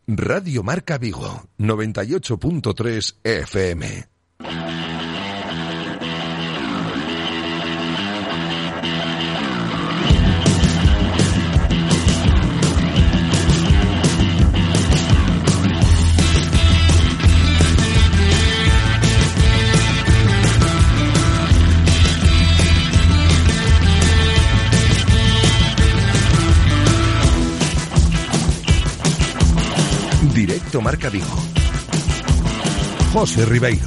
Radio Marca Vigo, 98.3 FM. Directo Marca Vigo. José Ribeiro.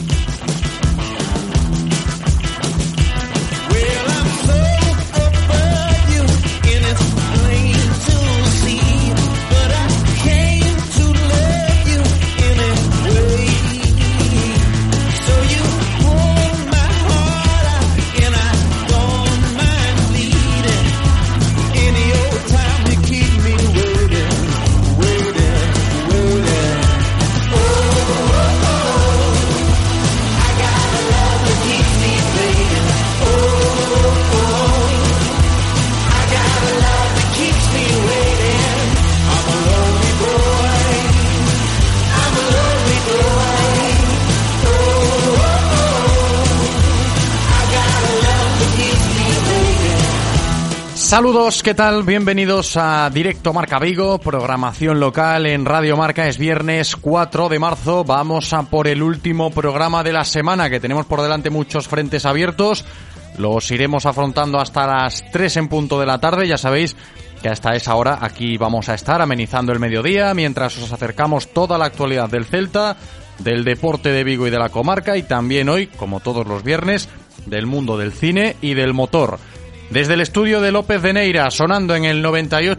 Saludos, ¿qué tal? Bienvenidos a Directo Marca Vigo, programación local en Radio Marca. Es viernes 4 de marzo, vamos a por el último programa de la semana, que tenemos por delante muchos frentes abiertos. Los iremos afrontando hasta las 3 en punto de la tarde, ya sabéis que hasta esa hora aquí vamos a estar amenizando el mediodía, mientras os acercamos toda la actualidad del Celta, del deporte de Vigo y de la comarca, y también hoy, como todos los viernes, del mundo del cine y del motor. Desde el estudio de López de Neira, sonando en el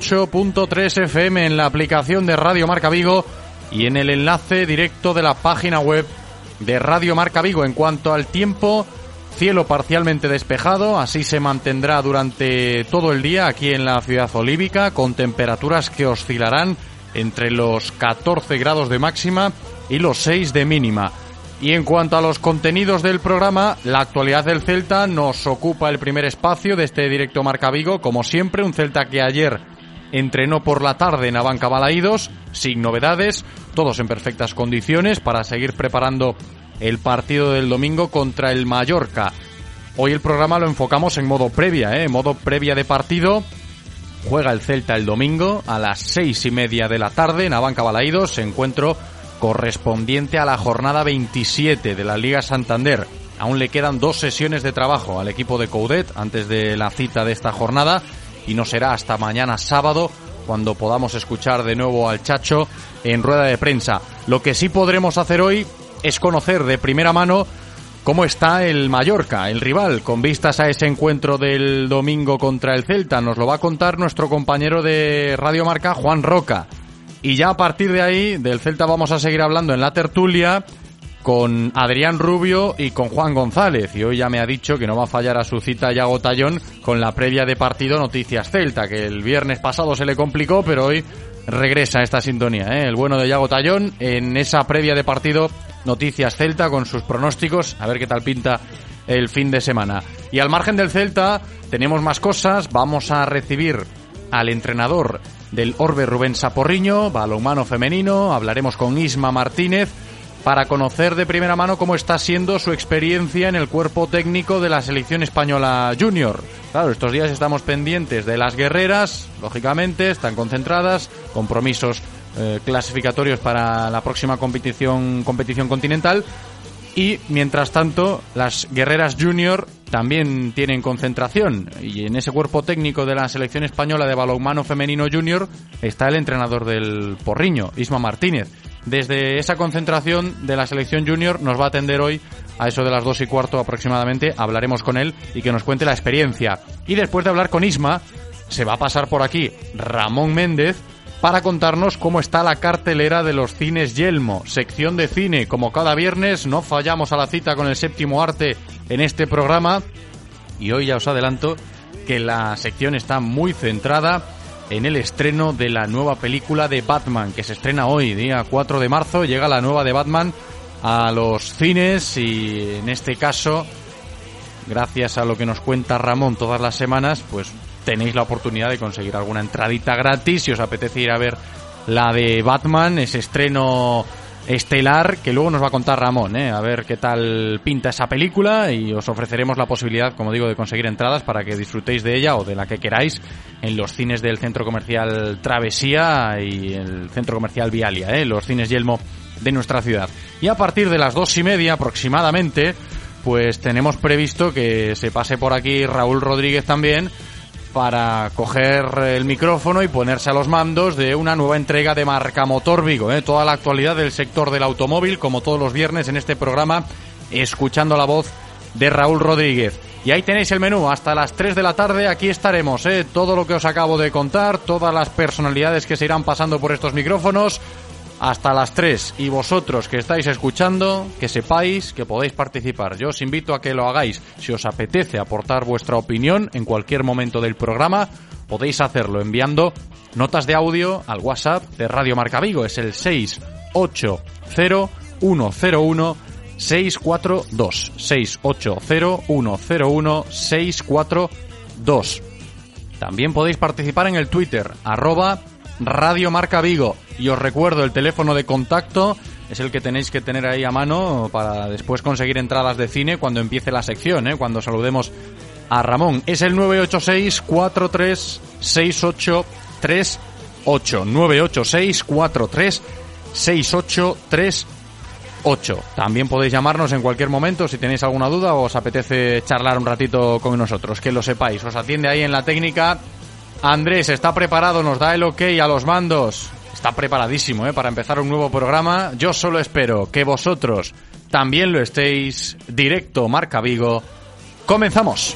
98.3 FM en la aplicación de Radio Marca Vigo y en el enlace directo de la página web de Radio Marca Vigo. En cuanto al tiempo, cielo parcialmente despejado, así se mantendrá durante todo el día aquí en la ciudad olívica, con temperaturas que oscilarán entre los 14 grados de máxima y los 6 de mínima. Y en cuanto a los contenidos del programa, la actualidad del Celta nos ocupa el primer espacio de este Directo Marca Vigo. Como siempre, un Celta que ayer entrenó por la tarde en Abanca Balaídos, sin novedades, todos en perfectas condiciones para seguir preparando el partido del domingo contra el Mallorca. Hoy el programa lo enfocamos en modo previa, modo previa de partido. Juega el Celta el domingo a las 6:30 de la tarde en Abanca Balaídos, encuentro correspondiente a la jornada 27 de la Liga Santander. Aún le quedan 2 sesiones de trabajo al equipo de Coudet antes de la cita de esta jornada, y no será hasta mañana sábado cuando podamos escuchar de nuevo al Chacho en rueda de prensa. Lo que sí podremos hacer hoy es conocer de primera mano cómo está el Mallorca, el rival, con vistas a ese encuentro del domingo contra el Celta. Nos lo va a contar nuestro compañero de Radio Marca, Juan Roca. Y ya a partir de ahí, del Celta vamos a seguir hablando en la tertulia con Adrián Rubio y con Juan González. Y hoy ya me ha dicho que no va a fallar a su cita Yago Tallón con la previa de partido Noticias Celta, que el viernes pasado se le complicó, pero hoy regresa a esta sintonía, el bueno de Yago Tallón en esa previa de partido Noticias Celta con sus pronósticos, a ver qué tal pinta el fin de semana. Y al margen del Celta tenemos más cosas. Vamos a recibir al entrenador del Orbe, Rubén Saporriño, balonmano femenino. Hablaremos con Isma Martínez para conocer de primera mano cómo está siendo su experiencia en el cuerpo técnico de la selección española junior. Claro, estos días estamos pendientes de las guerreras, lógicamente, están concentradas, compromisos clasificatorios para la próxima competición continental. Y, mientras tanto, las guerreras junior también tienen concentración. Y en ese cuerpo técnico de la selección española de balonmano femenino junior está el entrenador del Porriño, Isma Martínez. Desde esa concentración de la selección junior nos va a atender hoy a eso de las 2:15 aproximadamente. Hablaremos con él y que nos cuente la experiencia. Y después de hablar con Isma, se va a pasar por aquí Ramón Méndez para contarnos cómo está la cartelera de los cines Yelmo, sección de cine. Como cada viernes, no fallamos a la cita con el séptimo arte en este programa. Y hoy ya os adelanto que la sección está muy centrada en el estreno de la nueva película de Batman, que se estrena hoy, día 4 de marzo. Llega la nueva de Batman a los cines y, en este caso, gracias a lo que nos cuenta Ramón todas las semanas, pues tenéis la oportunidad de conseguir alguna entradita gratis si os apetece ir a ver la de Batman, ese estreno estelar que luego nos va a contar Ramón, a ver qué tal pinta esa película, y os ofreceremos la posibilidad, como digo, de conseguir entradas para que disfrutéis de ella o de la que queráis en los cines del Centro Comercial Travesía y el Centro Comercial Vialia, los cines Yelmo de nuestra ciudad. Y a partir de las 2:30 aproximadamente, pues tenemos previsto que se pase por aquí Raúl Rodríguez también para coger el micrófono y ponerse a los mandos de una nueva entrega de Marca Motor Vigo, toda la actualidad del sector del automóvil, como todos los viernes en este programa, escuchando la voz de Raúl Rodríguez. Y ahí tenéis el menú, hasta las 3 de la tarde aquí estaremos, todo lo que os acabo de contar, todas las personalidades que se irán pasando por estos micrófonos, hasta las 3, y vosotros que estáis escuchando, que sepáis que podéis participar. Yo os invito a que lo hagáis. Si os apetece aportar vuestra opinión en cualquier momento del programa, podéis hacerlo enviando notas de audio al WhatsApp de Radio Marca Vigo. Es el 680-101-642. 680-101-642. También podéis participar en el Twitter, @Radio Marca Vigo. Y os recuerdo, el teléfono de contacto es el que tenéis que tener ahí a mano para después conseguir entradas de cine cuando empiece la sección, cuando saludemos a Ramón. Es el 986-436838. 986-436838. También podéis llamarnos en cualquier momento si tenéis alguna duda o os apetece charlar un ratito con nosotros. Que lo sepáis. Os atiende ahí en la técnica Andrés. Está preparado, nos da el ok a los mandos. Está preparadísimo, para empezar un nuevo programa. Yo solo espero que vosotros también lo estéis. Directo Marca Vigo. ¡Comenzamos!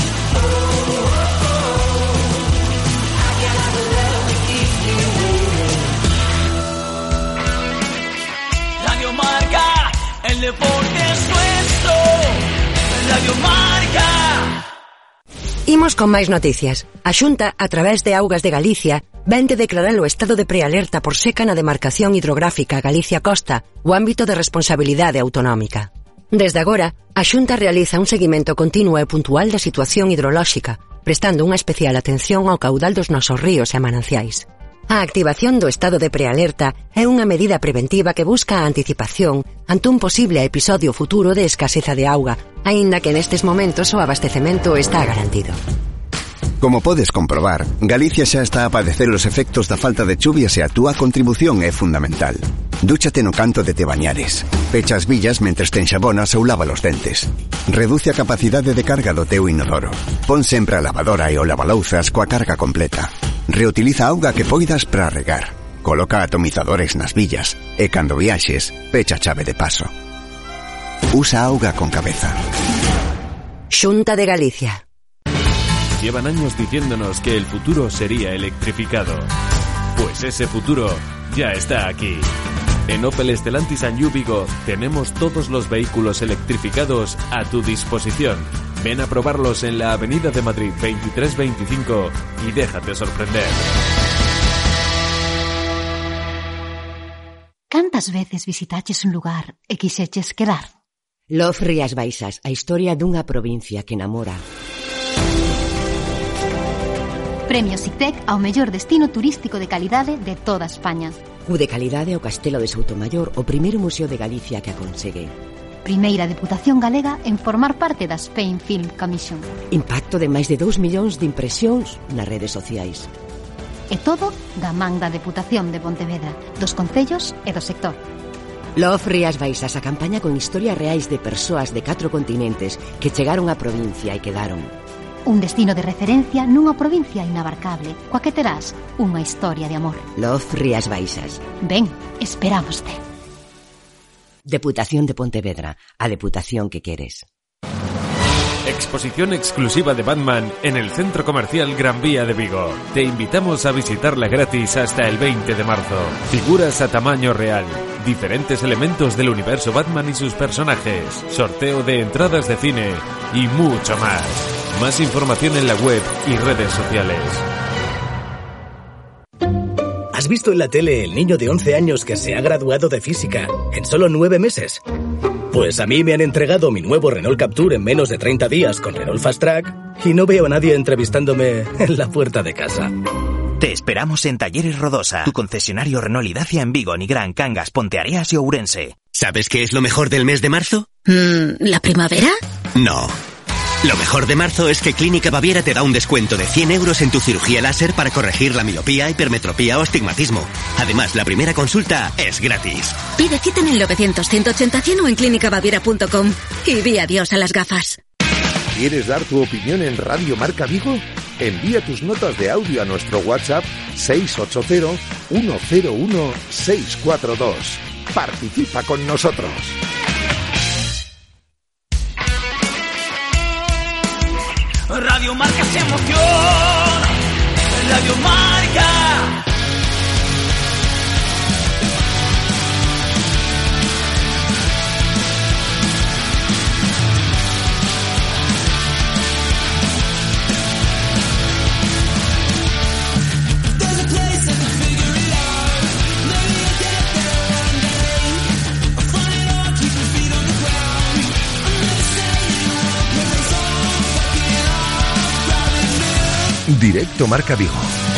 Radio Marca, el deporte es nuestro. Radio Marca. Imos con máis noticias. A Xunta, a través de Augas de Galicia, vén de declarar o estado de prealerta por seca na demarcación hidrográfica Galicia Costa, o ámbito de responsabilidade autonómica. Desde agora, a Xunta realiza un seguimento continuo e puntual da situación hidrolóxica, prestando unha especial atención ao caudal dos nosos ríos e mananciais. A activación do estado de prealerta é unha medida preventiva que busca a anticipación ante un posible episodio futuro de escaseza de auga, aínda que nestes momentos o abastecemento está garantido. Como podes comprobar, Galicia xa está a padecer os efectos da falta de chuvias e a túa contribución é fundamental. Dúchate no canto de te bañares. Pecha as billas mentres te enxabonas ou lava os dentes. Reduce a capacidade de carga do teu inodoro. Pon sempre a lavadora e o lavalouzas coa carga completa. Reutiliza a auga que poidas para regar. Coloca atomizadores nas billas e cando viaxes, pecha a chave de paso. Usa auga con cabeza. Xunta de Galicia. Llevan años diciéndonos que el futuro sería electrificado. Pues ese futuro ya está aquí. En Opel Stellantis and Vigo tenemos todos los vehículos electrificados a tu disposición. Ven a probarlos en la Avenida de Madrid 2325 y déjate sorprender. Cantas veces visitaches un lugar e quixeches quedar? Loz Rías Baixas, a historia dunha provincia que enamora. Premio SICTEC ao mellor destino turístico de calidade de toda España. O de calidade ao Castelo de Soutomaior, o primeiro museo de Galicia que a consegue. Primeira Deputación Galega en formar parte da Spain Film Commission. Impacto de máis de 2 millóns de impresións nas redes sociais. E todo da man da Deputación de Pontevedra, dos concellos e do sector. Loz Rías Baixas, a campaña con historias reais de persoas de 4 continentes que chegaron á provincia e quedaron. Un destino de referencia nunha provincia inabarcable, coa que terás unha historia de amor. Loz Rías Baixas. Ven, esperámoste. Deputación de Pontevedra, a deputación que queres. Exposición exclusiva de Batman en el Centro Comercial Gran Vía de Vigo. Te invitamos a visitarla gratis hasta el 20 de marzo. Figuras a tamaño real, diferentes elementos del universo Batman y sus personajes, sorteo de entradas de cine y mucho más. Más información en la web y redes sociales. ¿Has visto en la tele el niño de 11 años que se ha graduado de física en solo 9 meses? Pues a mí me han entregado mi nuevo Renault Captur en menos de 30 días con Renault Fast Track y no veo a nadie entrevistándome en la puerta de casa. Te esperamos en Talleres Rodosa, tu concesionario Renault y Dacia en Vigo, Nigrán, Cangas, Ponteareas y Ourense. ¿Sabes qué es lo mejor del mes de marzo? ¿La primavera? No. Lo mejor de marzo es que Clínica Baviera te da un descuento de 100 euros en tu cirugía láser para corregir la miopía, hipermetropía o astigmatismo. Además, la primera consulta es gratis. Pide cita en el 900-180-100 o en clínicabaviera.com y di adiós a las gafas. ¿Quieres dar tu opinión en Radio Marca Vigo? Envía tus notas de audio a nuestro WhatsApp 680-101-642. Participa con nosotros. Radio Marca es emoción. Radio Marca. Directo Marca Vigo.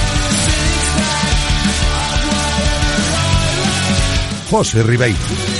José Ribeiro.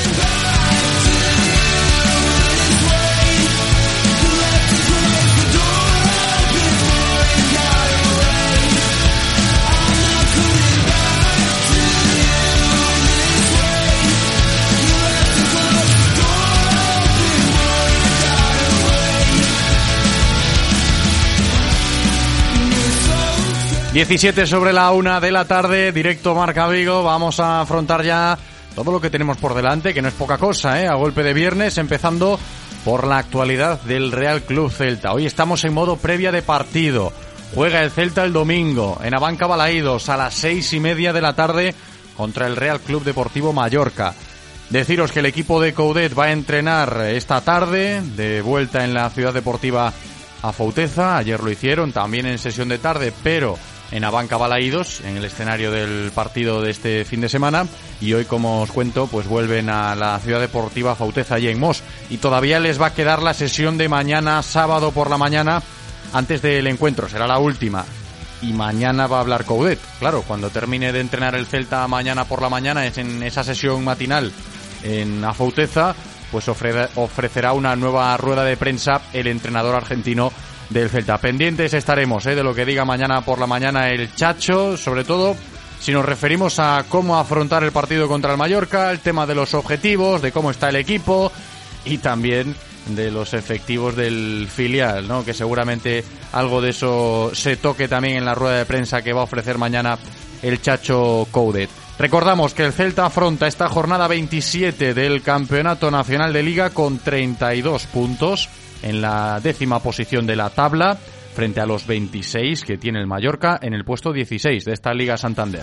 ...17 sobre la 1 de la tarde, directo Marca Vigo. Vamos a afrontar ya todo lo que tenemos por delante, que no es poca cosa, a golpe de viernes, empezando por la actualidad del Real Club Celta. Hoy estamos en modo previa de partido. Juega el Celta el domingo en Abanca Balaídos a las 6:30 de la tarde contra el Real Club Deportivo Mallorca. Deciros que el equipo de Coudet va a entrenar esta tarde, de vuelta en la ciudad deportiva Afouteza. Ayer lo hicieron también en sesión de tarde, pero en Abanca Balaídos, en el escenario del partido de este fin de semana, y hoy, como os cuento, pues vuelven a la ciudad deportiva Afouteza y en Mos, y todavía les va a quedar la sesión de mañana, sábado por la mañana, antes del encuentro, será la última, y mañana va a hablar Coudet. Claro, cuando termine de entrenar el Celta mañana por la mañana, es en esa sesión matinal en Afouteza, pues ofrecerá una nueva rueda de prensa el entrenador argentino del Celta. Pendientes estaremos de lo que diga mañana por la mañana el Chacho, sobre todo si nos referimos a cómo afrontar el partido contra el Mallorca, el tema de los objetivos, de cómo está el equipo y también de los efectivos del filial, ¿no? Que seguramente algo de eso se toque también en la rueda de prensa que va a ofrecer mañana el Chacho Coudet. Recordamos que el Celta afronta esta jornada 27 del Campeonato Nacional de Liga con 32 puntos en la 10ª posición de la tabla, frente a los 26 que tiene el Mallorca en el puesto 16 de esta Liga Santander.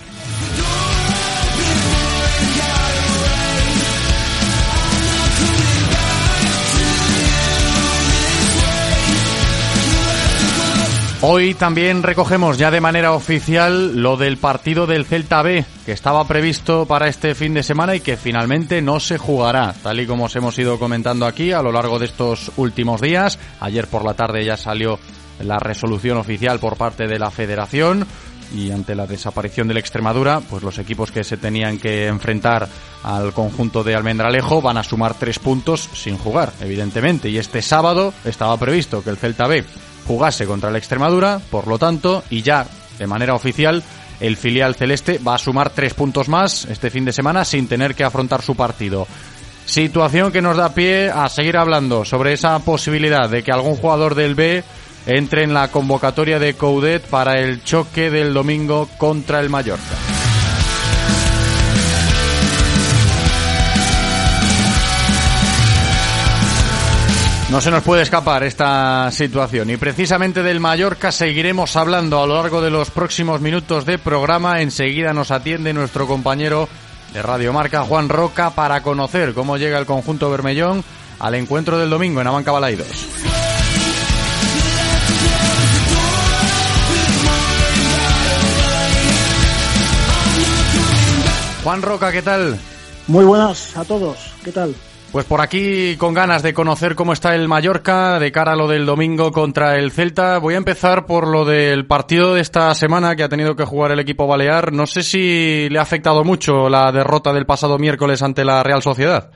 Hoy también recogemos ya de manera oficial lo del partido del Celta B, que estaba previsto para este fin de semana y que finalmente no se jugará, tal y como os hemos ido comentando aquí a lo largo de estos últimos días. Ayer por la tarde ya salió la resolución oficial por parte de la Federación y ante la desaparición del Extremadura, pues los equipos que se tenían que enfrentar al conjunto de Almendralejo van a sumar 3 puntos sin jugar, evidentemente, y este sábado estaba previsto que el Celta B jugase contra el Extremadura, por lo tanto, y ya de manera oficial, el filial celeste va a sumar 3 puntos más este fin de semana sin tener que afrontar su partido. Situación que nos da pie a seguir hablando sobre esa posibilidad de que algún jugador del B entre en la convocatoria de Coudet para el choque del domingo contra el Mallorca. No se nos puede escapar esta situación y precisamente del Mallorca seguiremos hablando a lo largo de los próximos minutos de programa. Enseguida nos atiende nuestro compañero de Radio Marca, Juan Roca, para conocer cómo llega el conjunto bermellón al encuentro del domingo en Abanca Balaídos. Juan Roca, ¿qué tal? Muy buenas a todos, ¿qué tal? Pues por aquí con ganas de conocer cómo está el Mallorca de cara a lo del domingo contra el Celta. Voy a empezar por lo del partido de esta semana que ha tenido que jugar el equipo balear. No sé si le ha afectado mucho la derrota del pasado miércoles ante la Real Sociedad.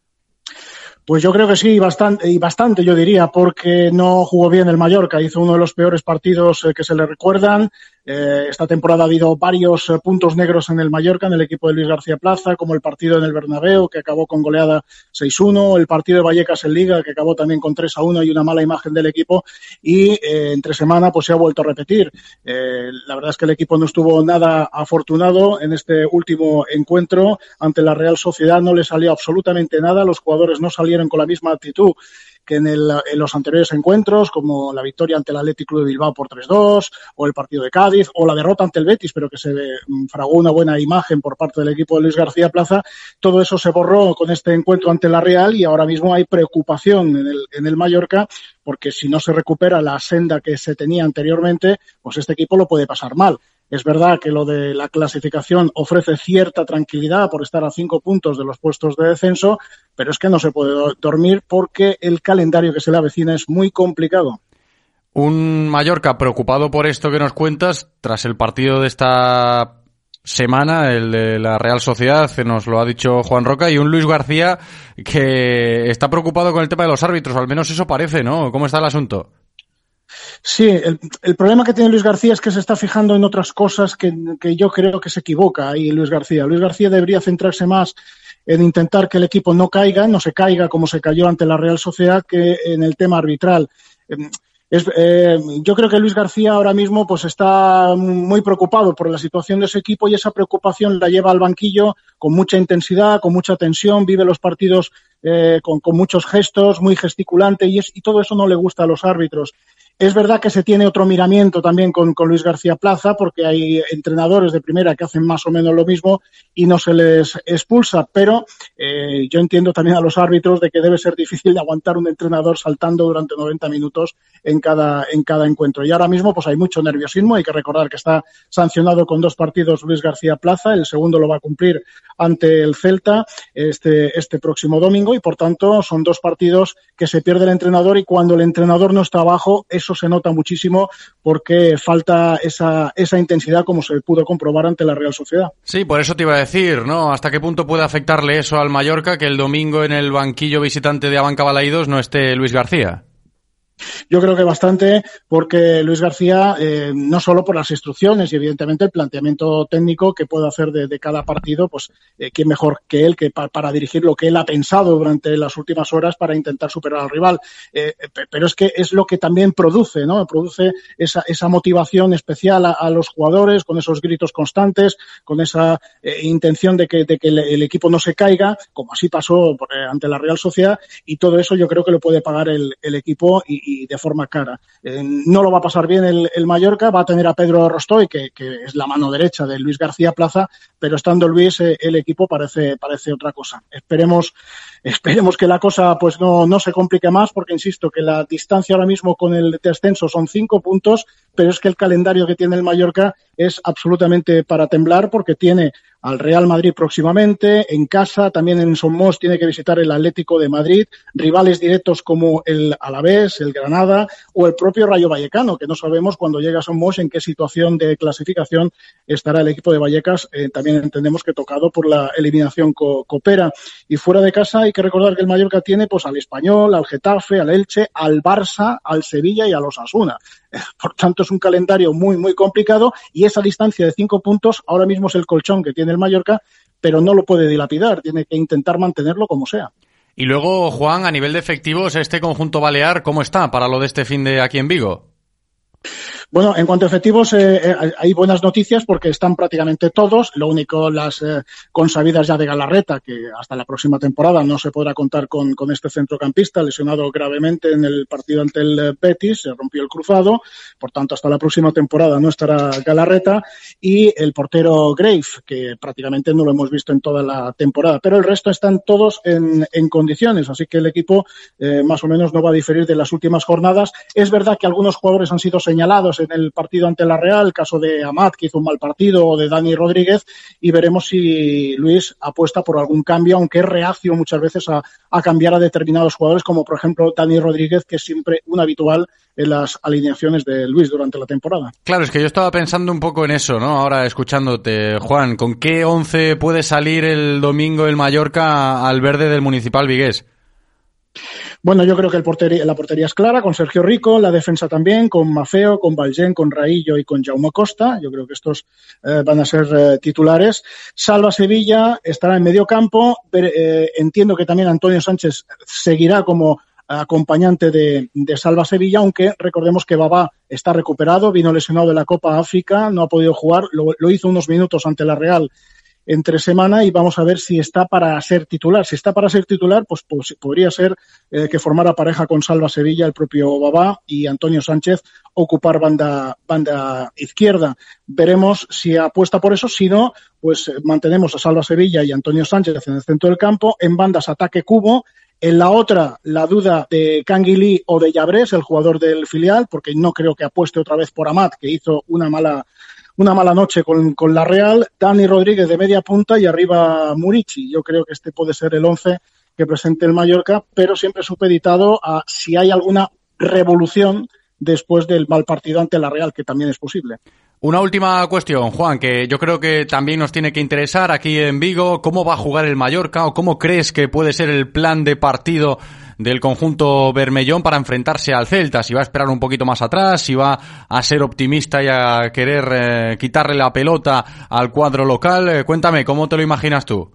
Pues yo creo que sí, bastante yo diría, porque no jugó bien el Mallorca. Hizo uno de los peores partidos que se le recuerdan. Esta temporada ha habido varios puntos negros en el Mallorca, en el equipo de Luis García Plaza, como el partido en el Bernabéu, que acabó con goleada 6-1, el partido de Vallecas en Liga, que acabó también con 3-1 y una mala imagen del equipo, y entre semana pues se ha vuelto a repetir. La verdad es que el equipo no estuvo nada afortunado en este último encuentro ante la Real Sociedad, no le salió absolutamente nada, los jugadores no salieron con la misma actitud que en los anteriores encuentros, como la victoria ante el Athletic Club de Bilbao por 3-2, o el partido de Cádiz, o la derrota ante el Betis, pero que se fragó una buena imagen por parte del equipo de Luis García Plaza. Todo eso se borró con este encuentro ante la Real y ahora mismo hay preocupación en el Mallorca, porque si no se recupera la senda que se tenía anteriormente, pues este equipo lo puede pasar mal. Es verdad que lo de la clasificación ofrece cierta tranquilidad por estar a 5 puntos de los puestos de descenso, pero es que no se puede dormir porque el calendario que se le avecina es muy complicado. Un Mallorca preocupado por esto que nos cuentas, tras el partido de esta semana, el de la Real Sociedad, nos lo ha dicho Juan Roca, y un Luis García que está preocupado con el tema de los árbitros, al menos eso parece, ¿no? ¿Cómo está el asunto? Sí, el problema que tiene Luis García es que se está fijando en otras cosas que yo creo que se equivoca ahí Luis García. Luis García debería centrarse más en intentar que el equipo no se caiga como se cayó ante la Real Sociedad, que en el tema arbitral. Yo creo que Luis García ahora mismo pues está muy preocupado por la situación de ese equipo y esa preocupación la lleva al banquillo con mucha intensidad, con mucha tensión, vive los partidos con muchos gestos, muy gesticulante y todo eso no le gusta a los árbitros. Es verdad que se tiene otro miramiento también con Luis García Plaza, porque hay entrenadores de primera que hacen más o menos lo mismo y no se les expulsa, pero yo entiendo también a los árbitros de que debe ser difícil de aguantar un entrenador saltando durante 90 minutos en cada encuentro. Y ahora mismo pues hay mucho nerviosismo, hay que recordar que está sancionado con 2 partidos Luis García Plaza, el segundo lo va a cumplir ante el Celta este próximo domingo y por tanto son 2 partidos que se pierde el entrenador y cuando el entrenador no está abajo, eso se nota muchísimo porque falta esa intensidad como se pudo comprobar ante la Real Sociedad. Sí, por eso te iba a decir, ¿no? ¿Hasta qué punto puede afectarle eso al Mallorca que el domingo en el banquillo visitante de Abanca Balaídos no esté Luis García? Yo creo que bastante, porque Luis García, no solo por las instrucciones y evidentemente el planteamiento técnico que puede hacer de cada partido, pues quién mejor que él que para dirigir lo que él ha pensado durante las últimas horas para intentar superar al rival. Pero es que es lo que también produce, ¿no? Produce esa motivación especial a los jugadores, con esos gritos constantes, con esa intención de que el equipo no se caiga, como así pasó ante la Real Sociedad, y todo eso yo creo que lo puede pagar el equipo y de forma cara. No lo va a pasar bien el Mallorca, va a tener a Pedro Rostoy, que es la mano derecha de Luis García Plaza, pero estando Luis, el equipo parece otra cosa. Esperemos que la cosa pues no se complique más, porque insisto que la distancia ahora mismo con el descenso son 5 puntos, pero es que el calendario que tiene el Mallorca es absolutamente para temblar, porque tiene al Real Madrid próximamente, en casa, también en Somos tiene que visitar el Atlético de Madrid, rivales directos como el Alavés, el Granada o el propio Rayo Vallecano, que no sabemos cuando llega a Somos en qué situación de clasificación estará el equipo de Vallecas, también entendemos que tocado por la eliminación Copera. Y fuera de casa hay que recordar que el Mallorca tiene pues al Español, al Getafe, al Elche, al Barça, al Sevilla y al Osasuna. Por tanto, es un calendario muy, muy complicado y esa distancia de 5 puntos ahora mismo es el colchón que tiene el Mallorca, pero no lo puede dilapidar, tiene que intentar mantenerlo como sea. Y luego, Juan, a nivel de efectivos, este conjunto balear, ¿cómo está para lo de este fin de aquí en Vigo? Bueno, en cuanto a efectivos, hay buenas noticias porque están prácticamente todos. Lo único, las consabidas ya de Galarreta, que hasta la próxima temporada no se podrá contar con este centrocampista, lesionado gravemente en el partido ante el Betis, se rompió el cruzado, por tanto hasta la próxima temporada no estará Galarreta, y el portero Grave, que prácticamente no lo hemos visto en toda la temporada, pero el resto están todos en condiciones, así que el equipo más o menos no va a diferir de las últimas jornadas. Es verdad que algunos jugadores han sido señalados en el partido ante la Real, el caso de Amat, que hizo un mal partido, o de Dani Rodríguez, y veremos si Luis apuesta por algún cambio, aunque es reacio muchas veces a cambiar a determinados jugadores, como por ejemplo Dani Rodríguez, que es siempre un habitual en las alineaciones de Luis durante la temporada. Claro, es que yo estaba pensando un poco en eso, ¿no? Ahora escuchándote, Juan, ¿con qué 11 puede salir el domingo el Mallorca al verde del Municipal Vigués? Bueno, yo creo que la portería es clara, con Sergio Rico, la defensa también, con Mafeo, con Valgen, con Raillo y con Jaume Costa. Yo creo que estos van a ser titulares. Salva Sevilla estará en medio campo. Entiendo que también Antonio Sánchez seguirá como acompañante de Salva Sevilla, aunque recordemos que Babá está recuperado, vino lesionado de la Copa África, no ha podido jugar, lo hizo unos minutos ante la Real entre semana, y vamos a ver si está para ser titular. Si está para ser titular, pues podría ser que formara pareja con Salva Sevilla, el propio Babá, y Antonio Sánchez ocupar banda izquierda. Veremos si apuesta por eso. Si no, pues mantenemos a Salva Sevilla y Antonio Sánchez en el centro del campo, en bandas ataque Cubo. En la otra, la duda de Canguilí o de Llabrés, el jugador del filial, porque no creo que apueste otra vez por Amat, que hizo una mala noche con la Real. Dani Rodríguez de media punta y arriba Murici. Yo creo que este puede ser el 11 que presente el Mallorca, pero siempre supeditado a si hay alguna revolución después del mal partido ante la Real, que también es posible. Una última cuestión, Juan, que yo creo que también nos tiene que interesar aquí en Vigo. ¿Cómo va a jugar el Mallorca o cómo crees que puede ser el plan de partido del conjunto bermellón para enfrentarse al Celta? Si va a esperar un poquito más atrás, si va a ser optimista y a querer quitarle la pelota al cuadro local. Cuéntame, ¿cómo te lo imaginas tú?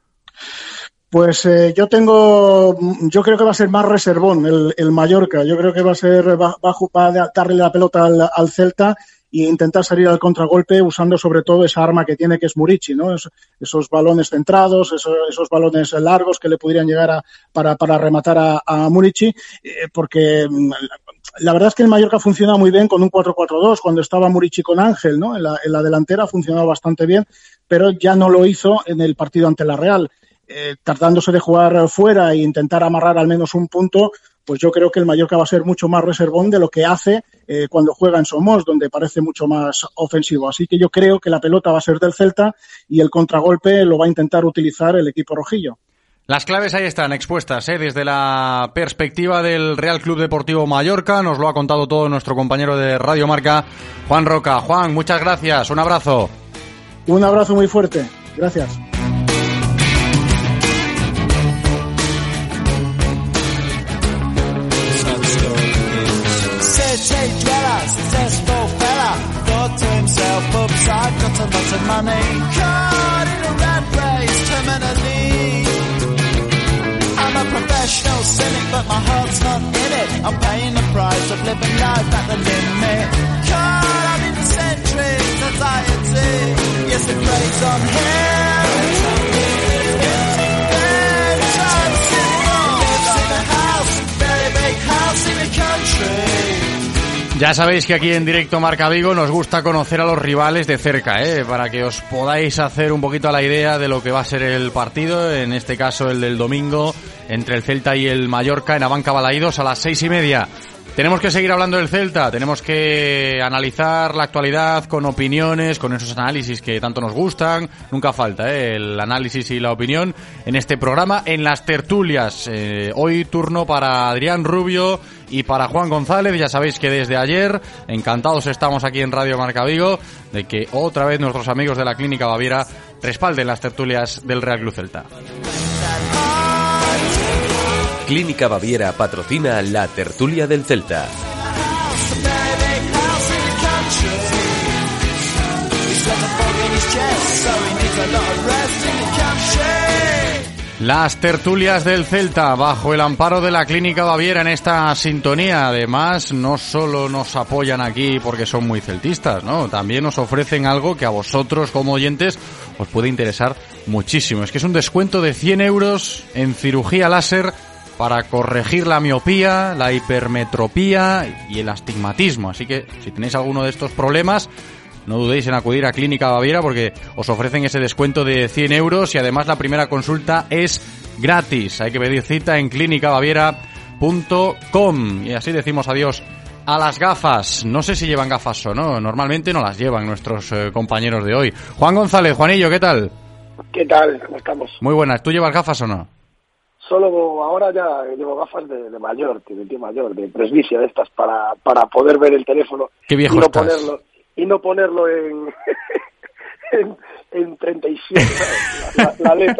Pues yo creo que va a ser más reservón el Mallorca. Yo creo que va a darle la pelota al Celta e intentar salir al contragolpe usando sobre todo esa arma que tiene, que es Murici, ¿no? Esos balones centrados, esos balones largos que le podrían llegar para rematar a Murici, porque la verdad es que el Mallorca funciona muy bien con un 4-4-2, cuando estaba Murici con Ángel, ¿no? En la delantera funcionaba bastante bien, pero ya no lo hizo en el partido ante la Real. Tratándose de jugar fuera e intentar amarrar al menos un punto, pues yo creo que el Mallorca va a ser mucho más reservón de lo que hace cuando juega en Somos, donde parece mucho más ofensivo. Así que yo creo que la pelota va a ser del Celta y el contragolpe lo va a intentar utilizar el equipo rojillo. Las claves ahí están expuestas, desde la perspectiva del Real Club Deportivo Mallorca. Nos lo ha contado todo nuestro compañero de Radio Marca, Juan Roca. Juan, muchas gracias. Un abrazo. Un abrazo muy fuerte. Gracias. Successful fella, thought to himself, oops, I've got a lot of money. Caught in a rat race, terminally. I'm a professional cynic, but my heart's not in it. I'm paying the price of living life at the limit. Caught up in the centuries, anxiety. Yes, it plays on him. Lives in a house, very big house in the country. Ya sabéis que aquí en Directo Marca Vigo nos gusta conocer a los rivales de cerca, para que os podáis hacer un poquito a la idea de lo que va a ser el partido, en este caso el del domingo, entre el Celta y el Mallorca en Abanca Balaídos a las 6:30. Tenemos que seguir hablando del Celta, tenemos que analizar la actualidad con opiniones, con esos análisis que tanto nos gustan. Nunca falta el análisis y la opinión en este programa, en las tertulias. Hoy turno para Adrián Rubio y para Juan González. Ya sabéis que desde ayer, encantados estamos aquí en Radio Marca Vigo de que otra vez nuestros amigos de la Clínica Baviera respalden las tertulias del Real Club Celta. Clínica Baviera patrocina la tertulia del Celta. Las tertulias del Celta bajo el amparo de la Clínica Baviera en esta sintonía. Además, no solo nos apoyan aquí porque son muy celtistas, ¿no? También nos ofrecen algo que a vosotros como oyentes os puede interesar muchísimo. Es que es un descuento de 100 euros en cirugía láser para corregir la miopía, la hipermetropía y el astigmatismo. Así que si tenéis alguno de estos problemas, no dudéis en acudir a Clínica Baviera porque os ofrecen ese descuento de 100 euros y además la primera consulta es gratis. Hay que pedir cita en clinicabaviera.com. Y así decimos adiós a las gafas. No sé si llevan gafas o no. Normalmente no las llevan nuestros compañeros de hoy. Juan González, Juanillo, ¿qué tal? ¿Qué tal? ¿Cómo estamos? Muy buenas. ¿Tú llevas gafas o no? Solo ahora ya llevo gafas de mayor, de tío mayor, de presbicia, de estas, para poder ver el teléfono. Qué viejo estás. Y no ponerlo en 37, la letra,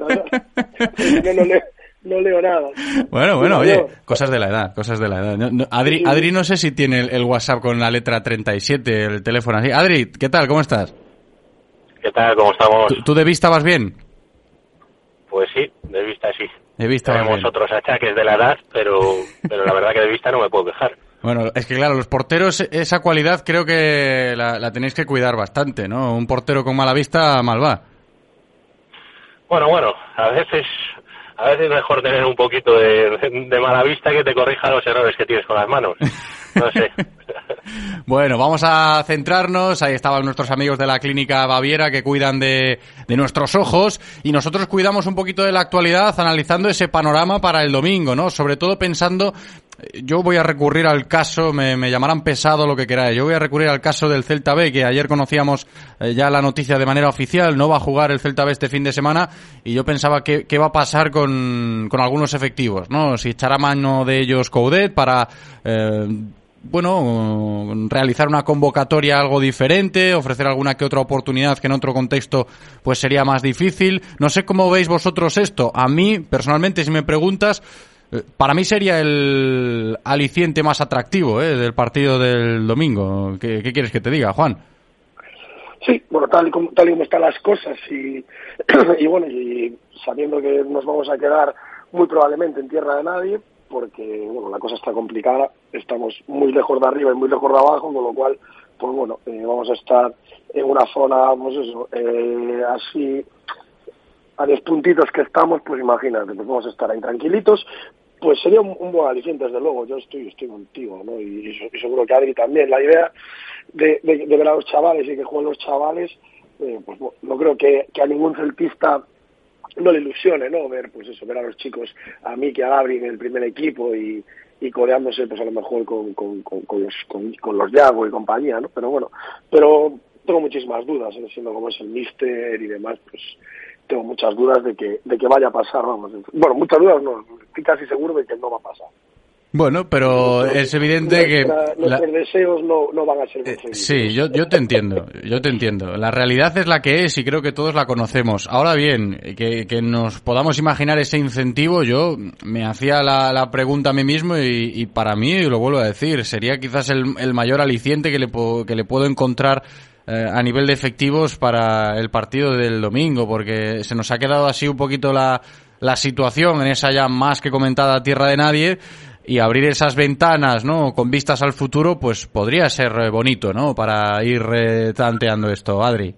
no leo nada. Bueno, oye, cosas de la edad. Adri no sé si tiene el WhatsApp con la letra 37, el teléfono así. Adri, ¿qué tal? ¿Cómo estás? ¿Qué tal? ¿Cómo estamos? ¿Tú de vista vas bien? Pues sí, de vista sí. De vista tenemos otros achaques de la edad, pero la verdad que de vista no me puedo quejar. Bueno, es que claro, los porteros, esa cualidad creo que la tenéis que cuidar bastante, ¿no? Un portero con mala vista, mal va. Bueno, a veces es mejor tener un poquito de mala vista que te corrija los errores que tienes con las manos. No sé. Bueno, vamos a centrarnos. Ahí estaban nuestros amigos de la Clínica Baviera que cuidan de nuestros ojos y nosotros cuidamos un poquito de la actualidad analizando ese panorama para el domingo, ¿no? Sobre todo pensando, yo voy a recurrir al caso, me llamarán pesado lo que queráis, yo voy a recurrir al caso del Celta B, que ayer conocíamos ya la noticia de manera oficial, no va a jugar el Celta B este fin de semana y yo pensaba qué va a pasar con algunos efectivos, ¿no? Si echará mano de ellos Coudet para realizar una convocatoria algo diferente, ofrecer alguna que otra oportunidad que en otro contexto pues sería más difícil. No sé cómo veis vosotros esto. A mí, personalmente, si me preguntas, para mí sería el aliciente más atractivo del partido del domingo. ¿Qué quieres que te diga, Juan? Sí, bueno, tal y como están las cosas y sabiendo que nos vamos a quedar muy probablemente en tierra de nadie, porque la cosa está complicada, estamos muy lejos de arriba y muy lejos de abajo, con lo cual vamos a estar en una zona así a 10 puntitos que estamos, pues imagínate, pues vamos a estar ahí tranquilitos, pues sería un buen aliciente, desde luego. Yo estoy contigo, ¿no? Y seguro que Adri también. La idea de ver a los chavales y que jueguen los chavales, pues no creo que a ningún celtista no le ilusione, ¿no? Ver a los chicos, a mí que a Gabri en el primer equipo y codeándose pues a lo mejor con los Yago y compañía, ¿no? Pero tengo muchísimas dudas, siendo como es el míster y demás, pues tengo muchas dudas de que vaya a pasar, vamos. Bueno, muchas dudas no, estoy casi seguro de que no va a pasar. Bueno, pero es evidente que nuestros deseos no van a ser conseguidos. Sí, yo te entiendo. La realidad es la que es y creo que todos la conocemos. Ahora bien, que nos podamos imaginar ese incentivo, yo me hacía la pregunta a mí mismo y para mí, y lo vuelvo a decir, sería quizás el mayor aliciente que le puedo encontrar a nivel de efectivos para el partido del domingo, porque se nos ha quedado así un poquito la situación en esa ya más que comentada tierra de nadie. Y abrir esas ventanas, ¿no? Con vistas al futuro, pues podría ser bonito, ¿no? Para ir tanteando esto, Adri.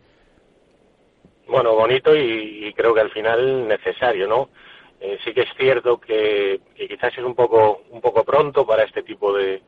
Bueno, bonito y creo que al final necesario, ¿no? Sí que es cierto que quizás es un poco pronto para este tipo de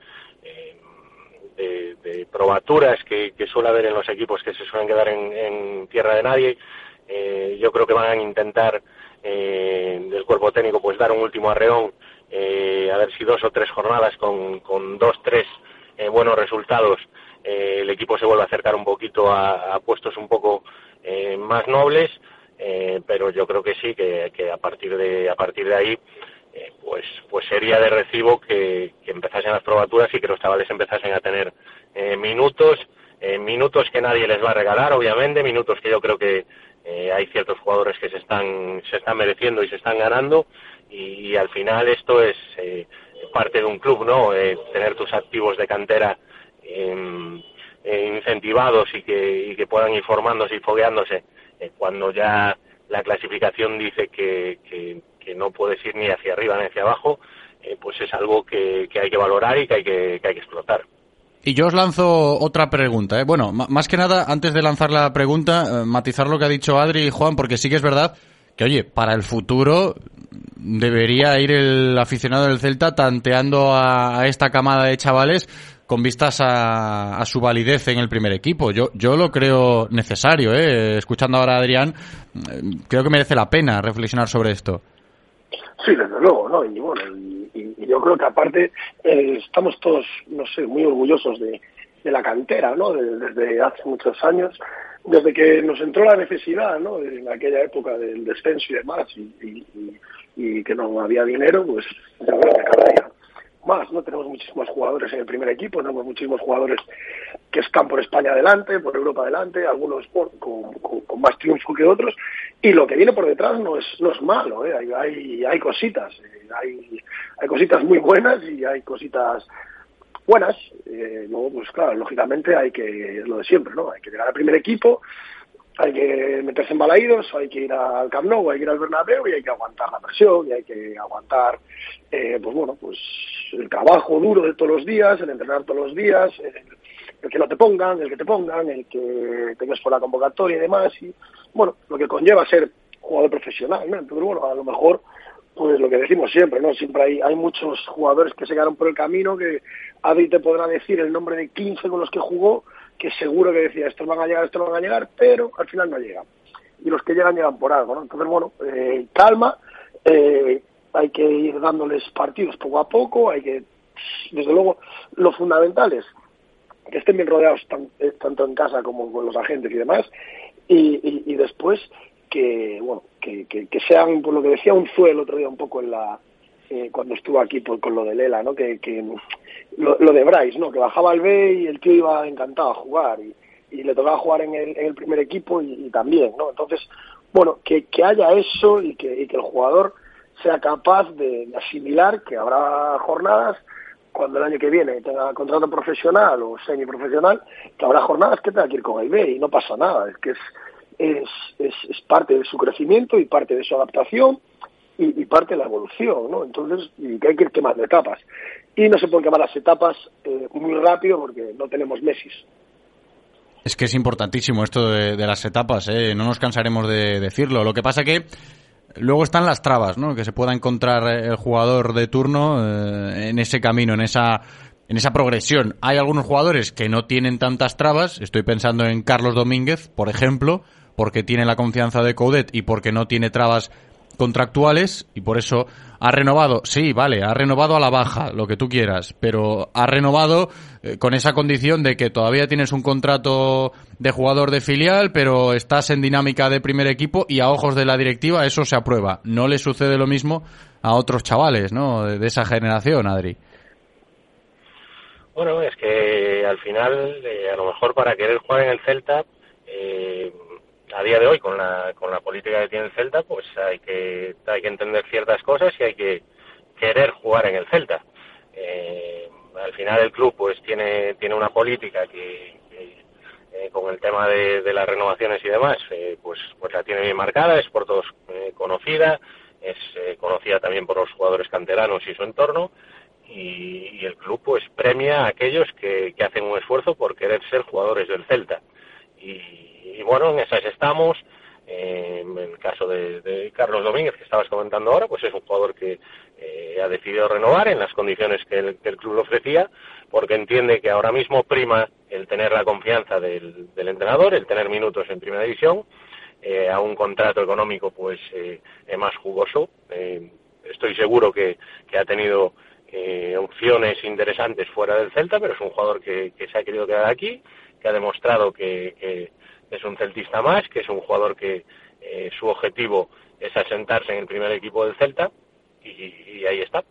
probaturas que suele haber en los equipos que se suelen quedar en tierra de nadie. Yo creo que van a intentar del cuerpo técnico pues dar un último arreón, a ver si 2 o 3 jornadas con 2-3 buenos resultados el equipo se vuelve a acercar un poquito a puestos un poco más nobles, pero yo creo que sí, que a partir de ahí pues sería de recibo que empezasen las probaturas y que los chavales empezasen a tener minutos que nadie les va a regalar, obviamente, minutos que yo creo que hay ciertos jugadores que se están mereciendo y se están ganando, y al final esto es parte de un club, ¿no? Tener tus activos de cantera incentivados y que puedan ir formándose y fogueándose cuando ya la clasificación dice que no puedes ir ni hacia arriba ni hacia abajo, pues es algo que hay que valorar y que hay que explotar. Y yo os lanzo otra pregunta, Bueno, más que nada, antes de lanzar la pregunta, matizar lo que ha dicho Adri y Juan, porque sí que es verdad que, oye, para el futuro debería ir el aficionado del Celta tanteando a esta camada de chavales con vistas a su validez en el primer equipo. Yo lo creo necesario, Escuchando ahora a Adrián, creo que merece la pena reflexionar sobre esto. Sí, desde luego, ¿no? Y yo creo que aparte estamos todos, no sé, muy orgullosos de la cantera, ¿no? Desde hace muchos años, desde que nos entró la necesidad, ¿no? En aquella época del descenso y demás, y que no había dinero, pues yo creo que cada día más, ¿no? Tenemos muchísimos jugadores en el primer equipo, tenemos muchísimos jugadores que están por España adelante, por Europa adelante, algunos con más triunfo que otros, y lo que viene por detrás no es malo, ¿eh? Hay cositas, hay cositas muy buenas y hay cositas buenas. Luego, pues claro, lógicamente hay que, lo de siempre, ¿no? Hay que llegar al primer equipo, hay que meterse en balaídos, hay que ir al Camp Nou, hay que ir al Bernabéu y hay que aguantar la presión y hay que aguantar, pues el trabajo duro de todos los días, el entrenar todos los días, el que no te pongan, el que te pongan, el que tengas por la convocatoria y demás, y bueno, lo que conlleva ser jugador profesional, ¿no? Entonces, bueno, a lo mejor, pues lo que decimos siempre, ¿no? Siempre hay muchos jugadores que se quedaron por el camino, que Adri te podrá decir el nombre de 15 con los que jugó, que seguro que decía, estos van a llegar, pero al final no llegan. Y los que llegan por algo, ¿no? Entonces, bueno, calma, hay que ir dándoles partidos poco a poco, hay que, desde luego, lo fundamental es que estén bien rodeados tanto en casa como con los agentes y demás, y después que sean, por lo que decía Unzué el otro día un poco cuando estuvo aquí con lo de Lela, ¿no? Que lo de Bryce, ¿no? Que bajaba al B y el tío iba encantado a jugar y le tocaba jugar en el primer equipo y también, ¿no? Entonces, bueno, que haya eso y que el jugador sea capaz de asimilar que habrá jornadas, cuando el año que viene tenga contrato profesional o semiprofesional, que habrá jornadas que tenga que ir con el B y no pasa nada, es que es parte de su crecimiento y parte de su adaptación y parte de la evolución, ¿no? Entonces, y que hay que ir quemando etapas. Y no se pueden quemar las etapas muy rápido porque no tenemos Messis. Es que es importantísimo esto de las etapas, ¿eh? No nos cansaremos de decirlo. Lo que pasa que luego están las trabas, ¿no? Que se pueda encontrar el jugador de turno en ese camino, en esa progresión. Hay algunos jugadores que no tienen tantas trabas. Estoy pensando en Carlos Domínguez, por ejemplo, porque tiene la confianza de Coudet y porque no tiene trabas contractuales y por eso ha renovado. Sí, vale, ha renovado a la baja, lo que tú quieras, pero ha renovado con esa condición de que todavía tienes un contrato de jugador de filial, pero estás en dinámica de primer equipo y a ojos de la directiva eso se aprueba. No le sucede lo mismo a otros chavales, ¿no? De esa generación, Adri. Bueno, es que al final, a lo mejor para querer jugar en el Celta, a día de hoy, con la política que tiene el Celta, pues hay que entender ciertas cosas y hay que querer jugar en el Celta. Al final el club pues tiene una política que con el tema de las renovaciones y demás, pues la tiene bien marcada, es por todos conocida, es conocida también por los jugadores canteranos y su entorno, y el club pues premia a aquellos que hacen un esfuerzo por querer ser jugadores del Celta. Y bueno, en esas estamos. En el caso de Carlos Domínguez, que estabas comentando ahora, pues es un jugador que ha decidido renovar en las condiciones que el club le ofrecía, porque entiende que ahora mismo prima el tener la confianza del entrenador, el tener minutos en primera división, a un contrato económico pues más jugoso. Estoy seguro que ha tenido opciones interesantes fuera del Celta, pero es un jugador que se ha querido quedar aquí, que ha demostrado que es un celtista más, que es un jugador que su objetivo es asentarse en el primer equipo del Celta, y ahí está.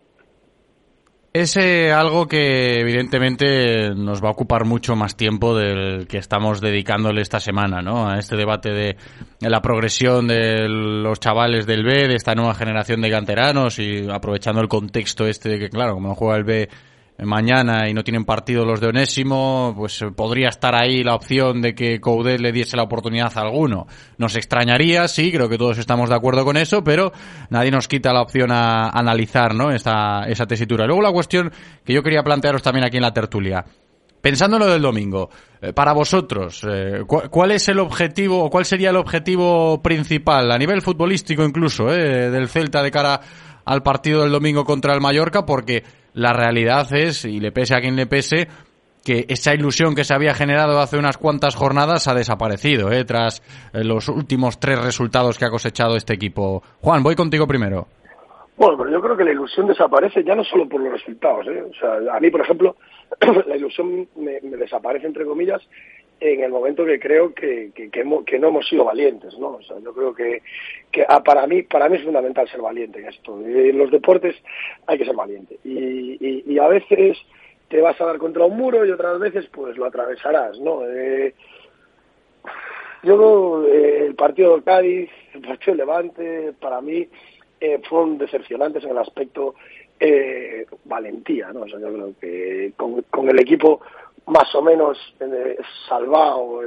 Es algo que evidentemente nos va a ocupar mucho más tiempo del que estamos dedicándole esta semana, ¿no? A este debate de la progresión de los chavales del B, de esta nueva generación de canteranos, y aprovechando el contexto de que, claro, como no juega el B mañana y no tienen partido los de Onésimo, pues podría estar ahí la opción de que Coudet le diese la oportunidad a alguno. Nos extrañaría, sí, creo que todos estamos de acuerdo con eso, pero nadie nos quita la opción a analizar, ¿no? Esa tesitura. Luego la cuestión que yo quería plantearos también aquí en la tertulia. Pensando en lo del domingo, para vosotros, ¿cuál es el objetivo, o cuál sería el objetivo principal, a nivel futbolístico incluso, del Celta de cara al partido del domingo contra el Mallorca? Porque la realidad es, y le pese a quien le pese, que esa ilusión que se había generado hace unas cuantas jornadas ha desaparecido, tras los últimos 3 resultados que ha cosechado este equipo. Juan, voy contigo primero. Bueno, pero yo creo que la ilusión desaparece ya no solo por los resultados, ¿eh? O sea, a mí, por ejemplo, la ilusión me desaparece, entre comillas, en el momento que creo que no hemos sido valientes, ¿no? O sea, yo creo que para mí es fundamental ser valiente en esto. En los deportes hay que ser valiente. Y a veces te vas a dar contra un muro y otras veces pues lo atravesarás, ¿no? El partido de Cádiz, el partido de Levante, para mí fueron decepcionantes en el aspecto valentía, ¿no? O sea, yo creo que con el equipo más o menos salvado,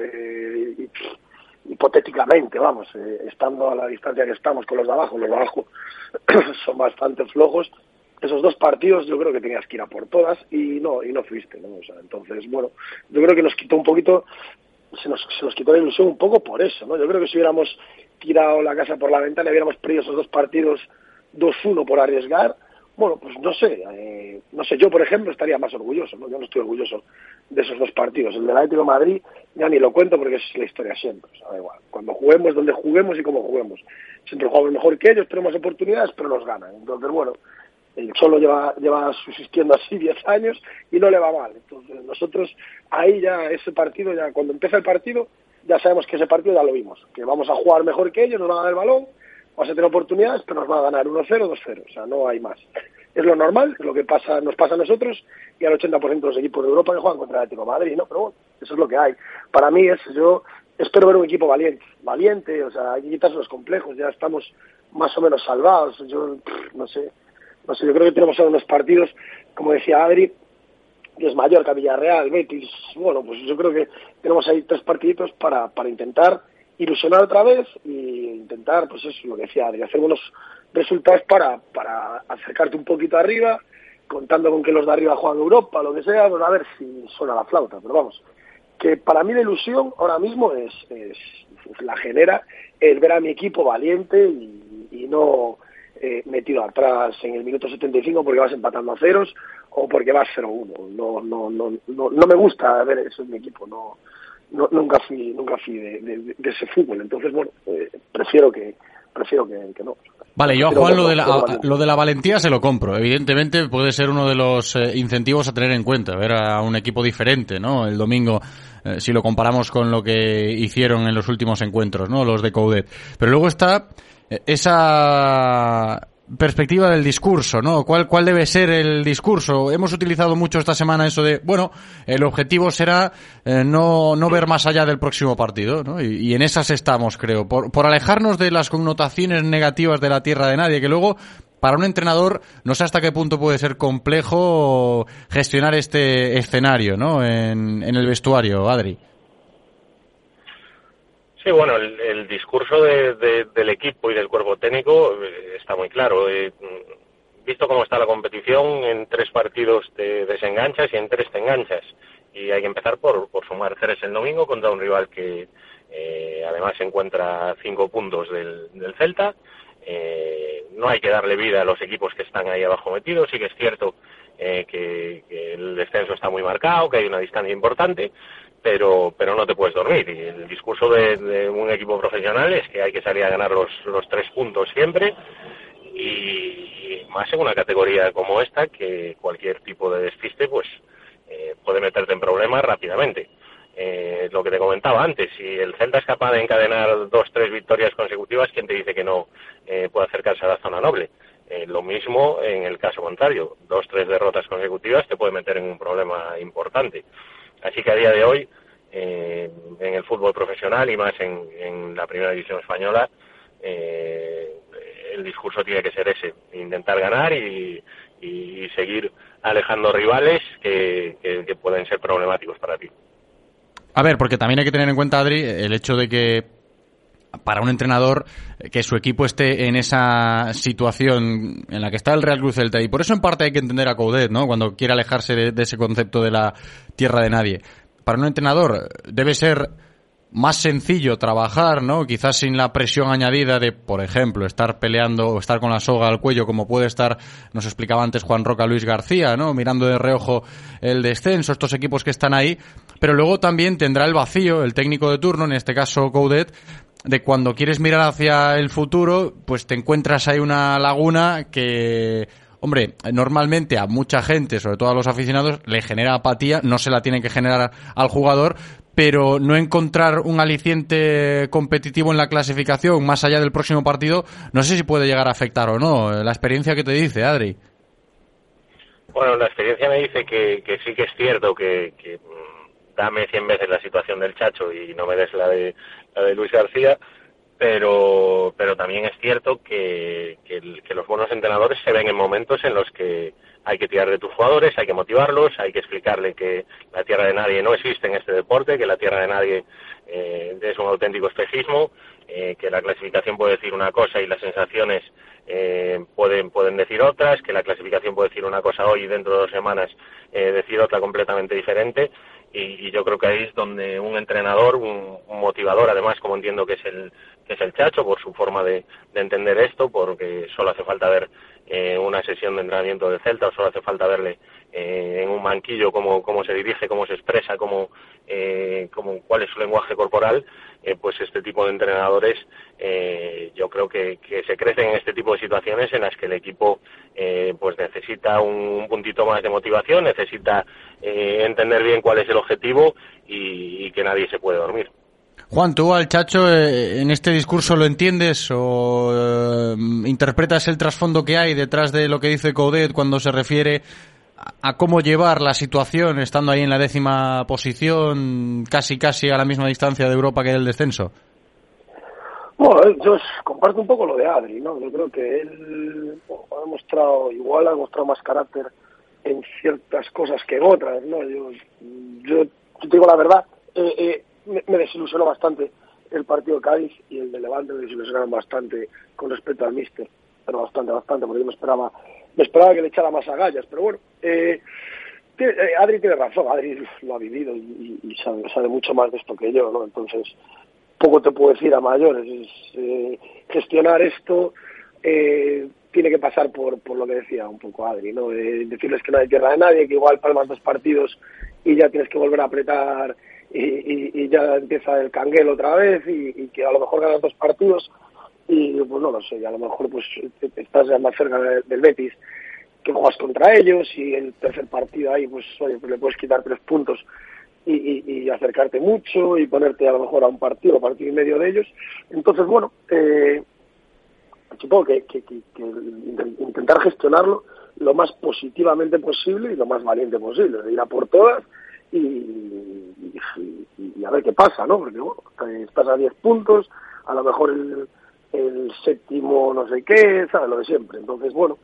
hipotéticamente, vamos, estando a la distancia que estamos con los de abajo son bastante flojos. Esos 2 partidos yo creo que tenías que ir a por todas y no fuiste, ¿no? O sea, entonces, bueno, yo creo que nos quitó un poquito, se nos quitó la ilusión un poco por eso, ¿no? Yo creo que si hubiéramos tirado la casa por la ventana y hubiéramos perdido esos 2 partidos 2-1 por arriesgar, bueno, pues no sé, yo por ejemplo estaría más orgulloso, ¿no? Yo no estoy orgulloso de esos 2 partidos. El del Atlético de Madrid ya ni lo cuento porque es la historia siempre, o sea, da igual. Cuando juguemos, donde juguemos y cómo juguemos. Siempre jugamos mejor que ellos, tenemos oportunidades, pero nos ganan. Entonces, bueno, el Cholo lleva subsistiendo así 10 años y no le va mal. Entonces, nosotros ahí ya, ese partido, ya cuando empieza el partido, ya sabemos que ese partido ya lo vimos, que vamos a jugar mejor que ellos, nos van a dar el balón, vamos a tener oportunidades, pero nos van a ganar 1-0, 2-0, o sea, no hay más. Es lo normal, es lo que nos pasa a nosotros y al 80% de los equipos de Europa que juegan contra el Atlético de Madrid, ¿no? Pero bueno, eso es lo que hay. Para mí yo espero ver un equipo valiente, o sea, hay que quitarse los complejos, ya estamos más o menos salvados. Yo no sé, yo creo que tenemos unos partidos, como decía Adri, que es Mallorca, Villarreal, Betis, bueno, pues yo creo que tenemos ahí 3 partiditos para intentar ilusionar otra vez y intentar, pues eso, lo que decía Adri, hacer unos resultados para acercarte un poquito arriba, contando con que los de arriba juegan Europa, lo que sea, pues a ver si suena la flauta, pero vamos, que para mí la ilusión ahora mismo la genera el ver a mi equipo valiente y no metido atrás en el minuto 75 porque vas empatando a ceros o porque vas 0-1. No me gusta ver eso en mi equipo, nunca fui de ese fútbol, entonces bueno, prefiero que no. Vale, yo a Juan lo de la valentía se lo compro. Evidentemente puede ser uno de los incentivos a tener en cuenta, ver a un equipo diferente, ¿no? El domingo, si lo comparamos con lo que hicieron en los últimos encuentros, ¿no? Los de Coudet. Pero luego está esa perspectiva del discurso, ¿no? ¿Cuál debe ser el discurso? Hemos utilizado mucho esta semana eso de, bueno, el objetivo será no ver más allá del próximo partido, ¿no? Y en esas estamos, creo, por alejarnos de las connotaciones negativas de la tierra de nadie, que luego para un entrenador no sé hasta qué punto puede ser complejo gestionar este escenario, ¿no? En el vestuario, Adri. Sí, bueno, el discurso del equipo y del cuerpo técnico está muy claro. Visto cómo está la competición, en 3 partidos te desenganchas y en 3 te enganchas. Y hay que empezar por sumar 3 el domingo contra un rival que además se encuentra a 5 puntos del Celta. No hay que darle vida a los equipos que están ahí abajo metidos. Sí que es cierto que el descenso está muy marcado, que hay una distancia importante, pero no te puedes dormir. Y el discurso de un equipo profesional es que hay que salir a ganar los 3 puntos siempre, y más en una categoría como esta, que cualquier tipo de despiste pues puede meterte en problemas rápidamente. Lo que te comentaba antes, si el Celta es capaz de encadenar 2-3 victorias consecutivas, ¿quién te dice que no puede acercarse a la zona noble? Lo mismo en el caso contrario, 2-3 derrotas consecutivas te puede meter en un problema importante. Así que a día de hoy, en el fútbol profesional y más en la primera división española, el discurso tiene que ser ese, intentar ganar y seguir alejando rivales que pueden ser problemáticos para ti. A ver, porque también hay que tener en cuenta, Adri, el hecho de que para un entrenador que su equipo esté en esa situación en la que está el Real Cruz Celta, y por eso en parte hay que entender a Coudet, ¿no? Cuando quiere alejarse de ese concepto de la tierra de nadie. Para un entrenador debe ser más sencillo trabajar, ¿no? Quizás sin la presión añadida de, por ejemplo, estar peleando o estar con la soga al cuello, como puede estar, nos explicaba antes Juan Roca, Luis García, ¿no? Mirando de reojo el descenso, estos equipos que están ahí, pero luego también tendrá el vacío, el técnico de turno, en este caso Coudet, de cuando quieres mirar hacia el futuro, pues te encuentras ahí una laguna que, hombre, normalmente a mucha gente, sobre todo a los aficionados, le genera apatía, no se la tiene que generar al jugador, pero no encontrar un aliciente competitivo en la clasificación más allá del próximo partido, no sé si puede llegar a afectar o no. La experiencia que te dice, Adri. Bueno, la experiencia me dice que sí que es cierto que dame 100 veces la situación del Chacho y no me des la de Luis García, pero también es cierto que los buenos entrenadores se ven en momentos en los que hay que tirar de tus jugadores, hay que motivarlos, hay que explicarle que la tierra de nadie no existe en este deporte, que la tierra de nadie es un auténtico espejismo, que la clasificación puede decir una cosa y las sensaciones pueden decir otras, que la clasificación puede decir una cosa hoy y dentro de 2 semanas decir otra completamente diferente, y yo creo que ahí es donde un entrenador, un motivador, además, como entiendo que es el Chacho, por su forma de entender esto, porque solo hace falta ver una sesión de entrenamiento de Celta, o solo hace falta verle en un banquillo cómo se dirige, cómo se expresa, cuál es su lenguaje corporal, pues este tipo de entrenadores yo creo que se crecen en este tipo de situaciones en las que el equipo pues necesita un puntito más de motivación, necesita entender bien cuál es el objetivo y que nadie se puede dormir. Juan, ¿tú al Chacho en este discurso lo entiendes o interpretas el trasfondo que hay detrás de lo que dice Coudet cuando se refiere a cómo llevar la situación estando ahí en la 10ª posición, casi a la misma distancia de Europa que del descenso? Bueno, yo comparto un poco lo de Adri, ¿no? Yo creo que él ha mostrado más carácter en ciertas cosas que en otras, ¿no? Yo te digo la verdad, me desilusionó bastante el partido de Cádiz y el de Levante, me desilusionaron bastante con respecto al míster, pero bastante, porque yo me esperaba que le echara más agallas, pero bueno, Adri tiene razón, Adri lo ha vivido y sabe mucho más de esto que yo, ¿no? Entonces, poco te puedo decir a mayores, gestionar esto tiene que pasar por lo que decía un poco Adri, ¿no? Decirles que no hay tierra de nadie, que igual palmas 2 partidos y ya tienes que volver a apretar y ya empieza el canguel otra vez y que a lo mejor ganas 2 partidos y pues no lo sé, a lo mejor pues estás ya más cerca del Betis que juegas contra ellos y el tercer partido ahí pues oye, pues le puedes quitar 3 puntos y acercarte mucho y ponerte a lo mejor a un partido y medio de ellos. Entonces bueno, supongo que intentar gestionarlo lo más positivamente posible y lo más valiente posible, de ir a por todas y a ver qué pasa, ¿no? Porque bueno, estás a 10 puntos, a lo mejor el séptimo no sé qué, ¿sabes? Lo de siempre. Entonces, bueno,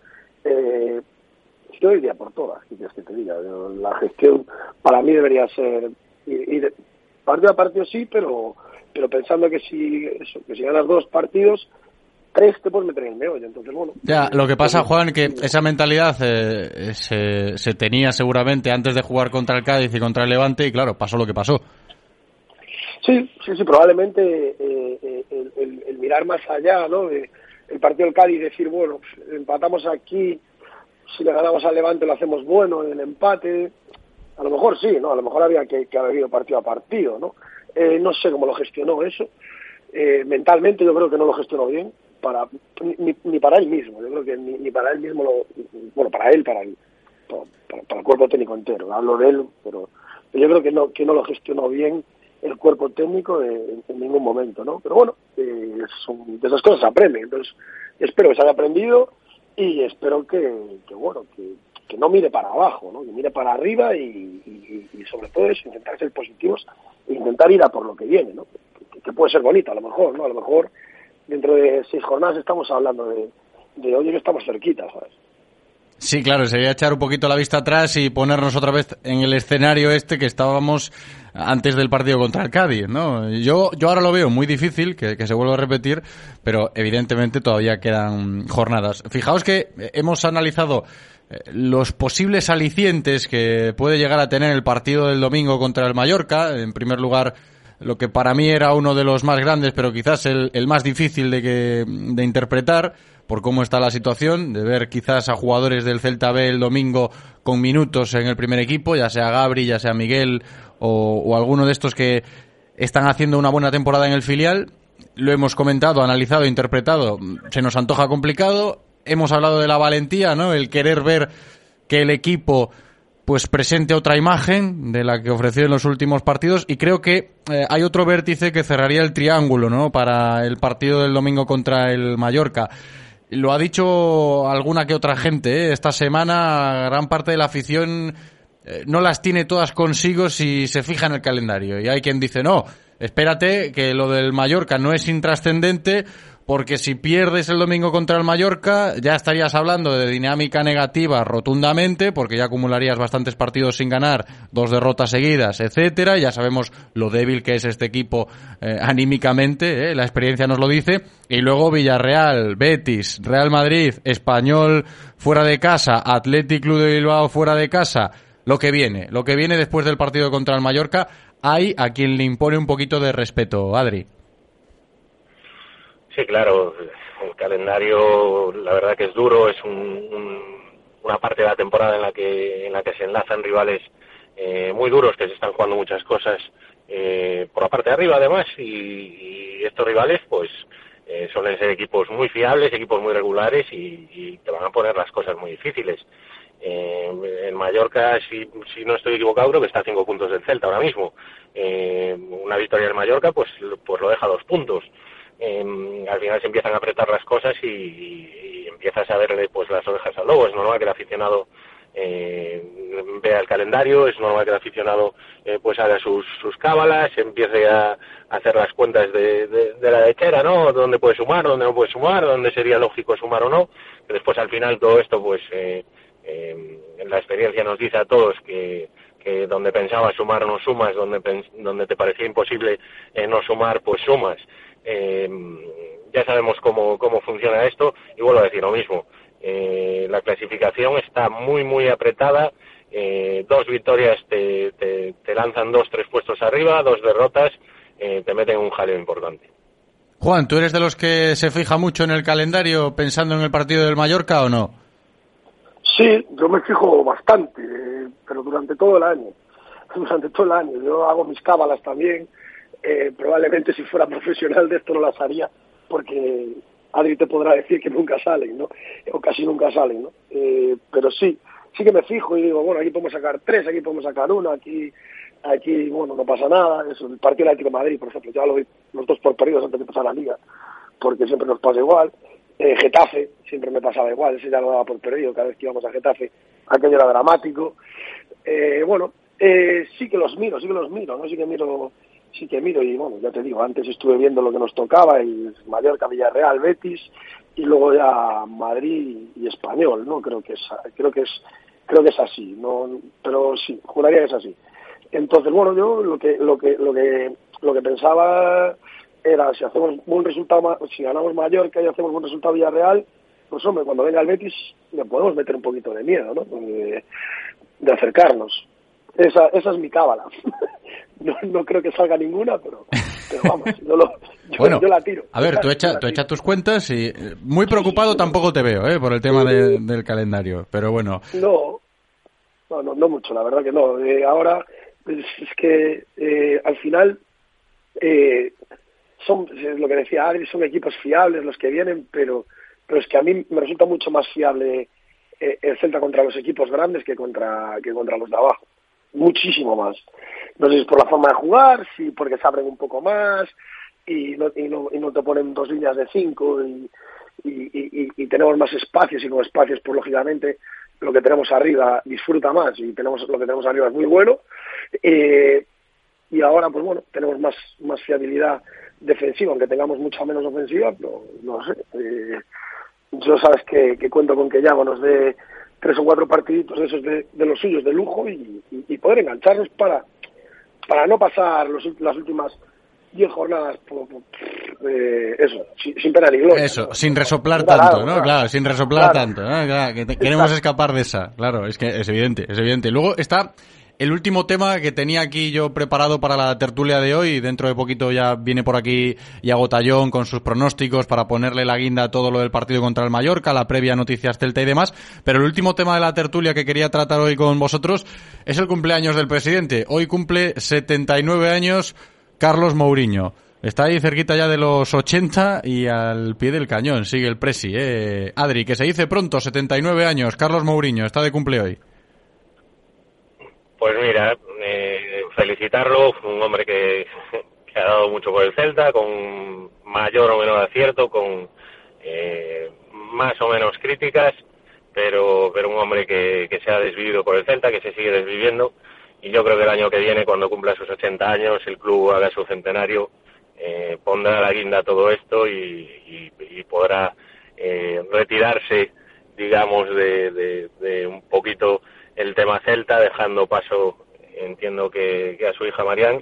yo iría por todas, ¿qué quieres que te diga? La gestión para mí debería ser ir partido a partido sí, pero pensando que si ganas 2 partidos, 3 te puedes meter en el meollo, entonces bueno. Ya, lo que pasa, Juan, que esa mentalidad se tenía seguramente antes de jugar contra el Cádiz y contra el Levante y claro, pasó lo que pasó. Sí, probablemente el mirar más allá, ¿no? El partido del Cádiz, decir, bueno, empatamos aquí, si le ganamos al Levante lo hacemos bueno en el empate, a lo mejor sí, ¿no? A lo mejor había que haber ido partido a partido, ¿no? No sé cómo lo gestionó eso. Mentalmente yo creo que no lo gestionó bien, ni para él mismo. Yo creo que ni para él mismo para el cuerpo técnico entero. Hablo de él, pero yo creo que no lo gestionó bien el cuerpo técnico en ningún momento, ¿no? Pero bueno, de esas cosas se aprende. Entonces espero que se haya aprendido y espero que no mire para abajo, ¿no? Que mire para arriba y sobre todo eso, intentar ser positivos e intentar ir a por lo que viene, ¿no? Que puede ser bonito a lo mejor, ¿no? A lo mejor dentro de 6 jornadas estamos hablando de oye que estamos cerquita, ¿sabes? Sí, claro, sería echar un poquito la vista atrás y ponernos otra vez en el escenario que estábamos antes del partido contra el Cádiz, ¿no? Yo ahora lo veo muy difícil que se vuelva a repetir, pero evidentemente todavía quedan jornadas. Fijaos que hemos analizado los posibles alicientes que puede llegar a tener el partido del domingo contra el Mallorca. En primer lugar, lo que para mí era uno de los más grandes, pero quizás el más difícil de interpretar, por cómo está la situación, de ver quizás a jugadores del Celta B el domingo con minutos en el primer equipo, ya sea Gabri, ya sea Miguel o alguno de estos que están haciendo una buena temporada en el filial. lo hemos comentado, analizado, interpretado, se nos antoja complicado. Hemos hablado de la valentía, ¿no? El querer ver que el equipo pues presente otra imagen de la que ofreció en los últimos partidos, y creo que hay otro vértice que cerraría el triángulo, ¿no? Para el partido del domingo contra el Mallorca. Lo ha dicho alguna que otra gente, ¿eh? Esta semana gran parte de la afición no las tiene todas consigo si se fija en el calendario, y hay quien dice no, espérate que lo del Mallorca no es intrascendente, porque si pierdes el domingo contra el Mallorca ya estarías hablando de dinámica negativa rotundamente, porque ya acumularías bastantes partidos sin ganar, 2 derrotas seguidas, etcétera. Ya sabemos lo débil que es este equipo anímicamente, la experiencia nos lo dice. Y luego Villarreal, Betis, Real Madrid, Español fuera de casa, Athletic Club de Bilbao fuera de casa. Lo que viene después del partido contra el Mallorca, hay a quien le impone un poquito de respeto, Adri. Sí, claro, el calendario la verdad que es duro, es una parte de la temporada en la que se enlazan rivales muy duros, que se están jugando muchas cosas por la parte de arriba además, y estos rivales pues suelen ser equipos muy fiables, equipos muy regulares y te van a poner las cosas muy difíciles. En Mallorca, si no estoy equivocado, creo que está a 5 puntos del Celta ahora mismo. Una victoria del Mallorca pues lo deja a 2 puntos. Al final se empiezan a apretar las cosas y empiezas a verle pues las orejas al lobo. Es normal que el aficionado vea el calendario, es normal que el aficionado pues haga sus cábalas, empiece a hacer las cuentas de la lechera, ¿no? Dónde puede sumar, dónde no puede sumar, dónde sería lógico sumar o no. Que después al final todo esto pues la experiencia nos dice a todos que donde pensabas sumar no sumas, donde te parecía imposible no sumar pues sumas. Ya sabemos cómo funciona esto, y vuelvo a decir lo mismo, la clasificación está muy muy apretada, 2 victorias te lanzan 2-3 puestos arriba, 2 derrotas te meten en un jaleo importante. Juan, ¿tú eres de los que se fija mucho en el calendario pensando en el partido del Mallorca o no? Sí, yo me fijo bastante, pero durante todo el año. Yo hago mis cábalas también. Probablemente si fuera profesional de esto no las haría, porque Adri te podrá decir que nunca salen, ¿no? O casi nunca salen, ¿no? Pero sí que me fijo y digo, bueno, aquí podemos sacar 3, aquí podemos sacar 1, aquí, bueno, no pasa nada. Eso, el partido del Atlético de Madrid, por ejemplo, ya lo vi los 2 por perdidos antes de empezar la Liga, porque siempre nos pasa igual. Getafe, siempre me pasaba igual, ese ya lo daba por perdido cada vez que íbamos a Getafe, aquello era dramático. Sí que los miro, ¿no? Sí que miro y bueno, ya te digo, antes estuve viendo lo que nos tocaba, el Mallorca, Villarreal, Betis, y luego ya Madrid y Español, ¿no? Creo que es así, no, pero sí, juraría que es así. Entonces, bueno, yo lo que pensaba era, si hacemos buen resultado, si ganamos Mallorca y hacemos buen resultado Villarreal, pues hombre, cuando venga el Betis le podemos meter un poquito de miedo, ¿no? De acercarnos. Esa es mi cábala. No creo que salga ninguna, pero vamos, yo la tiro. A ver, tú echa tus cuentas y muy preocupado tampoco te veo, por el tema del calendario, pero bueno. No mucho, la verdad que no. Ahora es que al final son, lo que decía Adri, son equipos fiables los que vienen, pero es que a mí me resulta mucho más fiable el Celta contra los equipos grandes que contra los de abajo. Muchísimo más. No sé si es por la forma de jugar, si porque se abren un poco más y no te ponen 2 líneas de 5 y tenemos más espacios, y con espacios pues lógicamente lo que tenemos arriba disfruta más, y lo que tenemos arriba es muy bueno, y ahora pues bueno, tenemos más fiabilidad defensiva, aunque tengamos mucha menos ofensiva, pero no sé. Yo sabes que cuento con que Yago nos dé 3 o 4 partiditos de esos de los suyos de lujo y poder engancharnos para no pasar las últimas 10 jornadas sin pena ni gloria. Eso, ¿no? Sin resoplar tanto, ¿no? Claro, sin resoplar tanto, ¿no? Claro, que queremos escapar de esa. Claro, es que es evidente. Luego está el último tema que tenía aquí yo preparado para la tertulia de hoy. Dentro de poquito ya viene por aquí Iago Tallón con sus pronósticos para ponerle la guinda a todo lo del partido contra el Mallorca, la previa, noticias Celta y demás. Pero el último tema de la tertulia que quería tratar hoy con vosotros es el cumpleaños del presidente. Hoy cumple 79 años Carlos Mourinho. Está ahí cerquita ya de los 80 y al pie del cañón sigue el Presi. Adri, que se dice pronto, 79 años, Carlos Mourinho, está de cumple hoy. Pues mira, felicitarlo, un hombre que ha dado mucho por el Celta, con mayor o menor acierto, con más o menos críticas, pero un hombre que se ha desvivido por el Celta, que se sigue desviviendo, y yo creo que el año que viene, cuando cumpla sus 80 años, el club haga su centenario, pondrá la guinda a todo esto y podrá retirarse, digamos, de un poquito el tema Celta, dejando paso, entiendo que a su hija Marián,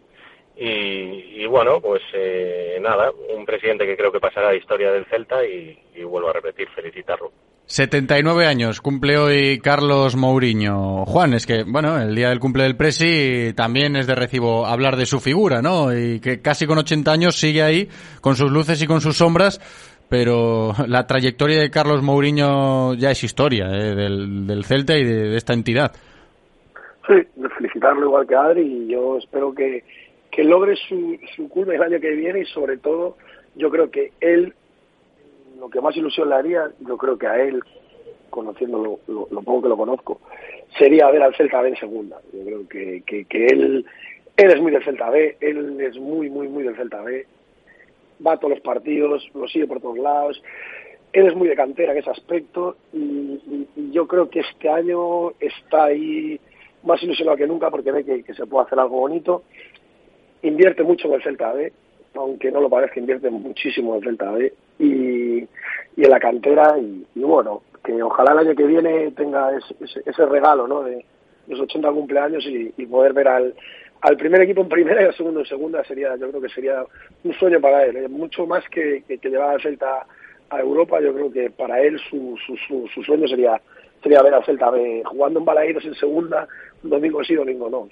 y bueno, pues nada, un presidente que creo que pasará a la historia del Celta y vuelvo a repetir, felicitarlo. 79 años, cumple hoy Carlos Mourinho. Juan, es que, bueno, el día del cumple del Presi también es de recibo hablar de su figura, ¿no? Y que casi con 80 años sigue ahí, con sus luces y con sus sombras, pero la trayectoria de Carlos Mourinho ya es historia, del Celta y de esta entidad. Sí, de felicitarlo igual que Adri, y yo espero que logre su culme el año que viene, y sobre todo, yo creo que él, lo que más ilusión le haría, yo creo que a él, conociéndolo lo poco que lo conozco, sería ver al Celta B en segunda. Yo creo que él es muy del Celta B, él es muy del Celta B, va a todos los partidos, lo sigue por todos lados, él es muy de cantera en ese aspecto, y yo creo que este año está ahí más ilusionado que nunca porque ve que se puede hacer algo bonito. Invierte mucho en el Celta B, aunque no lo parezca, invierte muchísimo en el Celta B y en la cantera, y bueno, que ojalá el año que viene tenga ese regalo, ¿no?, de los 80 cumpleaños y poder ver al primer equipo en primera y al segundo en segunda. Yo creo que sería un sueño para él, mucho más que llevar al Celta a Europa. Yo creo que para él su sueño sería ver al Celta B jugando en Balaídos en segunda, domingo sí, domingo no.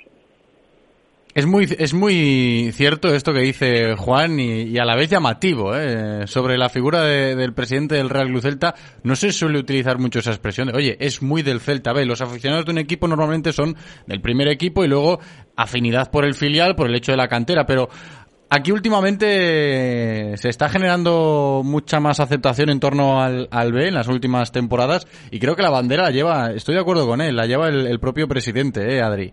Es muy cierto esto que dice Juan y a la vez llamativo, sobre la figura del presidente del Real Club Celta. No se suele utilizar mucho esa expresión de, oye, es muy del Celta B. Los aficionados de un equipo normalmente son del primer equipo y luego afinidad por el filial, por el hecho de la cantera, pero aquí últimamente se está generando mucha más aceptación en torno al B en las últimas temporadas, y creo que la bandera la lleva, estoy de acuerdo con él, la lleva el propio presidente, Adri.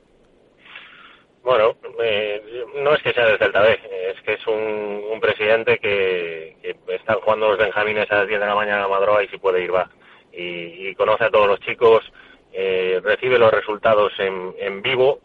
Bueno, no es que sea del Celta B, es que es un presidente que están jugando los benjamines a las 10 de la mañana a madrugada y si puede ir va. Y conoce a todos los chicos, recibe los resultados en vivo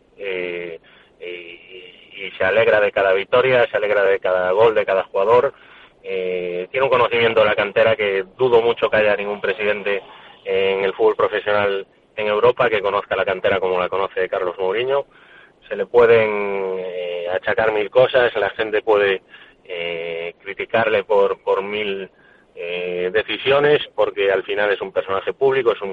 y se alegra de cada victoria, se alegra de cada gol de cada jugador. Tiene un conocimiento de la cantera que dudo mucho que haya ningún presidente en el fútbol profesional en Europa que conozca la cantera como la conoce Carlos Mourinho. Se le pueden achacar mil cosas, la gente puede criticarle por mil decisiones, porque al final es un personaje público, es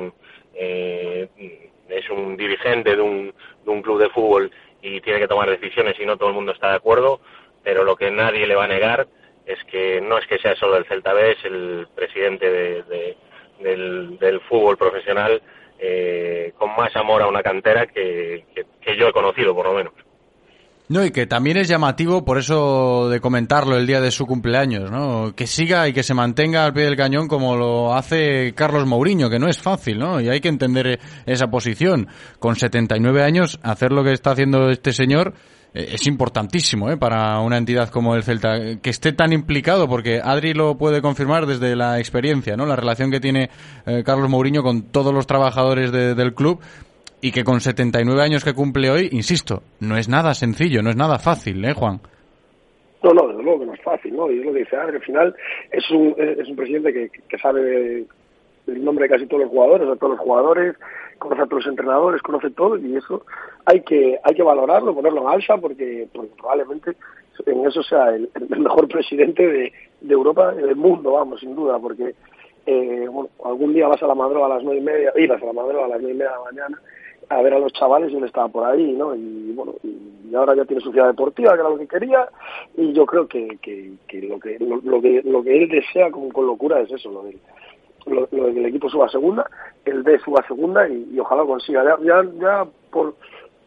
un dirigente de un club de fútbol y tiene que tomar decisiones y no todo el mundo está de acuerdo, pero lo que nadie le va a negar es que no es que sea solo el Celta B, es el presidente del fútbol profesional, con más amor a una cantera que yo he conocido, por lo menos. No, y que también es llamativo, por eso de comentarlo el día de su cumpleaños, ¿no? Que siga y que se mantenga al pie del cañón como lo hace Carlos Mourinho, que no es fácil, ¿no? Y hay que entender esa posición. Con 79 años, hacer lo que está haciendo este señor es importantísimo, para una entidad como el Celta, que esté tan implicado, porque Adri lo puede confirmar desde la experiencia, ¿no? La relación que tiene Carlos Mourinho con todos los trabajadores del club, y que con 79 años que cumple hoy, insisto, no es nada sencillo, no es nada fácil, Juan. No, desde luego que no es fácil, ¿no? Y es lo que dice Adri, al final es un presidente que sabe el nombre de casi todos los jugadores, conoce a todos los entrenadores, conoce todo, y eso hay que valorarlo, ponerlo en alza, porque probablemente en eso sea el mejor presidente de Europa, del mundo, vamos, sin duda, porque algún día vas a la madrugada a las 9:30, ibas a la madrugada a las 9:30 de la mañana a ver a los chavales y él estaba por ahí, ¿no? Y bueno, y ahora ya tiene su ciudad deportiva, que era lo que quería, y yo creo que lo que él desea con locura es eso, lo de que el equipo suba a segunda, el B suba a segunda, y ojalá consiga. Ya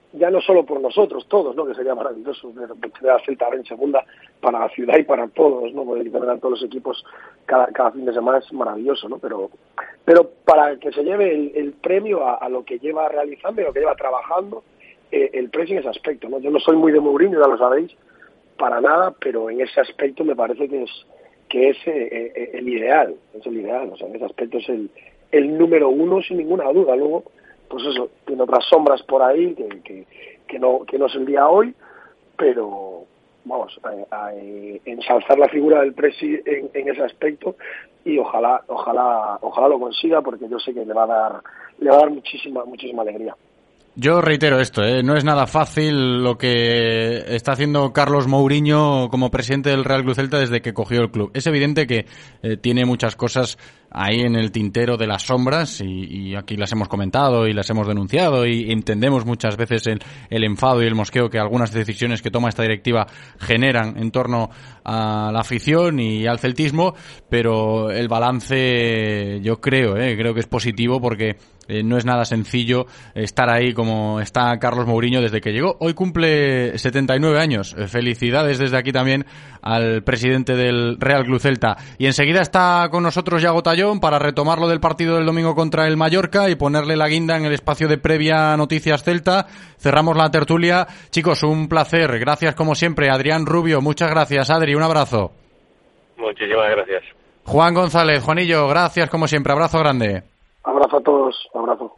ya no solo por nosotros, todos, ¿no? Que sería maravilloso tener al Celta en segunda para la ciudad y para todos, ¿no? Poder tener a todos los equipos cada fin de semana es maravilloso, ¿no? Pero para que se lleve el premio a lo que lleva realizando y lo que lleva trabajando, el precio en ese aspecto, ¿no? Yo no soy muy de Mourinho, ya lo sabéis, para nada, pero en ese aspecto me parece que es el ideal, o sea, en ese aspecto es el número uno sin ninguna duda. Luego, pues eso, tiene otras sombras por ahí que no es el día hoy, pero vamos, a ensalzar la figura del Presi en ese aspecto, y ojalá lo consiga, porque yo sé que le va a dar muchísima alegría. Yo reitero esto, no es nada fácil lo que está haciendo Carlos Mourinho como presidente del Real Club Celta desde que cogió el club. Es evidente que tiene muchas cosas ahí en el tintero de las sombras, y aquí las hemos comentado y las hemos denunciado, y entendemos muchas veces el enfado y el mosqueo que algunas decisiones que toma esta directiva generan en torno a la afición y al celtismo, pero el balance yo creo que es positivo, porque no es nada sencillo estar ahí como está Carlos Mourinho desde que llegó. Hoy cumple 79 años. Felicidades desde aquí también al presidente del Real Club Celta. Y enseguida está con nosotros Yago Tallón para retomar lo del partido del domingo contra el Mallorca y ponerle la guinda en el espacio de previa Noticias Celta. Cerramos la tertulia. Chicos, un placer. Gracias como siempre. Adrián Rubio, muchas gracias. Adri, un abrazo. Muchísimas gracias. Juan González, Juanillo, gracias como siempre. Abrazo grande. Abrazo a todos, abrazo.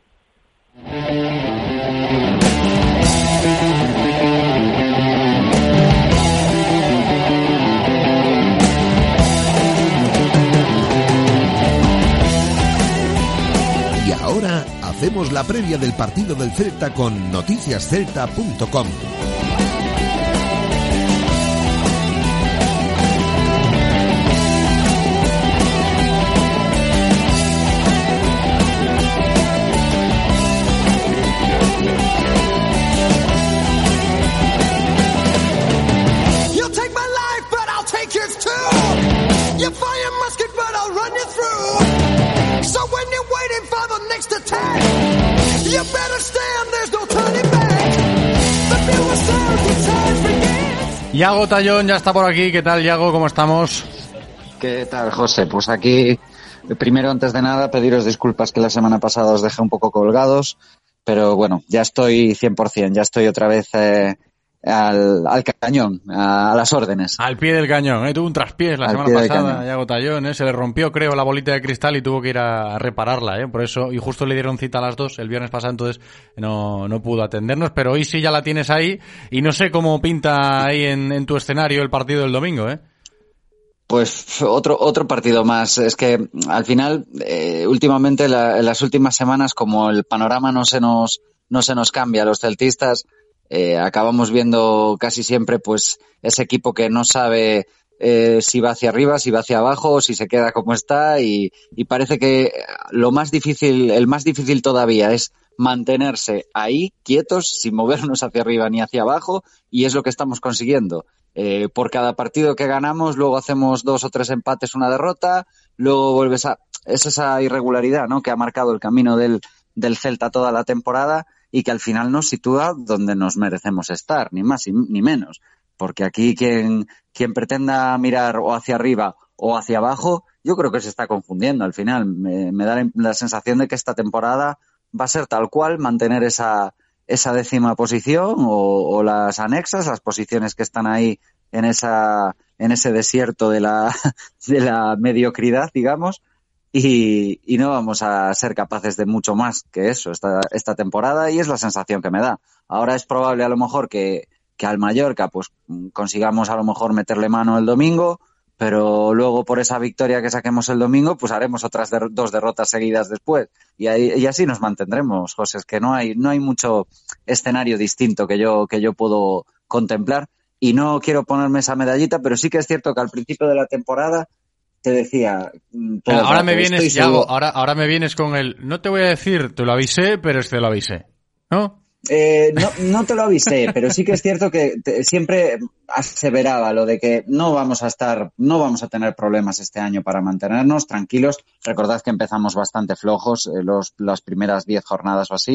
Y ahora hacemos la previa del partido del Celta con noticiascelta.com. Yago Tallón ya está por aquí. ¿Qué tal, Yago? ¿Cómo estamos? ¿Qué tal, José? Pues aquí, primero, antes de nada, pediros disculpas que la semana pasada os dejé un poco colgados, pero bueno, ya estoy 100%, ya estoy otra vez al cañón, a las órdenes. Al pie del cañón, tuvo un traspiés la semana pasada, Yago Tallón, se le rompió, creo, la bolita de cristal y tuvo que ir a repararla, por eso, y justo le dieron cita a las 2 el viernes pasado, entonces no pudo atendernos, pero hoy sí ya la tienes ahí, y no sé cómo pinta ahí en tu escenario el partido del domingo, Pues otro partido más. Es que al final, últimamente, en las últimas semanas, como el panorama no se nos cambia a los celtistas, acabamos viendo casi siempre pues ese equipo que no sabe si va hacia arriba, si va hacia abajo, o si se queda como está, y parece que el más difícil todavía es mantenerse ahí quietos sin movernos hacia arriba ni hacia abajo, y es lo que estamos consiguiendo. Por cada partido que ganamos, luego hacemos 2 o 3 empates, una derrota, luego vuelves es esa irregularidad, ¿no?, que ha marcado el camino del Celta toda la temporada, y que al final nos sitúa donde nos merecemos estar, ni más ni menos. Porque aquí quien pretenda mirar o hacia arriba o hacia abajo, yo creo que se está confundiendo al final. Me da la sensación de que esta temporada va a ser tal cual, mantener esa 10ª posición o las anexas, las posiciones que están ahí en ese desierto de la mediocridad, digamos. Y no vamos a ser capaces de mucho más que eso esta temporada, y es la sensación que me da. Ahora es probable a lo mejor que al Mallorca pues consigamos a lo mejor meterle mano el domingo, pero luego por esa victoria que saquemos el domingo pues haremos otras 2 derrotas seguidas después, y así nos mantendremos, José. Es que no hay mucho escenario distinto que yo puedo contemplar, y no quiero ponerme esa medallita, pero sí que es cierto que al principio de la temporada te decía... Ahora me vienes, Yago, ahora me vienes con el... No te voy a decir, te lo avisé, pero te lo avisé, ¿no? No te lo avisé, pero sí que es cierto que siempre aseveraba lo de que no vamos a tener problemas este año para mantenernos tranquilos. Recordad que empezamos bastante flojos las primeras 10 jornadas o así,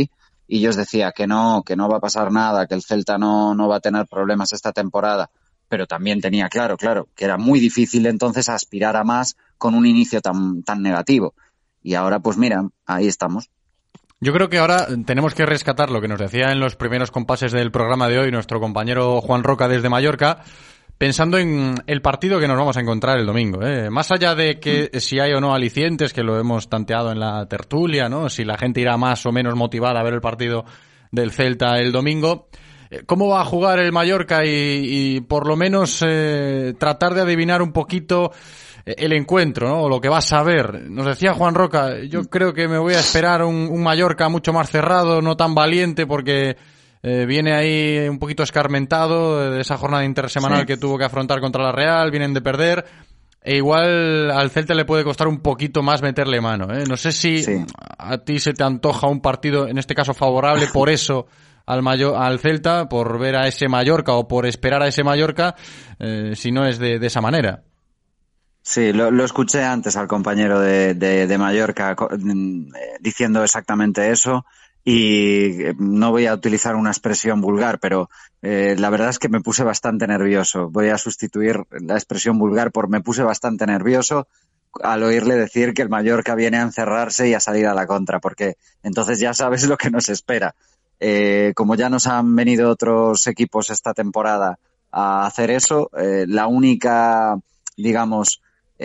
y yo os decía que no va a pasar nada, que el Celta no va a tener problemas esta temporada, pero también tenía claro que era muy difícil entonces aspirar a más con un inicio tan negativo. Y ahora, pues mira, ahí estamos. Yo creo que ahora tenemos que rescatar lo que nos decía en los primeros compases del programa de hoy nuestro compañero Juan Roca desde Mallorca, pensando en el partido que nos vamos a encontrar el domingo, ¿eh? Más allá de que si hay o no alicientes, que lo hemos tanteado en la tertulia, ¿no? Si la gente irá más o menos motivada a ver el partido del Celta el domingo, ¿cómo va a jugar el Mallorca? Y por lo menos tratar de adivinar un poquito el encuentro, ¿no? O lo que vas a ver. Nos decía Juan Roca, yo creo que me voy a esperar un Mallorca mucho más cerrado, no tan valiente, porque viene ahí un poquito escarmentado de esa jornada intersemanal que tuvo que afrontar contra la Real, vienen de perder, e igual al Celta le puede costar un poquito más meterle mano, ¿eh? No sé si a ti se te antoja un partido, en este caso favorable, por eso al Celta, por ver a ese Mallorca o por esperar a ese Mallorca, si no es de esa manera. Sí, lo escuché antes al compañero de Mallorca diciendo exactamente eso, y no voy a utilizar una expresión vulgar, pero la verdad es que me puse bastante nervioso. Voy a sustituir la expresión vulgar por me puse bastante nervioso al oírle decir que el Mallorca viene a encerrarse y a salir a la contra, porque entonces ya sabes lo que nos espera. Como ya nos han venido otros equipos esta temporada a hacer eso, la única, digamos,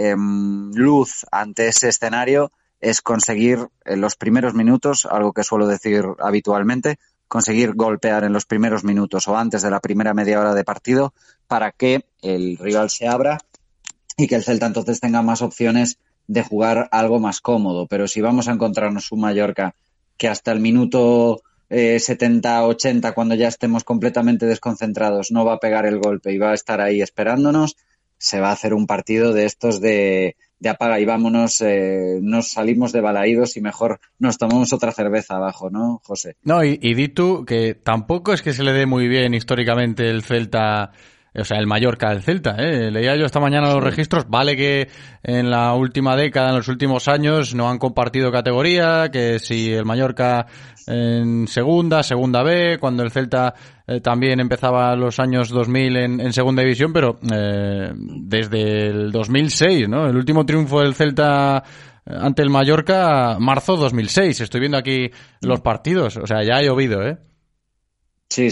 luz ante ese escenario es conseguir en los primeros minutos, algo que suelo decir habitualmente, conseguir golpear en los primeros minutos o antes de la primera media hora de partido para que el rival se abra y que el Celta entonces tenga más opciones de jugar algo más cómodo. Pero si vamos a encontrarnos un Mallorca que hasta el minuto 70-80, cuando ya estemos completamente desconcentrados, no va a pegar el golpe y va a estar ahí esperándonos, se va a hacer un partido de estos de apaga y vámonos, nos salimos de balaídos y mejor nos tomamos otra cerveza abajo, ¿no, José? No, y di tú que tampoco es que se le dé muy bien históricamente el Celta, o sea, el Mallorca al Celta, Leía yo esta mañana los registros, vale que en la última década, en los últimos años, no han compartido categoría, que si el Mallorca en segunda B, cuando el Celta también empezaba los años 2000 en segunda división, pero desde el 2006, ¿no? El último triunfo del Celta ante el Mallorca, marzo 2006. Estoy viendo aquí los partidos, o sea, ya ha llovido, ¿eh? Sí,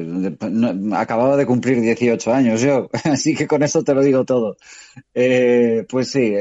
acababa de cumplir 18 años yo, así que con eso te lo digo todo. Pues sí,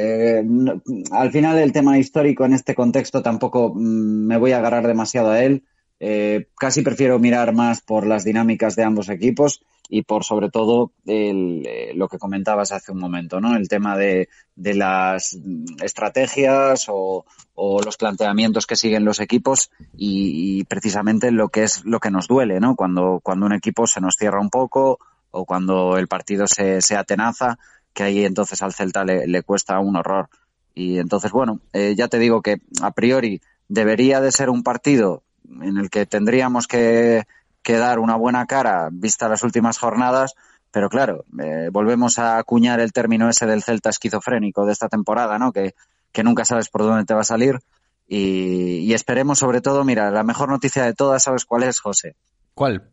al final el tema histórico en este contexto tampoco me voy a agarrar demasiado a él. Casi prefiero mirar más por las dinámicas de ambos equipos y por sobre todo lo que comentabas hace un momento, ¿no? El tema de las estrategias o los planteamientos que siguen los equipos y precisamente lo que es lo que nos duele, ¿no? Cuando un equipo se nos cierra un poco o cuando el partido se atenaza, que ahí entonces al Celta le cuesta un horror. Y entonces, bueno, ya te digo que a priori debería de ser un partido en el que tendríamos que dar una buena cara vista las últimas jornadas, pero claro, volvemos a acuñar el término ese del Celta esquizofrénico de esta temporada, ¿no? Que nunca sabes por dónde te va a salir y esperemos sobre todo, mira, la mejor noticia de todas, ¿sabes cuál es, José? ¿Cuál?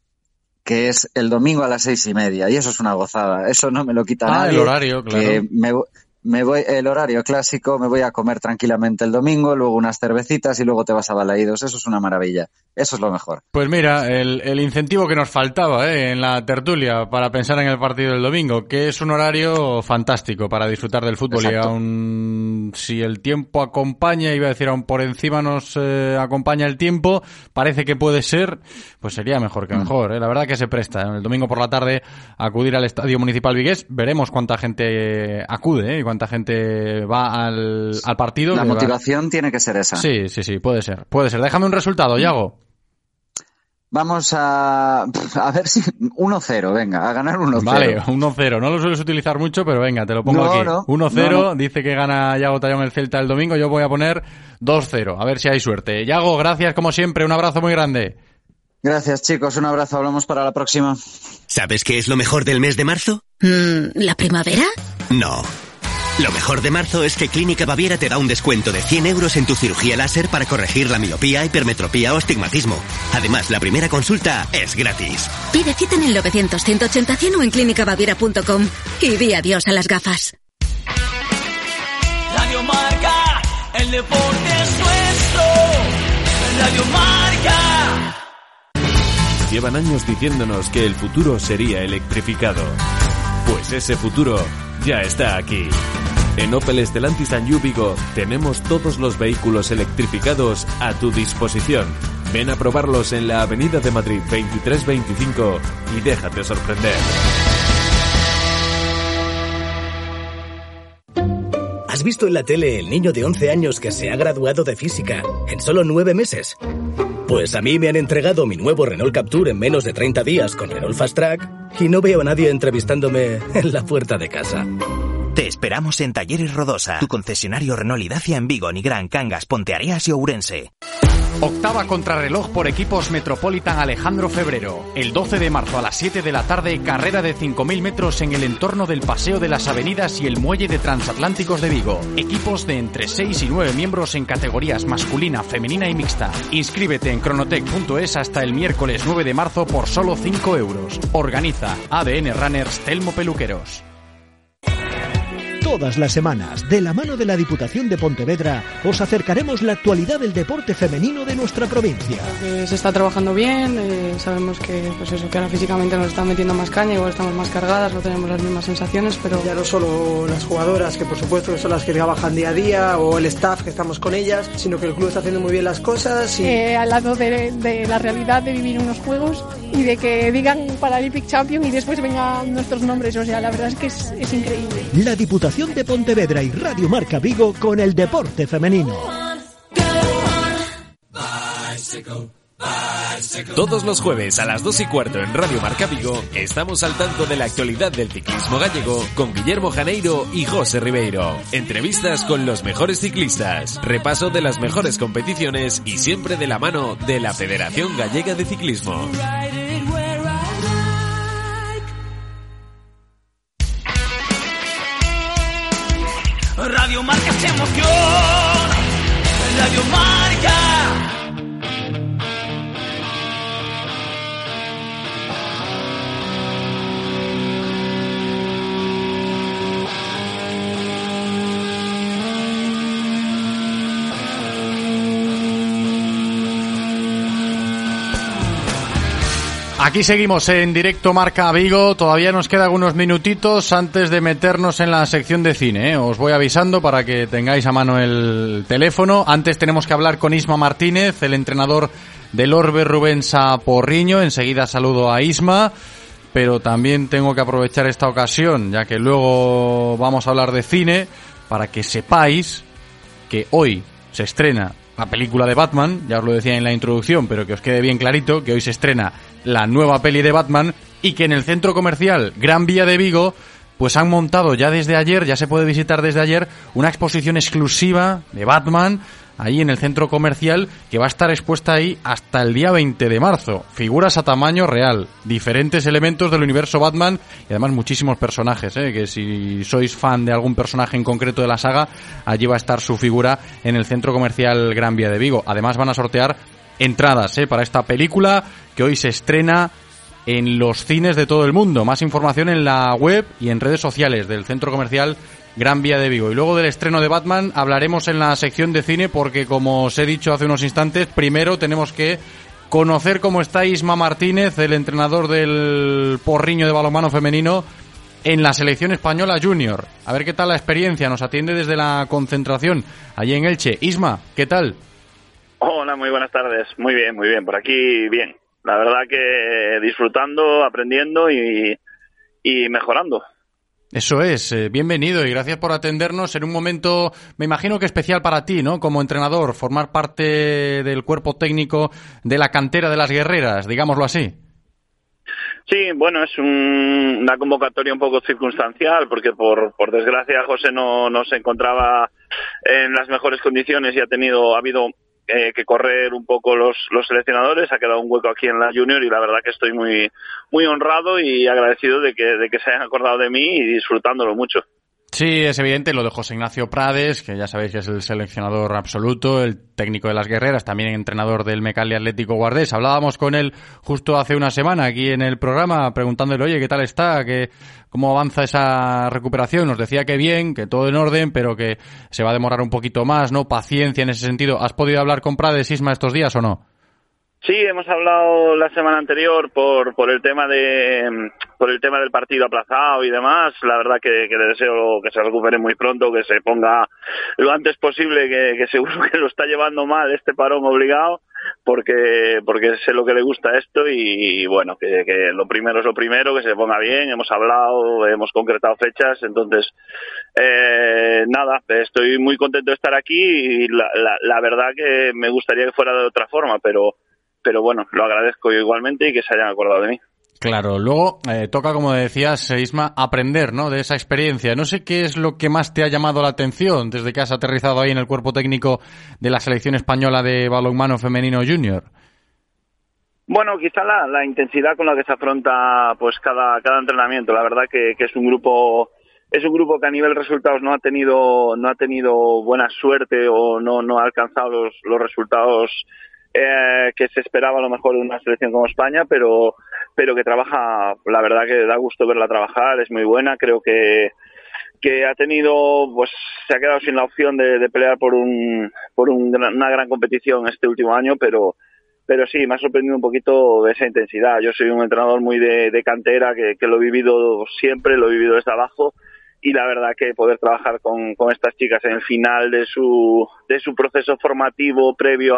Que es el domingo a las 6:30 y eso es una gozada, eso no me lo quita nadie. El horario, claro. Que me voy, el horario clásico, me voy a comer tranquilamente el domingo, luego unas cervecitas y luego te vas a Balaídos. Eso es una maravilla. Eso es lo mejor. Pues mira, el incentivo que nos faltaba en la tertulia para pensar en el partido del domingo, que es un horario fantástico para disfrutar del fútbol. Exacto. Y aún si el tiempo acompaña, iba a decir aún por encima nos acompaña el tiempo, parece que puede ser, pues sería mejor que mejor. La verdad que se presta el domingo por la tarde acudir al Estadio Municipal Vigués. Veremos cuánta gente acude y cuánta gente va al partido. La motivación tiene que ser esa. Sí, puede ser. Déjame un resultado, Yago. Vamos a ver si 1-0, venga, a ganar 1-0. Vale, 1-0. No lo sueles utilizar mucho, pero venga, te lo pongo aquí. 1-0, no. Dice que gana Yago Tallón el Celta el domingo, yo voy a poner 2-0, a ver si hay suerte. Yago, gracias como siempre, un abrazo muy grande. Gracias, chicos, un abrazo, hablamos para la próxima. ¿Sabes qué es lo mejor del mes de marzo? ¿La primavera? No. Lo mejor de marzo es que Clínica Baviera te da un descuento de 100 euros en tu cirugía láser para corregir la miopía, hipermetropía o astigmatismo. Además, la primera consulta es gratis. Pide cita en el 900-180-100 o en clínicabaviera.com y di adiós a las gafas. Radio Marca, el deporte es nuestro. Radio Marca. Llevan años diciéndonos que el futuro sería electrificado. Pues ese futuro ya está aquí. En Opel Stellantis and Vigo tenemos todos los vehículos electrificados a tu disposición. Ven a probarlos en la Avenida de Madrid 2325 y déjate sorprender. ¿Has visto en la tele el niño de 11 años que se ha graduado de física en solo 9 meses? Pues a mí me han entregado mi nuevo Renault Captur en menos de 30 días con Renault Fast Track y no veo a nadie entrevistándome en la puerta de casa. Te esperamos en Talleres Rodosa, tu concesionario Renault y Dacia en Vigo, Nigrán, Cangas, Ponteareas y Ourense. Octava contrarreloj por equipos Metropolitan Alejandro Febrero. El 12 de marzo a las 7 de la tarde, carrera de 5.000 metros en el entorno del Paseo de las Avenidas y el Muelle de Transatlánticos de Vigo. Equipos de entre 6 y 9 miembros en categorías masculina, femenina y mixta. Inscríbete en cronotec.es hasta el miércoles 9 de marzo por solo 5 euros. Organiza ADN Runners Telmo Peluqueros. Todas las semanas, de la mano de la Diputación de Pontevedra, os acercaremos la actualidad del deporte femenino de nuestra provincia. Se está trabajando bien, sabemos que, pues eso, que ahora físicamente nos están metiendo más caña, igual estamos más cargadas, no tenemos las mismas sensaciones, pero... Ya no solo las jugadoras, que por supuesto son las que trabajan día a día, o el staff que estamos con ellas, sino que el club está haciendo muy bien las cosas. Y... al lado de la realidad de vivir unos juegos y de que digan Paralympic Champion y después vengan nuestros nombres, o sea, la verdad es que es increíble. La Diputación de Pontevedra y Radio Marca Vigo con el deporte femenino. Todos los jueves a las 2:15 en Radio Marca Vigo estamos al tanto de la actualidad del ciclismo gallego con Guillermo Janeiro y José Ribeiro. Entrevistas con los mejores ciclistas, repaso de las mejores competiciones y siempre de la mano de la Federación Gallega de Ciclismo. Radio Marca es emoción. Radio Marca. Aquí seguimos en directo Marca Vigo, todavía nos quedan algunos minutitos antes de meternos en la sección de cine, ¿eh? Os voy avisando para que tengáis a mano el teléfono. Antes tenemos que hablar con Isma Martínez, el entrenador del Orbe Rubensa Porriño. Enseguida saludo a Isma, pero también tengo que aprovechar esta ocasión, ya que luego vamos a hablar de cine, para que sepáis que hoy se estrena la película de Batman, ya os lo decía en la introducción, pero que os quede bien clarito que hoy se estrena la nueva peli de Batman y que en el centro comercial Gran Vía de Vigo pues han montado ya desde ayer, ya se puede visitar desde ayer, una exposición exclusiva de Batman ahí en el centro comercial que va a estar expuesta ahí hasta el día 20 de marzo. Figuras a tamaño real, diferentes elementos del universo Batman y además muchísimos personajes, que si sois fan de algún personaje en concreto de la saga, allí va a estar su figura en el centro comercial Gran Vía de Vigo. Además van a sortear entradas para esta película que hoy se estrena en los cines de todo el mundo. Más información en la web y en redes sociales del centro comercial Gran Vía de Vigo. Y luego del estreno de Batman hablaremos en la sección de cine porque, como os he dicho hace unos instantes, primero tenemos que conocer cómo está Isma Martínez, el entrenador del Porriño de balonmano femenino en la selección española junior. A ver qué tal la experiencia. Nos atiende desde la concentración allí en Elche. Isma, ¿qué tal? Hola, muy buenas tardes. Muy bien. Por aquí bien. La verdad que disfrutando, aprendiendo y mejorando. Eso es, bienvenido y gracias por atendernos en un momento, me imagino que especial para ti, ¿no? Como entrenador, formar parte del cuerpo técnico de la cantera de las guerreras, digámoslo así. Sí, bueno, es una convocatoria un poco circunstancial porque por desgracia José no se encontraba en las mejores condiciones y ha habido que correr un poco los seleccionadores. Ha quedado un hueco aquí en la junior y la verdad que estoy muy honrado y agradecido de que se hayan acordado de mí y disfrutándolo mucho. Sí, es evidente lo de José Ignacio Prades, que ya sabéis que es el seleccionador absoluto, el técnico de las guerreras, también entrenador del Mecali Atlético Guardés. Hablábamos con él justo hace una semana aquí en el programa, preguntándole, oye, ¿qué tal está? ¿Cómo avanza esa recuperación? Nos decía que bien, que todo en orden, pero que se va a demorar un poquito más, ¿no? Paciencia en ese sentido. ¿Has podido hablar con Prades, Isma, estos días o no? Sí, hemos hablado la semana anterior por el tema del partido aplazado y demás. La verdad que le deseo que se recupere muy pronto, que se ponga lo antes posible, que seguro que lo está llevando mal este parón obligado, porque sé lo que le gusta esto y bueno, que lo primero es lo primero, que se ponga bien. Hemos hablado, hemos concretado fechas, entonces nada, estoy muy contento de estar aquí y la verdad que me gustaría que fuera de otra forma, pero bueno, lo agradezco igualmente y que se hayan acordado de mí. Claro, luego toca, como decías, Isma, aprender, ¿no?, de esa experiencia. No sé qué es lo que más te ha llamado la atención desde que has aterrizado ahí en el cuerpo técnico de la selección española de balonmano femenino junior. Bueno, quizá la intensidad con la que se afronta pues cada entrenamiento. La verdad que es un grupo que a nivel resultados no ha tenido buena suerte o no ha alcanzado los resultados que se esperaba a lo mejor de una selección como España, pero que trabaja, la verdad que da gusto verla trabajar, es muy buena. Creo que ha tenido, pues se ha quedado sin la opción de pelear por una gran competición este último año, pero sí, me ha sorprendido un poquito esa intensidad. Yo soy un entrenador muy de cantera, que lo he vivido siempre, lo he vivido desde abajo, y la verdad que poder trabajar con estas chicas en el final de su proceso formativo previo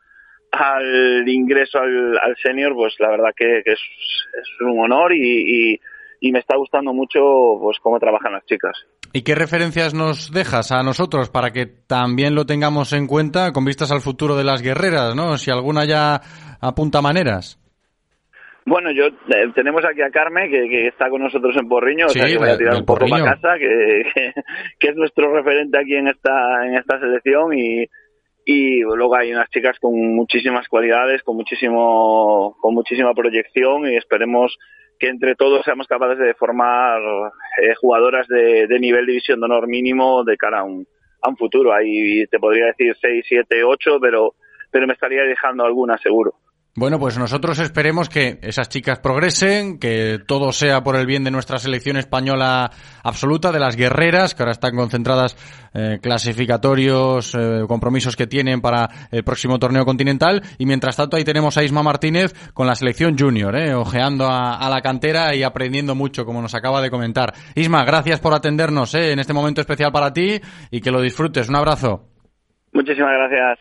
al ingreso al senior, pues la verdad que es un honor y me está gustando mucho pues cómo trabajan las chicas. ¿Y qué referencias nos dejas a nosotros para que también lo tengamos en cuenta con vistas al futuro de las guerreras, ¿no? Si alguna ya apunta maneras. Bueno, tenemos aquí a Carme, que está con nosotros en Porriño, sí, o sea que voy a tirar un poco para casa, que es nuestro referente aquí en esta selección y luego hay unas chicas con muchísimas cualidades, con muchísima proyección, y esperemos que entre todos seamos capaces de formar jugadoras de nivel división de honor mínimo de cara a un futuro. Ahí te podría decir 6, 7, 8, pero me estaría dejando alguna seguro. Bueno, pues nosotros esperemos que esas chicas progresen, que todo sea por el bien de nuestra selección española absoluta, de las guerreras, que ahora están concentradas clasificatorios, compromisos que tienen para el próximo torneo continental, y mientras tanto ahí tenemos a Isma Martínez con la selección junior, ojeando a la cantera y aprendiendo mucho, como nos acaba de comentar. Isma, gracias por atendernos en este momento especial para ti y que lo disfrutes. Un abrazo. Muchísimas gracias.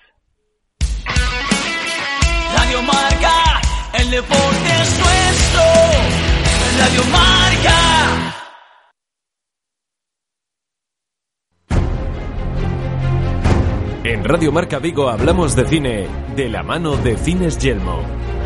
Radio Marca, el deporte es nuestro. Radio Marca. En Radio Marca Vigo hablamos de cine de la mano de Cines Yelmo.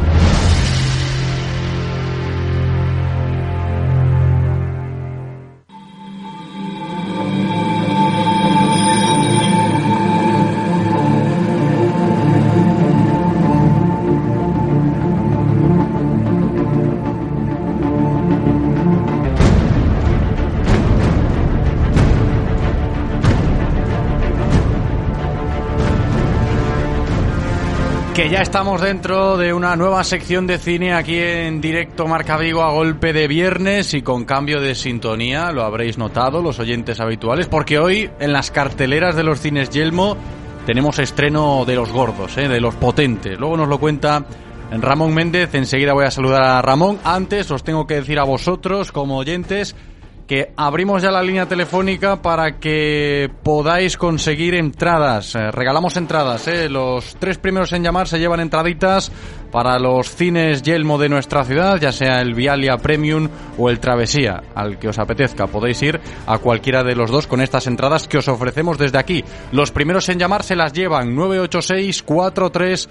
Que ya estamos dentro de una nueva sección de cine aquí en directo Marca Vigo a golpe de viernes y con cambio de sintonía, lo habréis notado los oyentes habituales, porque hoy en las carteleras de los cines Yelmo tenemos estreno de los gordos, de los potentes. Luego nos lo cuenta Ramón Méndez, enseguida voy a saludar a Ramón. Antes os tengo que decir a vosotros como oyentes que abrimos ya la línea telefónica para que podáis conseguir entradas. Regalamos entradas, Los 3 primeros en llamar se llevan entraditas para los cines Yelmo de nuestra ciudad, ya sea el Vialia Premium o el Travesía, al que os apetezca. Podéis ir a cualquiera de los dos con estas entradas que os ofrecemos desde aquí. Los primeros en llamar se las llevan 986 43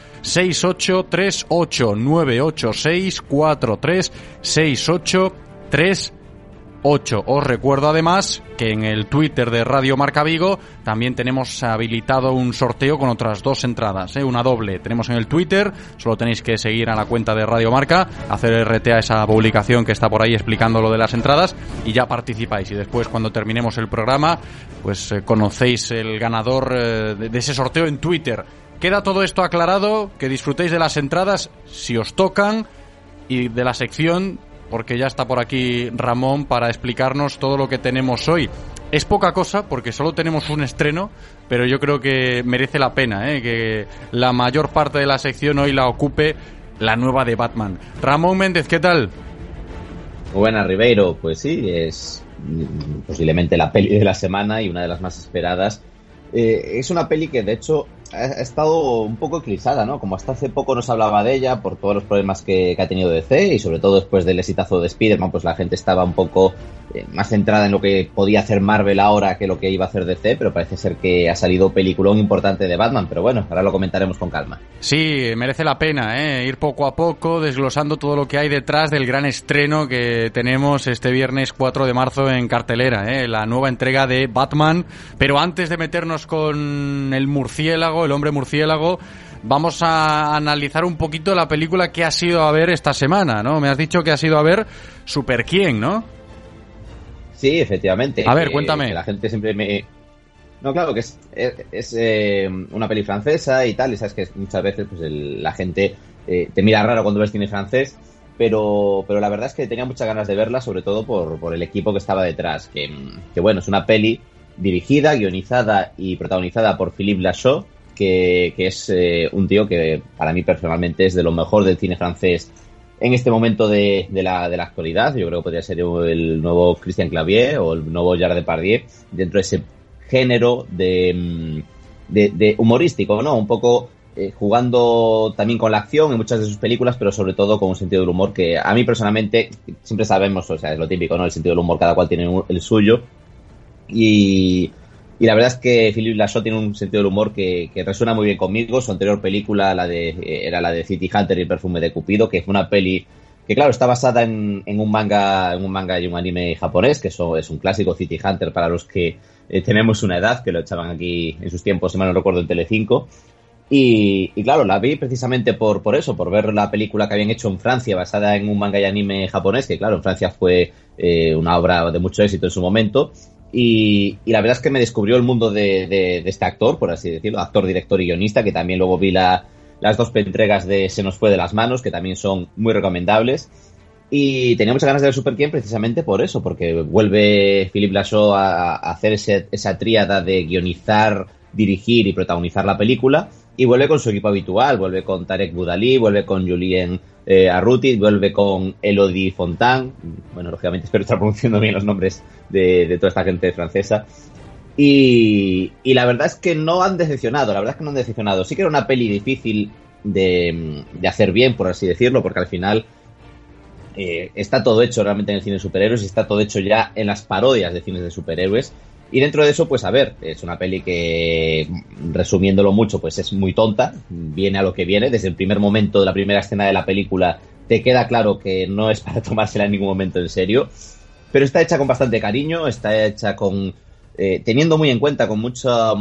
6838 986 43 6838. 8. Os recuerdo además que en el Twitter de Radio Marca Vigo también tenemos habilitado un sorteo con otras 2 entradas, una doble. Tenemos en el Twitter, solo tenéis que seguir a la cuenta de Radio Marca, hacer RT a esa publicación que está por ahí explicando lo de las entradas y ya participáis. Y después, cuando terminemos el programa, pues conocéis el ganador de ese sorteo en Twitter. Queda todo esto aclarado, que disfrutéis de las entradas si os tocan y de la sección, porque ya está por aquí Ramón para explicarnos todo lo que tenemos hoy. Es poca cosa porque solo tenemos un estreno, pero yo creo que merece la pena, que la mayor parte de la sección hoy la ocupe la nueva de Batman. Ramón Méndez, ¿qué tal? Muy buena, Ribeiro. Pues sí, es posiblemente la peli de la semana y una de las más esperadas. Es una peli que de hecho ha estado un poco eclipsada, ¿no? Como hasta hace poco no se hablaba de ella por todos los problemas que ha tenido DC y sobre todo después del exitazo de Spider-Man, pues la gente estaba un poco más centrada en lo que podía hacer Marvel ahora que lo que iba a hacer DC, pero parece ser que ha salido peliculón importante de Batman, pero bueno, ahora lo comentaremos con calma. Sí, merece la pena, ir poco a poco desglosando todo lo que hay detrás del gran estreno que tenemos este viernes 4 de marzo en cartelera, la nueva entrega de Batman. Pero antes de meternos con el murciélago, el hombre murciélago, vamos a analizar un poquito la película que has ido a ver esta semana, ¿no? Me has dicho que has ido a ver Super Quién, ¿no? Sí, efectivamente. A ver, cuéntame. Que la gente siempre me... No, claro, que es una peli francesa y tal, y sabes que muchas veces pues la gente te mira raro cuando ves cine francés, pero la verdad es que tenía muchas ganas de verla, sobre todo por el equipo que estaba detrás, que bueno, es una peli dirigida, guionizada y protagonizada por Philippe Lachaud, que es un tío que para mí personalmente es de lo mejor del cine francés en este momento de la actualidad. Yo creo que podría ser el nuevo Christian Clavier o el nuevo Gerard Depardieu dentro de ese género de humorístico, ¿no? Un poco jugando también con la acción en muchas de sus películas, pero sobre todo con un sentido del humor que a mí personalmente, siempre sabemos, o sea, es lo típico, ¿no? El sentido del humor, cada cual tiene el suyo. Y la verdad es que Philippe Lachaud tiene un sentido del humor que resuena muy bien conmigo. Su anterior película, era la de City Hunter y el perfume de Cupido, que fue una peli que, claro, está basada en un manga y un anime japonés, que eso es un clásico. City Hunter, para los que tenemos una edad, que lo echaban aquí en sus tiempos, si mal no recuerdo, en Telecinco. Y claro, la vi precisamente por eso, por ver la película que habían hecho en Francia, basada en un manga y anime japonés, que claro, en Francia fue una obra de mucho éxito en su momento. Y la verdad es que me descubrió el mundo de este actor, por así decirlo, actor, director y guionista, que también luego vi las 2 entregas de Se nos fue de las manos, que también son muy recomendables. Y tenía muchas ganas de ver Super Quién precisamente por eso, porque vuelve Philippe Lachaud a hacer esa tríada de guionizar, dirigir y protagonizar la película, y vuelve con su equipo habitual, vuelve con Tarek Boudali, vuelve con Julien Arruti, vuelve con Elodie Fontan. Bueno, lógicamente espero estar pronunciando bien los nombres de toda esta gente francesa. Y la verdad es que no han decepcionado, Sí que era una peli difícil de hacer bien, por así decirlo, porque al final está todo hecho realmente en el cine de superhéroes y está todo hecho ya en las parodias de cines de superhéroes. Y dentro de eso, pues a ver, es una peli que, resumiéndolo mucho, pues es muy tonta, viene a lo que viene. Desde el primer momento de la primera escena de la película te queda claro que no es para tomársela en ningún momento en serio, pero está hecha con bastante cariño, está hecha teniendo muy en cuenta con muchos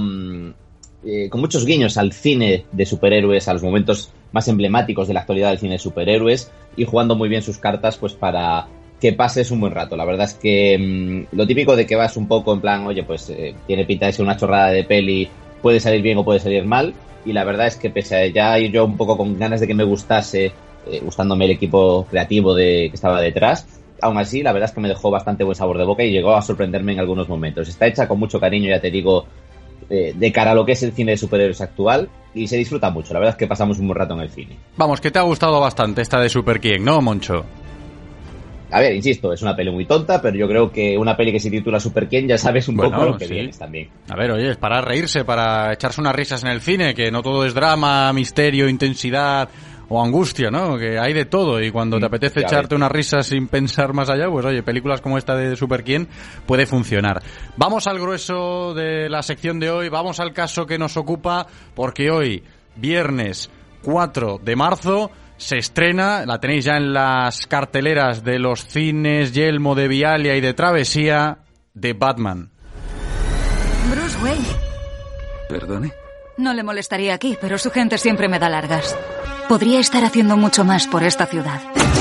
guiños al cine de superhéroes, a los momentos más emblemáticos de la actualidad del cine de superhéroes, y jugando muy bien sus cartas pues para que pases un buen rato. La verdad es que lo típico de que vas un poco en plan, oye, pues tiene pinta de ser una chorrada de peli, puede salir bien o puede salir mal, y la verdad es que pese a ya ir yo un poco con ganas de que me gustase, gustándome el equipo creativo que estaba detrás, aún así la verdad es que me dejó bastante buen sabor de boca y llegó a sorprenderme en algunos momentos. Está hecha con mucho cariño, ya te digo, de cara a lo que es el cine de superhéroes actual, y se disfruta mucho. La verdad es que pasamos un buen rato en el cine. Vamos, que te ha gustado bastante esta de Super Quién, ¿no, Moncho? A ver, insisto, es una peli muy tonta, pero yo creo que una peli que se titula Super Quién ya sabes un poco a lo que vienes también. A ver, oye, es para reírse, para echarse unas risas en el cine, que no todo es drama, misterio, intensidad o angustia, ¿no? Que hay de todo, y cuando te apetece echarte unas risas sin pensar más allá, pues oye, películas como esta de Super Quién puede funcionar. Vamos al grueso de la sección de hoy, vamos al caso que nos ocupa, porque hoy, viernes 4 de marzo, se estrena, la tenéis ya en las carteleras de los cines Yelmo, de Vialia y de Travesía, de Batman. Bruce Wayne. ¿Perdone? No le molestaría aquí, pero su gente siempre me da largas. Podría estar haciendo mucho más por esta ciudad.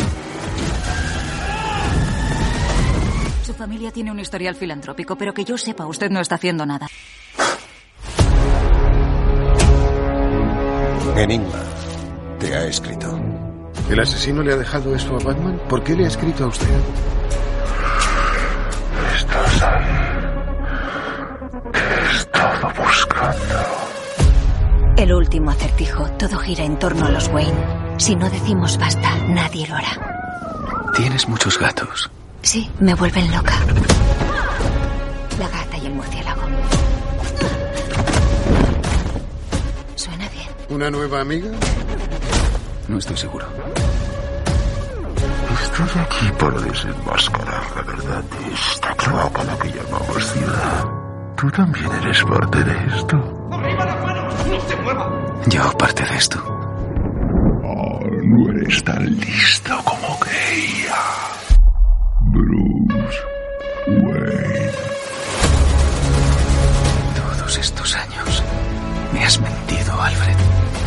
Su familia tiene un historial filantrópico, pero que yo sepa, usted no está haciendo nada. Enigma te ha escrito. ¿El asesino le ha dejado esto a Batman? ¿Por qué le ha escrito a usted? Estás ahí. ¿Qué he estado buscando? El último acertijo. Todo gira en torno a los Wayne. Si no decimos basta, nadie lo hará. Tienes muchos gatos. Sí, me vuelven loca. La gata y el murciélago. Suena bien. ¿Una nueva amiga? No estoy seguro. Estoy aquí para desenmascarar la verdad de esta cloaca a la que llamamos ciudad. ¿Tú también eres parte de esto? ¡Arriba las manos! ¡No se mueva! Yo parte de esto. Oh, no eres tan listo como creía. Bruce Wayne. Todos estos años me has mentido, Alfred.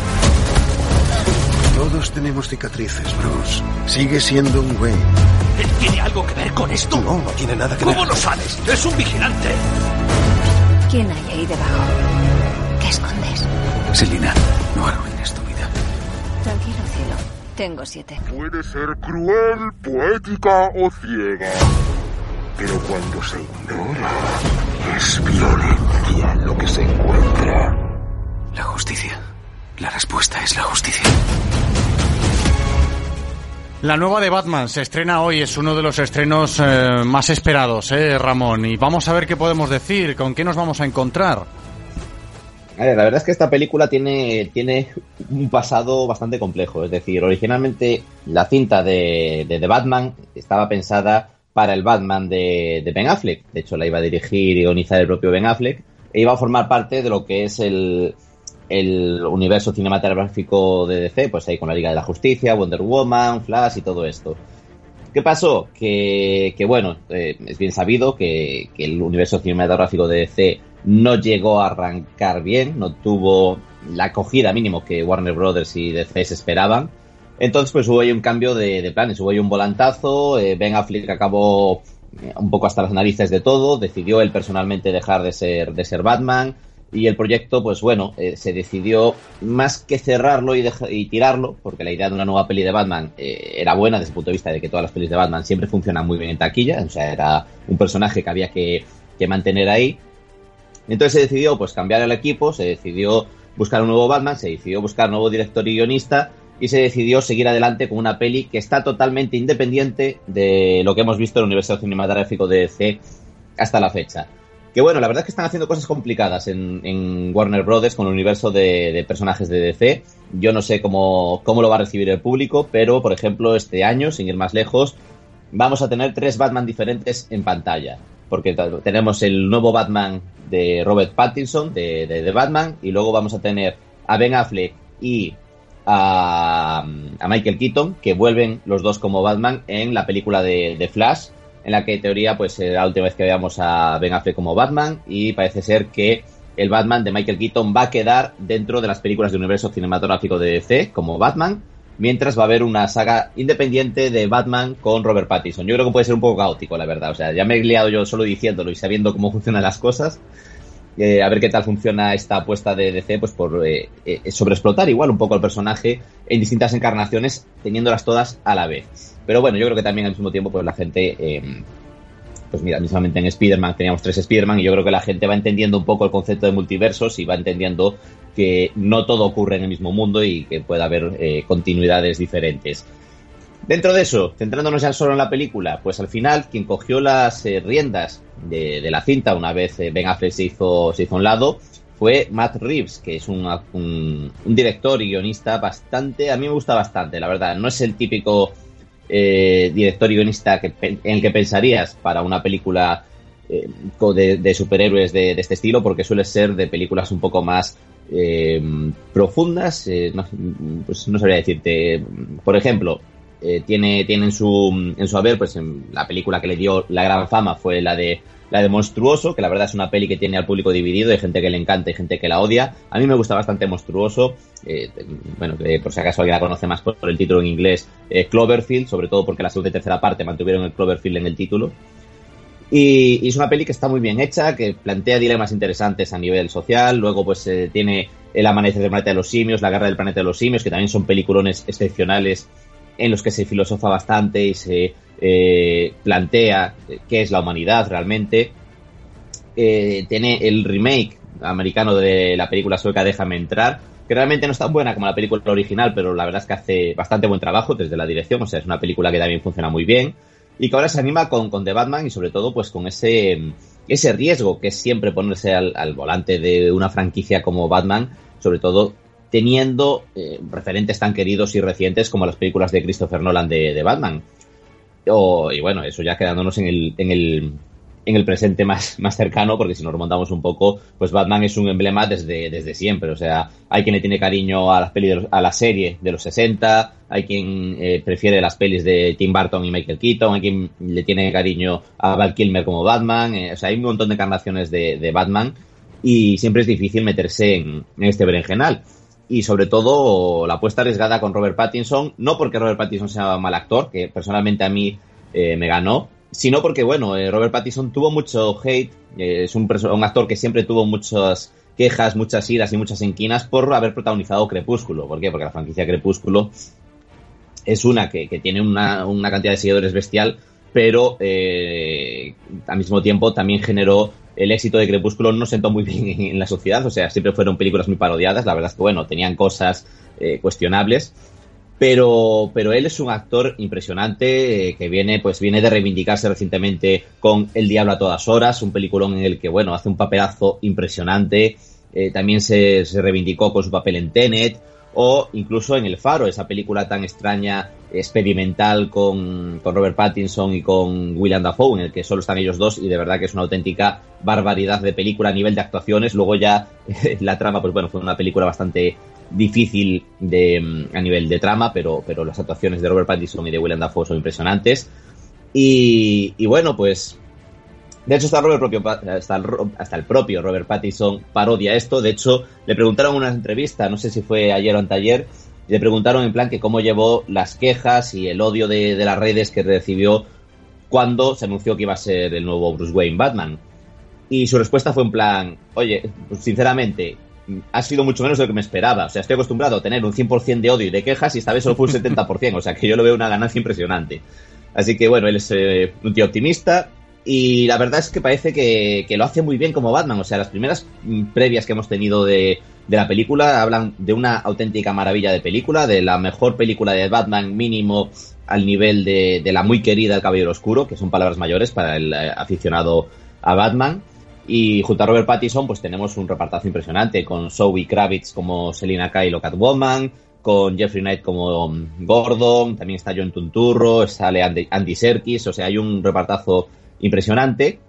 Todos tenemos cicatrices, Bruce. Sigue siendo un Wayne. ¿Él tiene algo que ver con esto? No, no tiene nada que ver. ¿Cómo lo sabes? ¡Es un vigilante! ¿Quién hay ahí debajo? ¿Qué escondes? Selina, no arruines tu vida. Tranquilo, cielo. Tengo 7. Puede ser cruel, poética o ciega. Pero cuando se ignora, es violencia lo que se encuentra. La justicia. La respuesta es la justicia. La nueva de Batman se estrena hoy, es uno de los estrenos más esperados, Ramón. Y vamos a ver qué podemos decir, con qué nos vamos a encontrar. A ver, la verdad es que esta película tiene un pasado bastante complejo. Es decir, originalmente la cinta de Batman estaba pensada para el Batman de Ben Affleck. De hecho, la iba a dirigir y guionizar el propio Ben Affleck. E iba a formar parte de lo que es el universo cinematográfico de DC, pues ahí con la Liga de la Justicia, Wonder Woman, Flash y todo esto. ¿Qué pasó? Que bueno, es bien sabido que el universo cinematográfico de DC no llegó a arrancar bien, no tuvo la acogida mínimo que Warner Brothers y DC se esperaban. Entonces pues hubo ahí un cambio de planes, hubo ahí un volantazo, Ben Affleck acabó un poco hasta las narices de todo, decidió él personalmente dejar de ser Batman. Y el proyecto, pues bueno, se decidió más que cerrarlo y tirarlo, porque la idea de una nueva peli de Batman era buena desde el punto de vista de que todas las pelis de Batman siempre funcionan muy bien en taquilla, o sea, era un personaje que había que mantener ahí. Entonces se decidió pues cambiar el equipo, se decidió buscar un nuevo Batman, se decidió buscar un nuevo director y guionista y se decidió seguir adelante con una peli que está totalmente independiente de lo que hemos visto en el universo cinematográfico de DC hasta la fecha. Que bueno, la verdad es que están haciendo cosas complicadas en Warner Brothers con el universo de personajes de DC. Yo no sé cómo lo va a recibir el público, pero por ejemplo este año, sin ir más lejos, vamos a tener 3 Batman diferentes en pantalla. Porque tenemos el nuevo Batman de Robert Pattinson, de Batman, y luego vamos a tener a Ben Affleck y a Michael Keaton, que vuelven los dos como Batman en la película de Flash, en la que en teoría pues será la última vez que veamos a Ben Affleck como Batman, y parece ser que el Batman de Michael Keaton va a quedar dentro de las películas del universo cinematográfico de DC como Batman, mientras va a haber una saga independiente de Batman con Robert Pattinson. Yo creo que puede ser un poco caótico, la verdad. O sea, ya me he liado yo solo diciéndolo y sabiendo cómo funcionan las cosas. A ver qué tal funciona esta apuesta de DC, pues por sobreexplotar igual un poco el personaje en distintas encarnaciones, teniéndolas todas a la vez. Pero bueno, yo creo que también al mismo tiempo pues la gente, pues mira, mismamente en Spider-Man teníamos 3 Spider-Man y yo creo que la gente va entendiendo un poco el concepto de multiversos y va entendiendo que no todo ocurre en el mismo mundo y que puede haber continuidades diferentes. Dentro de eso, centrándonos ya solo en la película, pues al final quien cogió las riendas de la cinta una vez Ben Affleck se hizo a un lado fue Matt Reeves, que es un director y guionista bastante, a mí me gusta bastante, la verdad. No es el típico director y guionista en el que pensarías para una película de superhéroes de este estilo, porque suele ser de películas un poco más profundas, pues no sabría decirte. Por ejemplo, tiene en su haber, pues la película que le dio la gran fama fue la de Monstruoso, que la verdad es una peli que tiene al público dividido, hay gente que le encanta y gente que la odia. A mí me gusta bastante Monstruoso, por si acaso alguien la conoce más por el título en inglés, Cloverfield, sobre todo porque la segunda y tercera parte mantuvieron el Cloverfield en el título. Y es una peli que está muy bien hecha, que plantea dilemas interesantes a nivel social. Luego pues tiene El amanecer del planeta de los simios, La guerra del planeta de los simios, que también son peliculones excepcionales en los que se filosofa bastante y se plantea qué es la humanidad realmente. Tiene el remake americano de la película sueca Déjame entrar, que realmente no es tan buena como la película original, pero la verdad es que hace bastante buen trabajo desde la dirección. O sea, es una película que también funciona muy bien y que ahora se anima con The Batman, y sobre todo pues con ese riesgo que es siempre ponerse al volante de una franquicia como Batman, sobre todo teniendo referentes tan queridos y recientes como las películas de Christopher Nolan de Batman. Y bueno, eso ya quedándonos en el presente más cercano, porque si nos remontamos un poco, pues Batman es un emblema desde siempre. O sea, hay quien le tiene cariño a las pelis a la serie de los 60, hay quien prefiere las pelis de Tim Burton y Michael Keaton, hay quien le tiene cariño a Val Kilmer como Batman. O sea, hay un montón de encarnaciones de Batman y siempre es difícil meterse en este berenjenal. Y sobre todo la apuesta arriesgada con Robert Pattinson, no porque Robert Pattinson sea un mal actor, que personalmente a mí me ganó, sino porque, bueno, Robert Pattinson tuvo mucho hate, es un actor que siempre tuvo muchas quejas, muchas iras y muchas inquinas por haber protagonizado Crepúsculo. ¿Por qué? Porque la franquicia Crepúsculo es una que tiene una cantidad de seguidores bestial, pero al mismo tiempo también generó el éxito de Crepúsculo, no sentó muy bien en la sociedad. O sea, siempre fueron películas muy parodiadas. La verdad es que, bueno, tenían cosas cuestionables, pero él es un actor impresionante que viene de reivindicarse recientemente con El diablo a todas horas, un peliculón en el que, bueno, hace un papelazo impresionante. También se reivindicó con su papel en Tenet, o incluso en El Faro, esa película tan extraña, experimental con Robert Pattinson y con Willem Dafoe, en el que solo están ellos dos, y de verdad que es una auténtica barbaridad de película a nivel de actuaciones. Luego ya la trama, pues bueno, fue una película bastante difícil a nivel de trama, pero las actuaciones de Robert Pattinson y de Willem Dafoe son impresionantes. Y bueno, pues de hecho hasta el propio Robert Pattinson parodia esto. De hecho, le preguntaron en una entrevista, no sé si fue ayer o anteayer, le preguntaron en plan que cómo llevó las quejas y el odio de las redes que recibió cuando se anunció que iba a ser el nuevo Bruce Wayne Batman. Y su respuesta fue en plan, oye, pues sinceramente, ha sido mucho menos de lo que me esperaba. O sea, estoy acostumbrado a tener un 100% de odio y de quejas, y esta vez solo fue un 70%. O sea, que yo lo veo una ganancia impresionante. Así que bueno, él es un tío optimista. Y la verdad es que parece que lo hace muy bien como Batman. O sea, las primeras previas que hemos tenido de la película hablan de una auténtica maravilla de película, de la mejor película de Batman mínimo al nivel de la muy querida El Caballero Oscuro, que son palabras mayores para el aficionado a Batman. Y junto a Robert Pattinson pues tenemos un repartazo impresionante, con Zoe Kravitz como Selina Kyle o Catwoman, con Jeffrey Knight como Gordon, también está John Turturro, sale Andy Serkis. O sea, hay un repartazo impresionante.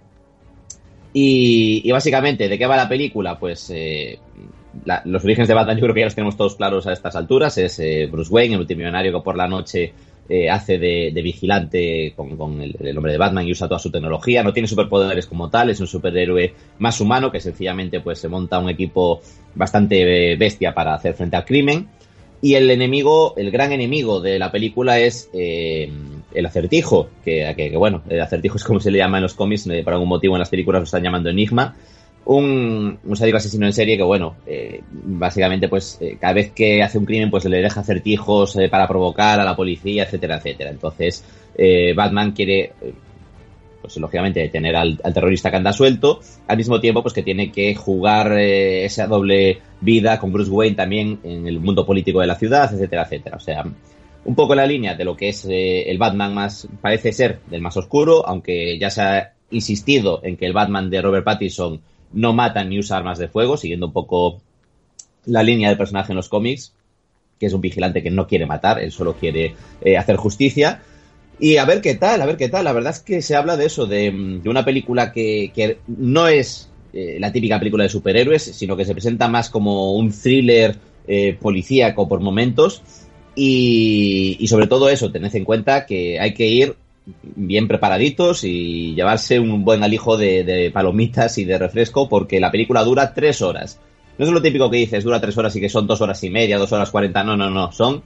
Y básicamente, ¿de qué va la película? Pues los orígenes de Batman yo creo que ya los tenemos todos claros a estas alturas. Es Bruce Wayne, el multimillonario que por la noche hace de vigilante con el nombre de Batman y usa toda su tecnología. No tiene superpoderes como tal, es un superhéroe más humano que sencillamente pues se monta un equipo bastante bestia para hacer frente al crimen. Y el gran enemigo de la película es el Acertijo, que bueno, el Acertijo es como se le llama en los cómics, por algún motivo en las películas lo están llamando Enigma. Un sádico asesino en serie que, bueno, básicamente pues cada vez que hace un crimen pues le deja acertijos para provocar a la policía, etcétera, etcétera. Entonces Batman quiere pues lógicamente detener al terrorista que anda suelto, al mismo tiempo pues que tiene que jugar esa doble vida con Bruce Wayne también en el mundo político de la ciudad, etcétera, etcétera. O sea, un poco en la línea de lo que es el Batman más, parece ser, del más oscuro, aunque ya se ha insistido en que el Batman de Robert Pattinson no mata ni usa armas de fuego, siguiendo un poco la línea del personaje en los cómics, que es un vigilante que no quiere matar, él solo quiere hacer justicia. Y a ver qué tal. La verdad es que se habla de eso, de una película que no es la típica película de superhéroes, sino que se presenta más como un thriller policíaco por momentos. Y sobre todo eso, tened en cuenta que hay que ir bien preparaditos y llevarse un buen alijo de palomitas y de refresco, porque la película dura 3 horas. No es lo típico que dices, dura 3 horas y que son 2 horas y media, 2 horas 40, no, son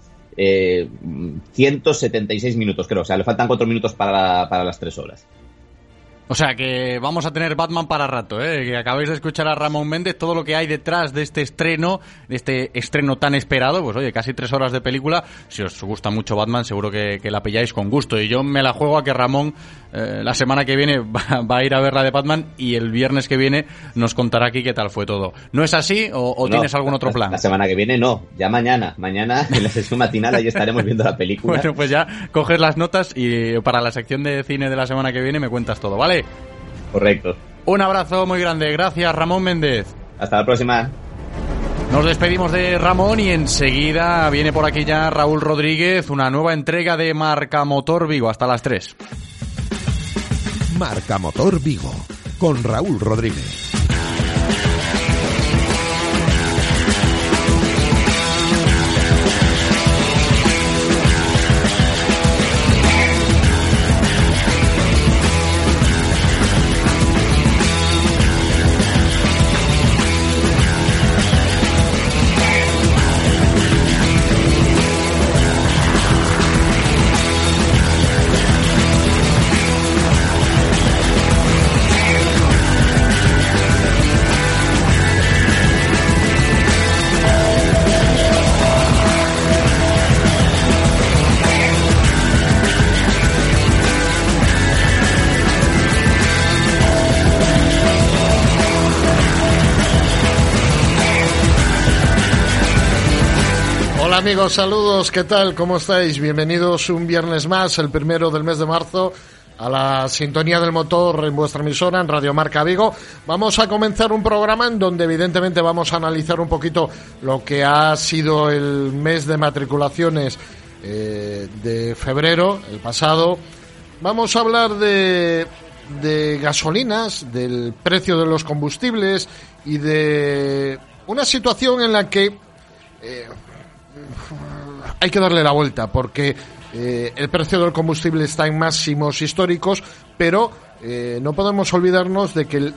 176 minutos, creo. O sea, le faltan 4 minutos para las 3 horas. O sea, que vamos a tener Batman para rato, ¿eh? Que acabáis de escuchar a Ramón Méndez, todo lo que hay detrás de este estreno tan esperado. Pues oye, casi 3 horas de película. Si os gusta mucho Batman, seguro que la pilláis con gusto. Y yo me la juego a que Ramón la semana que viene va a ir a ver la de Batman y el viernes que viene nos contará aquí qué tal fue todo. ¿No es así o no, tienes algún otro plan? La semana que viene no, ya mañana. Mañana en la sesión matinal ahí estaremos viendo la película. Bueno, pues ya coges las notas y para la sección de cine de la semana que viene me cuentas todo, ¿vale? Correcto. Un abrazo muy grande. Gracias, Ramón Méndez. Hasta la próxima. Nos despedimos de Ramón y enseguida viene por aquí ya Raúl Rodríguez, una nueva entrega de Marca Motor Vigo. Hasta las 3. Marca Motor Vigo, con Raúl Rodríguez. Hola amigos, saludos, ¿qué tal? ¿Cómo estáis? Bienvenidos un viernes más, el 1 del mes de marzo, a la sintonía del motor en vuestra emisora, en Radio Marca Vigo. Vamos a comenzar un programa en donde evidentemente vamos a analizar un poquito lo que ha sido el mes de matriculaciones de febrero, el pasado. Vamos a hablar de gasolinas, del precio de los combustibles y de una situación en la que hay que darle la vuelta, porque el precio del combustible está en máximos históricos, pero no podemos olvidarnos de que el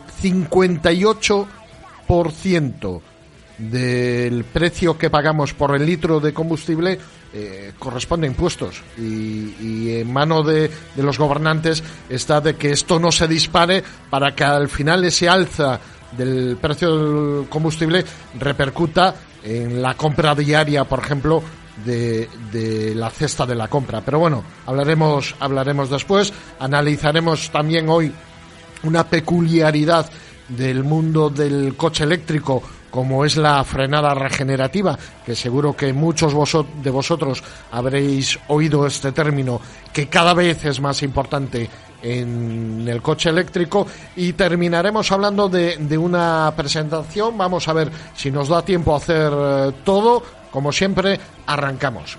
58% del precio que pagamos por el litro de combustible corresponde a impuestos, y en mano de los gobernantes está de que esto no se dispare para que al final ese alza del precio del combustible repercuta en la compra diaria, por ejemplo, de la cesta de la compra. Pero bueno, hablaremos después. Analizaremos también hoy una peculiaridad del mundo del coche eléctrico, como es la frenada regenerativa, que seguro que muchos de vosotros habréis oído este término, que cada vez es más importante en el coche eléctrico. Y terminaremos hablando de una presentación. Vamos a ver si nos da tiempo a hacer todo. Como siempre, arrancamos.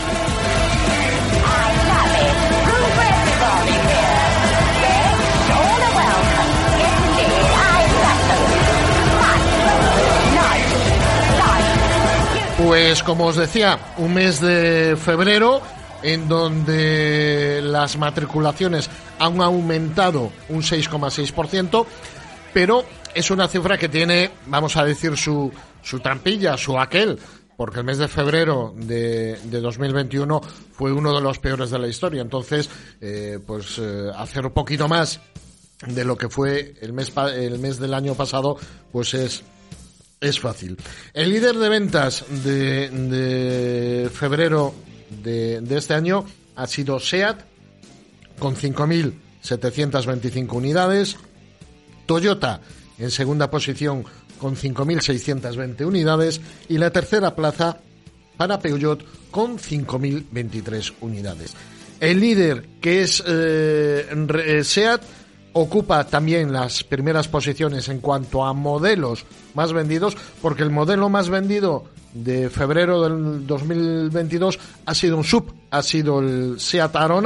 Pues como os decía, un mes de febrero en donde las matriculaciones han aumentado un 6,6%, pero es una cifra que tiene, vamos a decir, su trampilla, su aquel, porque el mes de febrero de 2021 fue uno de los peores de la historia. Entonces, hacer un poquito más de lo que fue el mes del año pasado, pues es fácil. El líder de ventas de febrero de este año ha sido SEAT, con 5.725 unidades. Toyota en segunda posición con 5.620 unidades, y la tercera plaza para Peugeot con 5.023 unidades. El líder, que es SEAT, ocupa también las primeras posiciones en cuanto a modelos más vendidos, porque el modelo más vendido de febrero del 2022 ha sido un SUV, ha sido el SEAT Arona,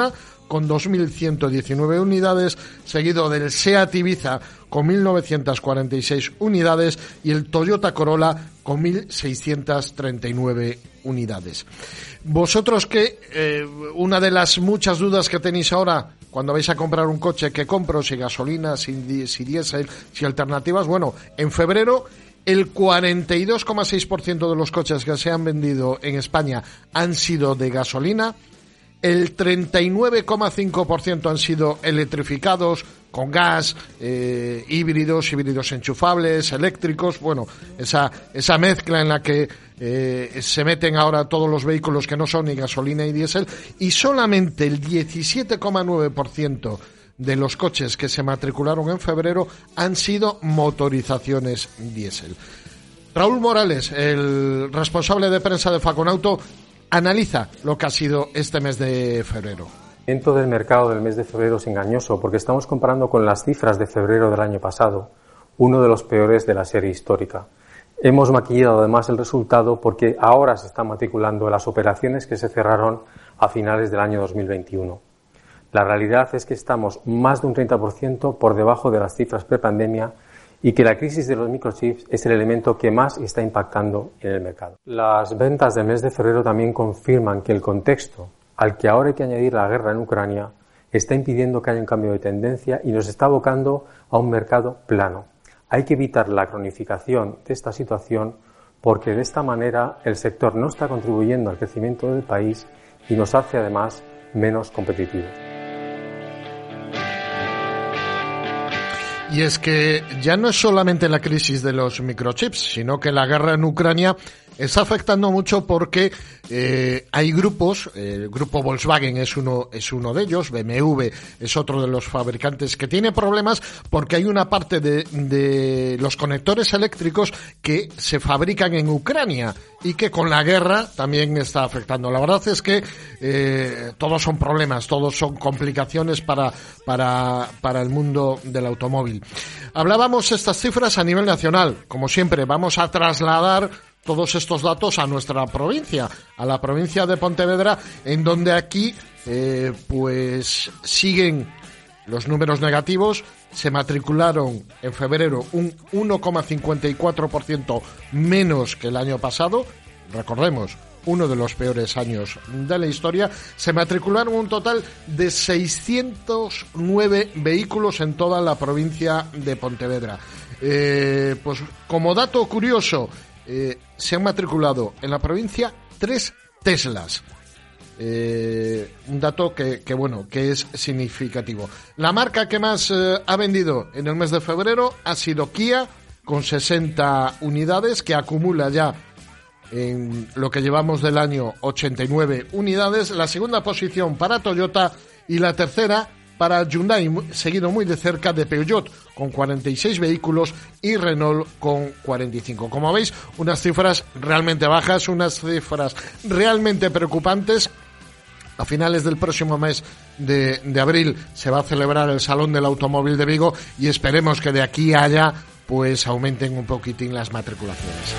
con 2.119 unidades, seguido del SEAT Ibiza con 1.946 unidades y el Toyota Corolla con 1.639 unidades. Vosotros que una de las muchas dudas que tenéis ahora cuando vais a comprar un coche, ¿qué compro? Si gasolina, si diésel, si alternativas. Bueno, en febrero el 42,6% de los coches que se han vendido en España han sido de gasolina, el 39,5% han sido electrificados, con gas, híbridos enchufables, eléctricos, bueno, esa mezcla en la que se meten ahora todos los vehículos que no son ni gasolina ni diésel, y solamente el 17,9% de los coches que se matricularon en febrero han sido motorizaciones diésel. Raúl Morales, el responsable de prensa de Faconauto, analiza lo que ha sido este mes de febrero. El movimiento del mercado del mes de febrero es engañoso porque estamos comparando con las cifras de febrero del año pasado, uno de los peores de la serie histórica. Hemos maquillado además el resultado porque ahora se están matriculando las operaciones que se cerraron a finales del año 2021. La realidad es que estamos más de un 30% por debajo de las cifras prepandemia y que la crisis de los microchips es el elemento que más está impactando en el mercado. Las ventas del mes de febrero también confirman que el contexto al que ahora hay que añadir la guerra en Ucrania está impidiendo que haya un cambio de tendencia y nos está abocando a un mercado plano. Hay que evitar la cronificación de esta situación porque de esta manera el sector no está contribuyendo al crecimiento del país y nos hace además menos competitivos. Y es que ya no es solamente la crisis de los microchips, sino que la guerra en Ucrania está afectando mucho porque hay grupos, el grupo Volkswagen es uno de ellos, BMW es otro de los fabricantes que tiene problemas porque hay una parte de los conectores eléctricos que se fabrican en Ucrania y que con la guerra también está afectando. La verdad es que todos son problemas, todos son complicaciones para el mundo del automóvil. Hablábamos estas cifras a nivel nacional. Como siempre, vamos a trasladar todos estos datos a nuestra provincia, a la provincia de Pontevedra, en donde aquí pues siguen los números negativos. Se matricularon en febrero un 1,54% menos que el año pasado. Recordemos, uno de los peores años de la historia. Se matricularon un total de 609 vehículos en toda la provincia de Pontevedra. Pues como dato curioso, se han matriculado en la provincia 3 Teslas. Un dato que es significativo. La marca que más ha vendido en el mes de febrero ha sido Kia, con 60 unidades, que acumula ya en lo que llevamos del año 89 unidades. La segunda posición para Toyota y la tercera para Hyundai, seguido muy de cerca de Peugeot, con 46 vehículos, y Renault con 45. Como veis, unas cifras realmente bajas, unas cifras realmente preocupantes. A finales del próximo mes de abril se va a celebrar el Salón del Automóvil de Vigo y esperemos que de aquí a allá pues aumenten un poquitín las matriculaciones.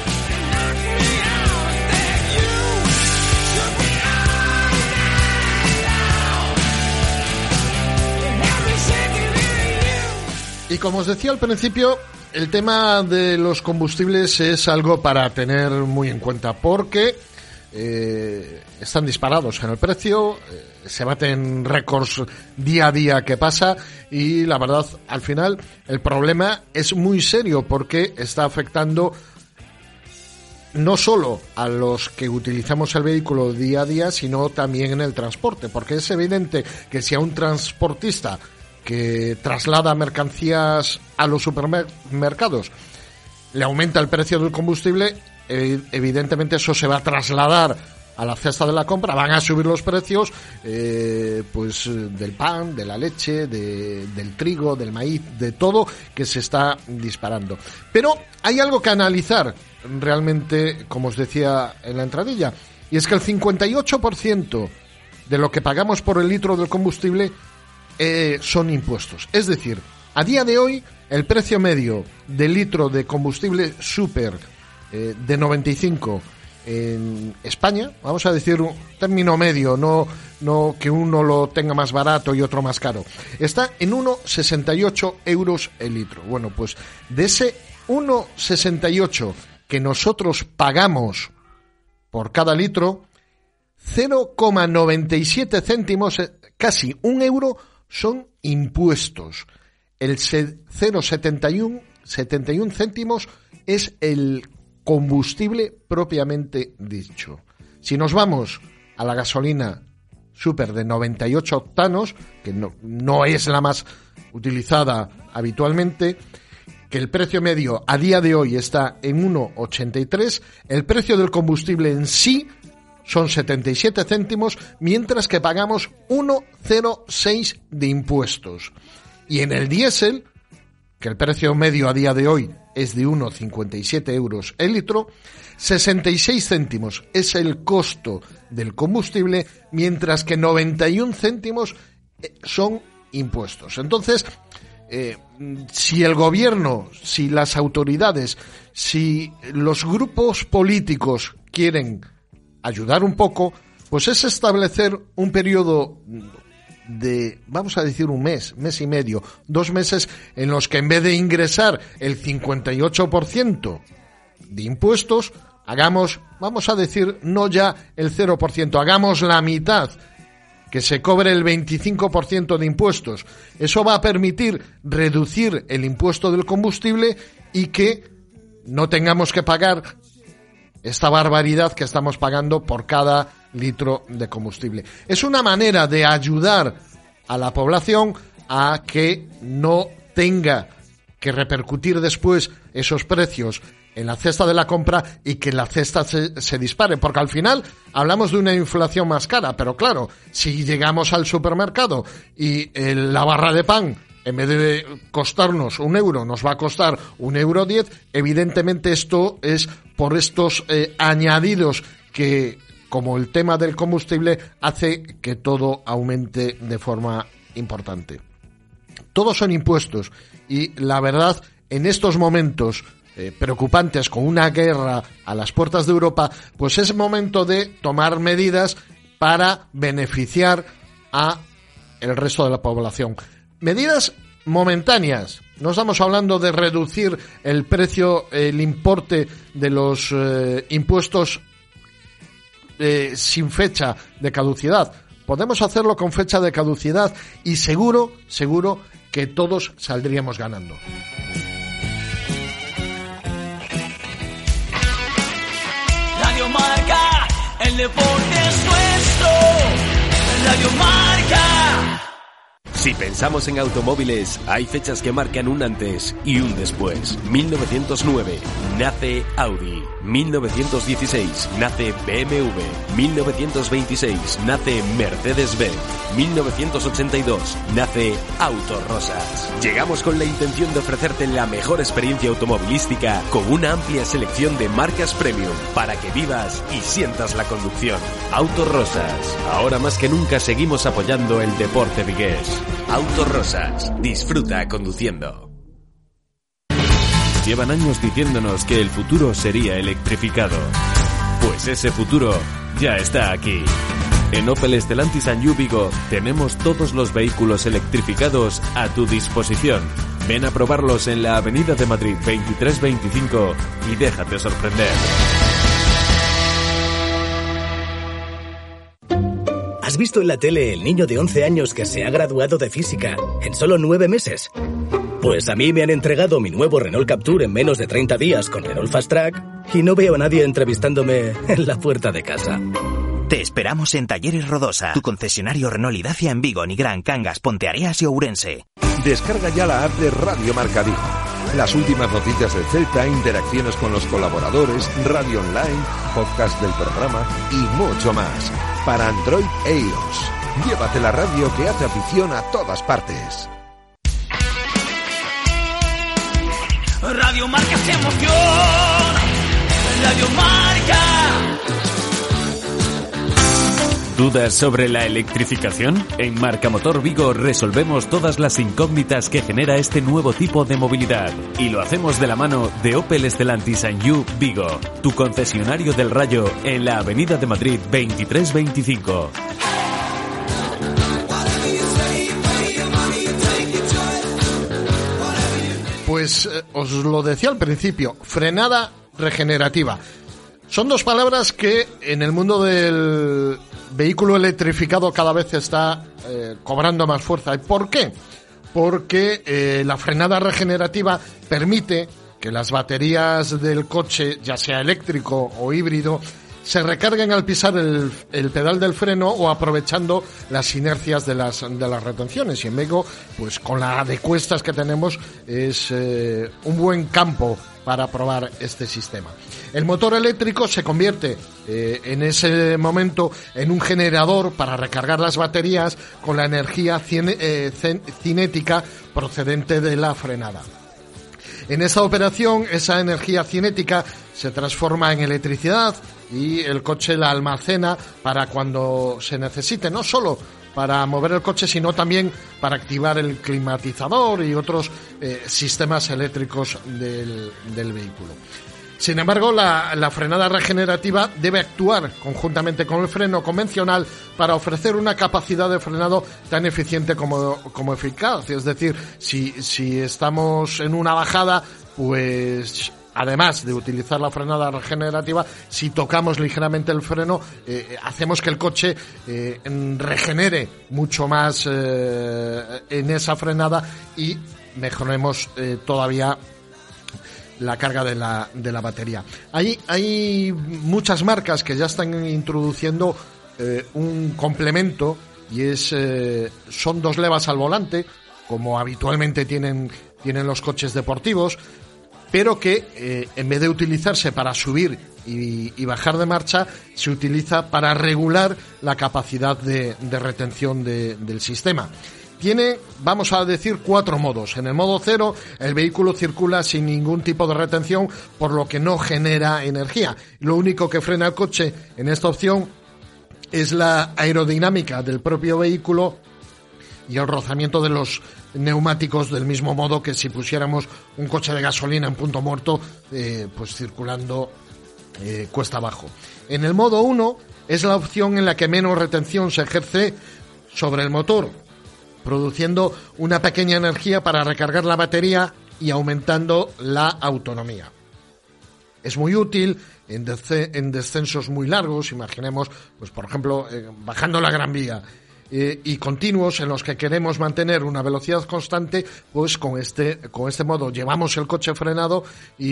Y como os decía al principio, el tema de los combustibles es algo para tener muy en cuenta porque están disparados en el precio, se baten récords día a día que pasa y la verdad, al final, el problema es muy serio porque está afectando no solo a los que utilizamos el vehículo día a día, sino también en el transporte, porque es evidente que si a un transportista que traslada mercancías a los supermercados le aumenta el precio del combustible, evidentemente eso se va a trasladar a la cesta de la compra, van a subir los precios pues del pan, de la leche, del trigo, del maíz, de todo que se está disparando. Pero hay algo que analizar realmente, como os decía en la entradilla, y es que el 58% de lo que pagamos por el litro del combustible son impuestos. Es decir, a día de hoy el precio medio del litro de combustible super de 95 en España, vamos a decir un término medio, no no que uno lo tenga más barato y otro más caro. Está en 1,68 euros el litro. Bueno, pues de ese 1,68 que nosotros pagamos por cada litro, 0,97 céntimos, casi un euro, son impuestos. El 0,71 céntimos es el combustible propiamente dicho. Si nos vamos a la gasolina super de 98 octanos, que no es la más utilizada habitualmente, que el precio medio a día de hoy está en 1,83, el precio del combustible en sí son 77 céntimos, mientras que pagamos 1,06 de impuestos. Y en el diésel, que el precio medio a día de hoy es de 1,57 euros el litro, 66 céntimos es el costo del combustible, mientras que 91 céntimos son impuestos. Entonces, si el gobierno, si las autoridades, si los grupos políticos quieren ayudar un poco, pues es establecer un periodo de, vamos a decir, un mes, mes y medio, 2 meses, en los que en vez de ingresar el 58% de impuestos, hagamos, vamos a decir, no ya el 0%, hagamos la mitad, que se cobre el 25% de impuestos. Eso va a permitir reducir el impuesto del combustible y que no tengamos que pagar esta barbaridad que estamos pagando por cada litro de combustible. Es una manera de ayudar a la población a que no tenga que repercutir después esos precios en la cesta de la compra y que la cesta se dispare, porque al final hablamos de una inflación más cara, pero claro, si llegamos al supermercado y la barra de pan, en vez de costarnos 1 euro, nos va a costar 1,10 euro, evidentemente esto es por estos añadidos que, como el tema del combustible, hace que todo aumente de forma importante. Todos son impuestos y la verdad, en estos momentos preocupantes, con una guerra a las puertas de Europa, pues es momento de tomar medidas para beneficiar a el resto de la población. Medidas momentáneas. No estamos hablando de reducir el precio, el importe de los impuestos sin fecha de caducidad. Podemos hacerlo con fecha de caducidad y seguro que todos saldríamos ganando. Radio Marca, el deporte es nuestro. Radio Marca. Si pensamos en automóviles, hay fechas que marcan un antes y un después. 1909 nace Audi. 1916 nace BMW. 1926 nace Mercedes-Benz. 1982 nace Autos Rosas. Llegamos con la intención de ofrecerte la mejor experiencia automovilística con una amplia selección de marcas premium para que vivas y sientas la conducción. Autos Rosas. Ahora más que nunca seguimos apoyando el deporte vigués. Autos Rosas. Disfruta conduciendo. Llevan años diciéndonos que el futuro sería electrificado. Pues ese futuro ya está aquí. En Opel Stellantis and Vigo tenemos todos los vehículos electrificados a tu disposición. Ven a probarlos en la Avenida de Madrid 2325 y déjate sorprender. ¿Has visto en la tele el niño de 11 años que se ha graduado de física en solo 9 meses? Pues a mí me han entregado mi nuevo Renault Captur en menos de 30 días con Renault Fast Track y no veo a nadie entrevistándome en la puerta de casa. Te esperamos en Talleres Rodosa, tu concesionario Renault y Dacia en Vigo, Nigrán, Cangas, Ponteareas y Ourense. Descarga ya la app de Radio Marca Vigo. Las últimas noticias del Celta, interacciones con los colaboradores, radio online, podcast del programa y mucho más. Para Android e iOS. Llévate la radio que hace afición a todas partes. Radio Marca se emociona. Radio Marca. ¿Dudas sobre la electrificación? En Marca Motor Vigo resolvemos todas las incógnitas que genera este nuevo tipo de movilidad. Y lo hacemos de la mano de Opel Stellantis and Vigo, tu concesionario del Rayo en la Avenida de Madrid 2325. Pues os lo decía al principio, frenada regenerativa. Son dos palabras que en el mundo del vehículo electrificado cada vez está cobrando más fuerza. ¿Y por qué? Porque la frenada regenerativa permite que las baterías del coche, ya sea eléctrico o híbrido, se recarguen al pisar el pedal del freno o aprovechando las inercias de las retenciones. Y en Bego, pues con la de cuestas que tenemos, es un buen campo para probar este sistema. El motor eléctrico se convierte en ese momento en un generador para recargar las baterías con la energía cinética procedente de la frenada. En esa operación, esa energía cinética se transforma en electricidad y el coche la almacena para cuando se necesite, no solo para mover el coche, sino también para activar el climatizador y otros sistemas eléctricos del vehículo. Sin embargo, la frenada regenerativa debe actuar conjuntamente con el freno convencional para ofrecer una capacidad de frenado tan eficiente como eficaz. Es decir, si estamos en una bajada, pues además de utilizar la frenada regenerativa, si tocamos ligeramente el freno, hacemos que el coche regenere mucho más en esa frenada y mejoremos todavía la carga de la batería. Hay muchas marcas que ya están introduciendo un complemento y son dos levas al volante, como habitualmente tienen los coches deportivos, pero que en vez de utilizarse para subir y bajar de marcha, se utiliza para regular la capacidad de retención del sistema. Tiene, vamos a decir, 4 modos. En el modo 0, el vehículo circula sin ningún tipo de retención, por lo que no genera energía. Lo único que frena el coche en esta opción es la aerodinámica del propio vehículo y el rozamiento de los neumáticos, del mismo modo que si pusiéramos un coche de gasolina en punto muerto, pues circulando cuesta abajo. En el modo 1 es la opción en la que menos retención se ejerce sobre el motor, produciendo una pequeña energía para recargar la batería y aumentando la autonomía. Es muy útil en descensos muy largos, imaginemos, pues por ejemplo, bajando la Gran Vía, y continuos en los que queremos mantener una velocidad constante, pues con este modo llevamos el coche frenado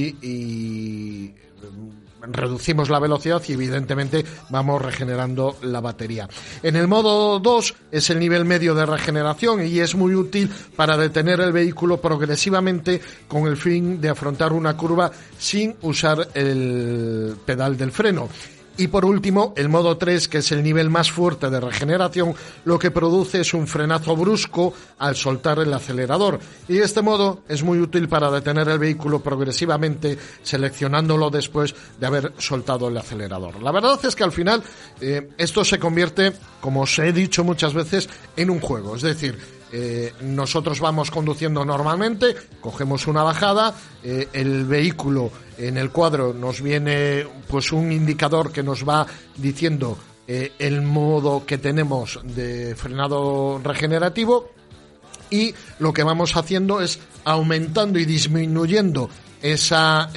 y reducimos la velocidad y evidentemente vamos regenerando la batería. En el modo 2 es el nivel medio de regeneración y es muy útil para detener el vehículo progresivamente con el fin de afrontar una curva sin usar el pedal del freno. Y por último, el modo 3, que es el nivel más fuerte de regeneración, lo que produce es un frenazo brusco al soltar el acelerador. Y este modo es muy útil para detener el vehículo progresivamente, seleccionándolo después de haber soltado el acelerador. La verdad es que al final esto se convierte, como os he dicho muchas veces, en un juego. Es decir, nosotros vamos conduciendo normalmente, cogemos una bajada, el vehículo en el cuadro nos viene pues un indicador que nos va diciendo el modo que tenemos de frenado regenerativo, y lo que vamos haciendo es aumentando y disminuyendo esa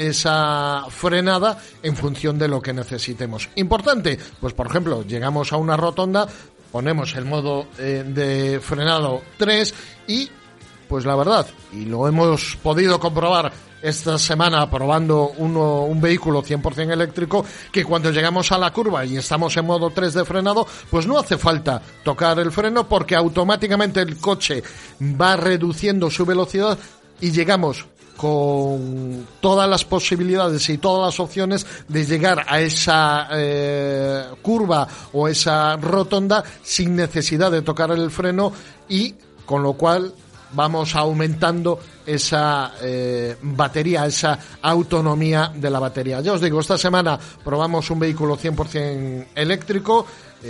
frenada en función de lo que necesitemos. Importante, pues por ejemplo, llegamos a una rotonda, ponemos el modo de frenado 3 y, pues la verdad, y lo hemos podido comprobar esta semana probando un vehículo 100% eléctrico, que cuando llegamos a la curva y estamos en modo 3 de frenado, pues no hace falta tocar el freno porque automáticamente el coche va reduciendo su velocidad y llegamos con todas las posibilidades y todas las opciones de llegar a esa curva o esa rotonda sin necesidad de tocar el freno, y con lo cual vamos aumentando esa batería, esa autonomía de la batería. Ya os digo, esta semana probamos un vehículo 100% eléctrico,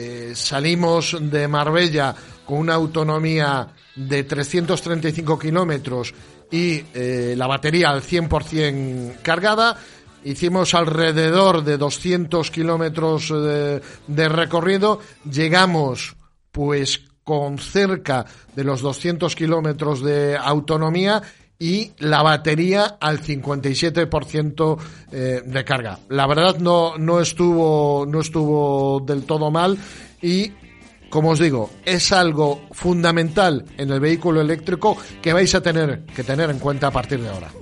salimos de Marbella con una autonomía de 335 kilómetros y la batería al 100% cargada. Hicimos alrededor de 200 kilómetros de recorrido, llegamos pues con cerca de los 200 kilómetros de autonomía y la batería al 57% de carga. La verdad no estuvo del todo mal y, como os digo, es algo fundamental en el vehículo eléctrico que vais a tener que tener en cuenta a partir de ahora.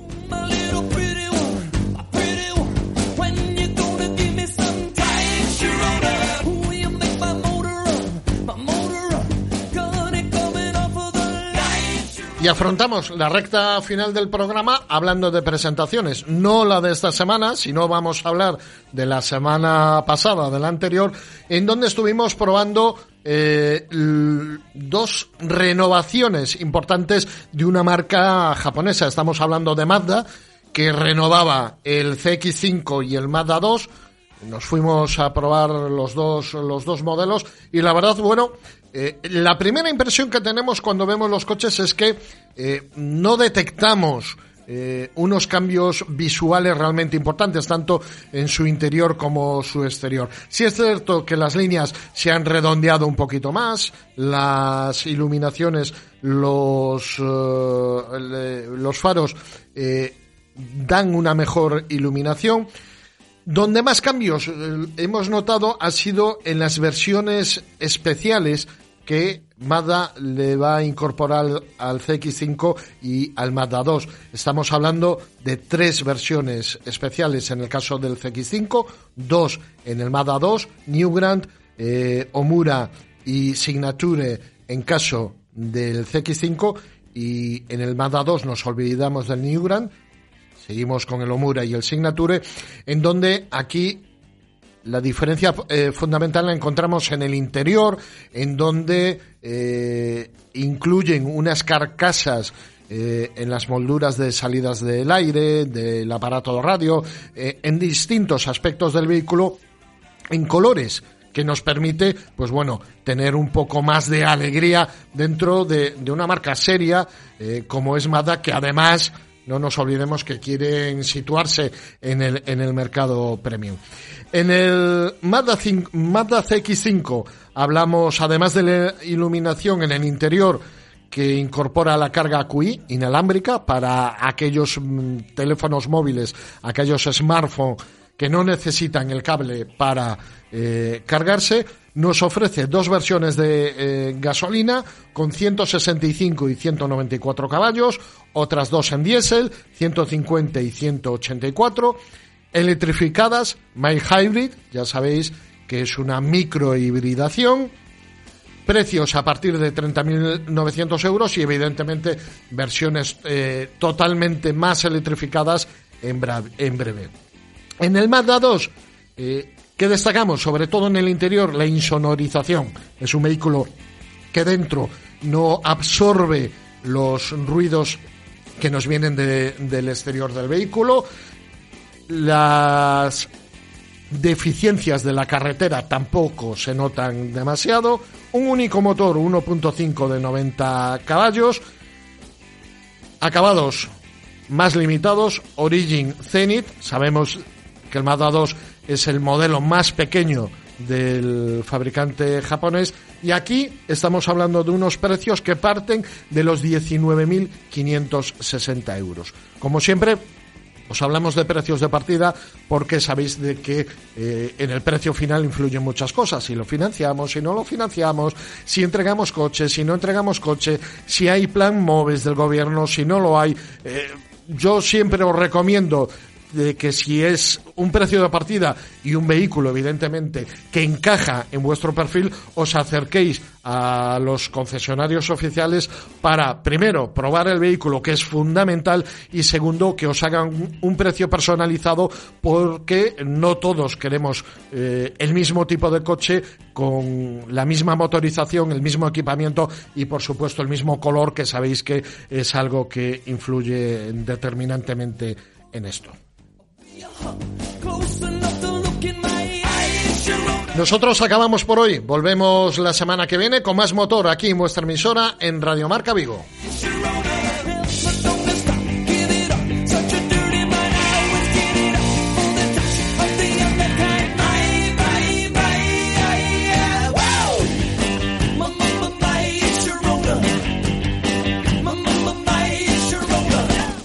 Y afrontamos la recta final del programa hablando de presentaciones, no la de esta semana, sino vamos a hablar de la semana pasada, de la anterior, en donde estuvimos probando dos renovaciones importantes de una marca japonesa. Estamos hablando de Mazda, que renovaba el CX-5 y el Mazda 2. Nos fuimos a probar los dos modelos y la verdad, bueno, la primera impresión que tenemos cuando vemos los coches es que no detectamos unos cambios visuales realmente importantes, tanto en su interior como su exterior. Sí es cierto que las líneas se han redondeado un poquito más, las iluminaciones, los faros dan una mejor iluminación. Donde más cambios hemos notado ha sido en las versiones especiales que Mazda le va a incorporar al CX-5 y al Mazda 2. Estamos hablando de 3 versiones especiales en el caso del CX-5, 2 en el Mazda 2, New Grand, Omura y Signature en caso del CX-5, y en el Mazda 2 nos olvidamos del New Grand. Seguimos con el Omura y el Signature, en donde aquí la diferencia fundamental la encontramos en el interior, en donde incluyen unas carcasas en las molduras de salidas del aire, del aparato de radio, en distintos aspectos del vehículo, en colores que nos permite, pues bueno, tener un poco más de alegría dentro de una marca seria como es Mazda, que además no nos olvidemos que quieren situarse en el mercado premium. En el Mazda CX-5 hablamos, además de la iluminación en el interior, que incorpora la carga QI inalámbrica para aquellos teléfonos móviles, aquellos smartphones que no necesitan el cable para cargarse. Nos ofrece 2 versiones de gasolina con 165 y 194 caballos, otras 2 en diésel, 150 y 184, electrificadas, mild hybrid, ya sabéis que es una microhibridación, precios a partir de 30.900 euros y evidentemente versiones totalmente más electrificadas en breve. En el Mazda 2, ¿qué destacamos? Sobre todo en el interior, la insonorización. Es un vehículo que dentro no absorbe los ruidos que nos vienen del exterior del vehículo. Las deficiencias de la carretera tampoco se notan demasiado. Un único motor 1.5 de 90 caballos. Acabados más limitados. Origin Zenith. Sabemos que el Mazda 2 es el modelo más pequeño del fabricante japonés, y aquí estamos hablando de unos precios que parten de los 19.560 euros. Como siempre, os hablamos de precios de partida porque sabéis de que en el precio final influyen muchas cosas: si lo financiamos, si no lo financiamos, si entregamos coche, si no entregamos coche, si hay plan MOVES del gobierno, si no lo hay. Yo siempre os recomiendo de que si es un precio de partida y un vehículo evidentemente que encaja en vuestro perfil, os acerquéis a los concesionarios oficiales para, primero, probar el vehículo, que es fundamental, y segundo, que os hagan un precio personalizado, porque no todos queremos el mismo tipo de coche con la misma motorización, el mismo equipamiento y por supuesto el mismo color, que sabéis que es algo que influye determinantemente en esto. Nosotros acabamos por hoy. Volvemos la semana que viene con más motor aquí en vuestra emisora en Radio Marca Vigo.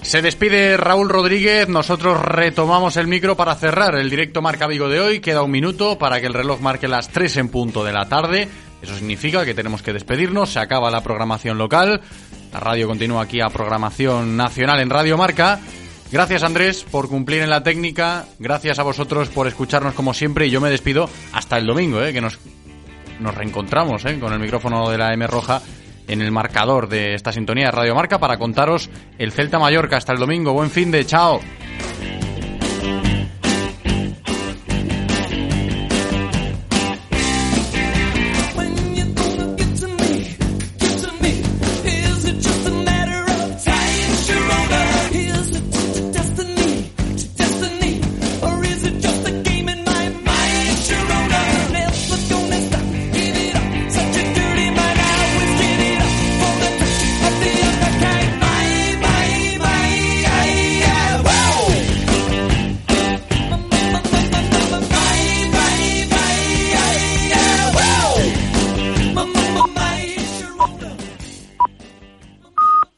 Se despide Raúl Rodríguez, nosotros retomamos el micro para cerrar el directo Marca Vigo de hoy. Queda un minuto para que el reloj marque las 3 en punto de la tarde. Eso significa que tenemos que despedirnos, se acaba la programación local. La radio continúa aquí a programación nacional en Radio Marca. Gracias, Andrés, por cumplir en la técnica. Gracias a vosotros por escucharnos como siempre. Y yo me despido hasta el domingo, que nos reencontramos con el micrófono de la M Roja en el marcador de esta sintonía de Radio Marca para contaros el Celta Mallorca. Hasta el domingo. Buen fin de. Chao.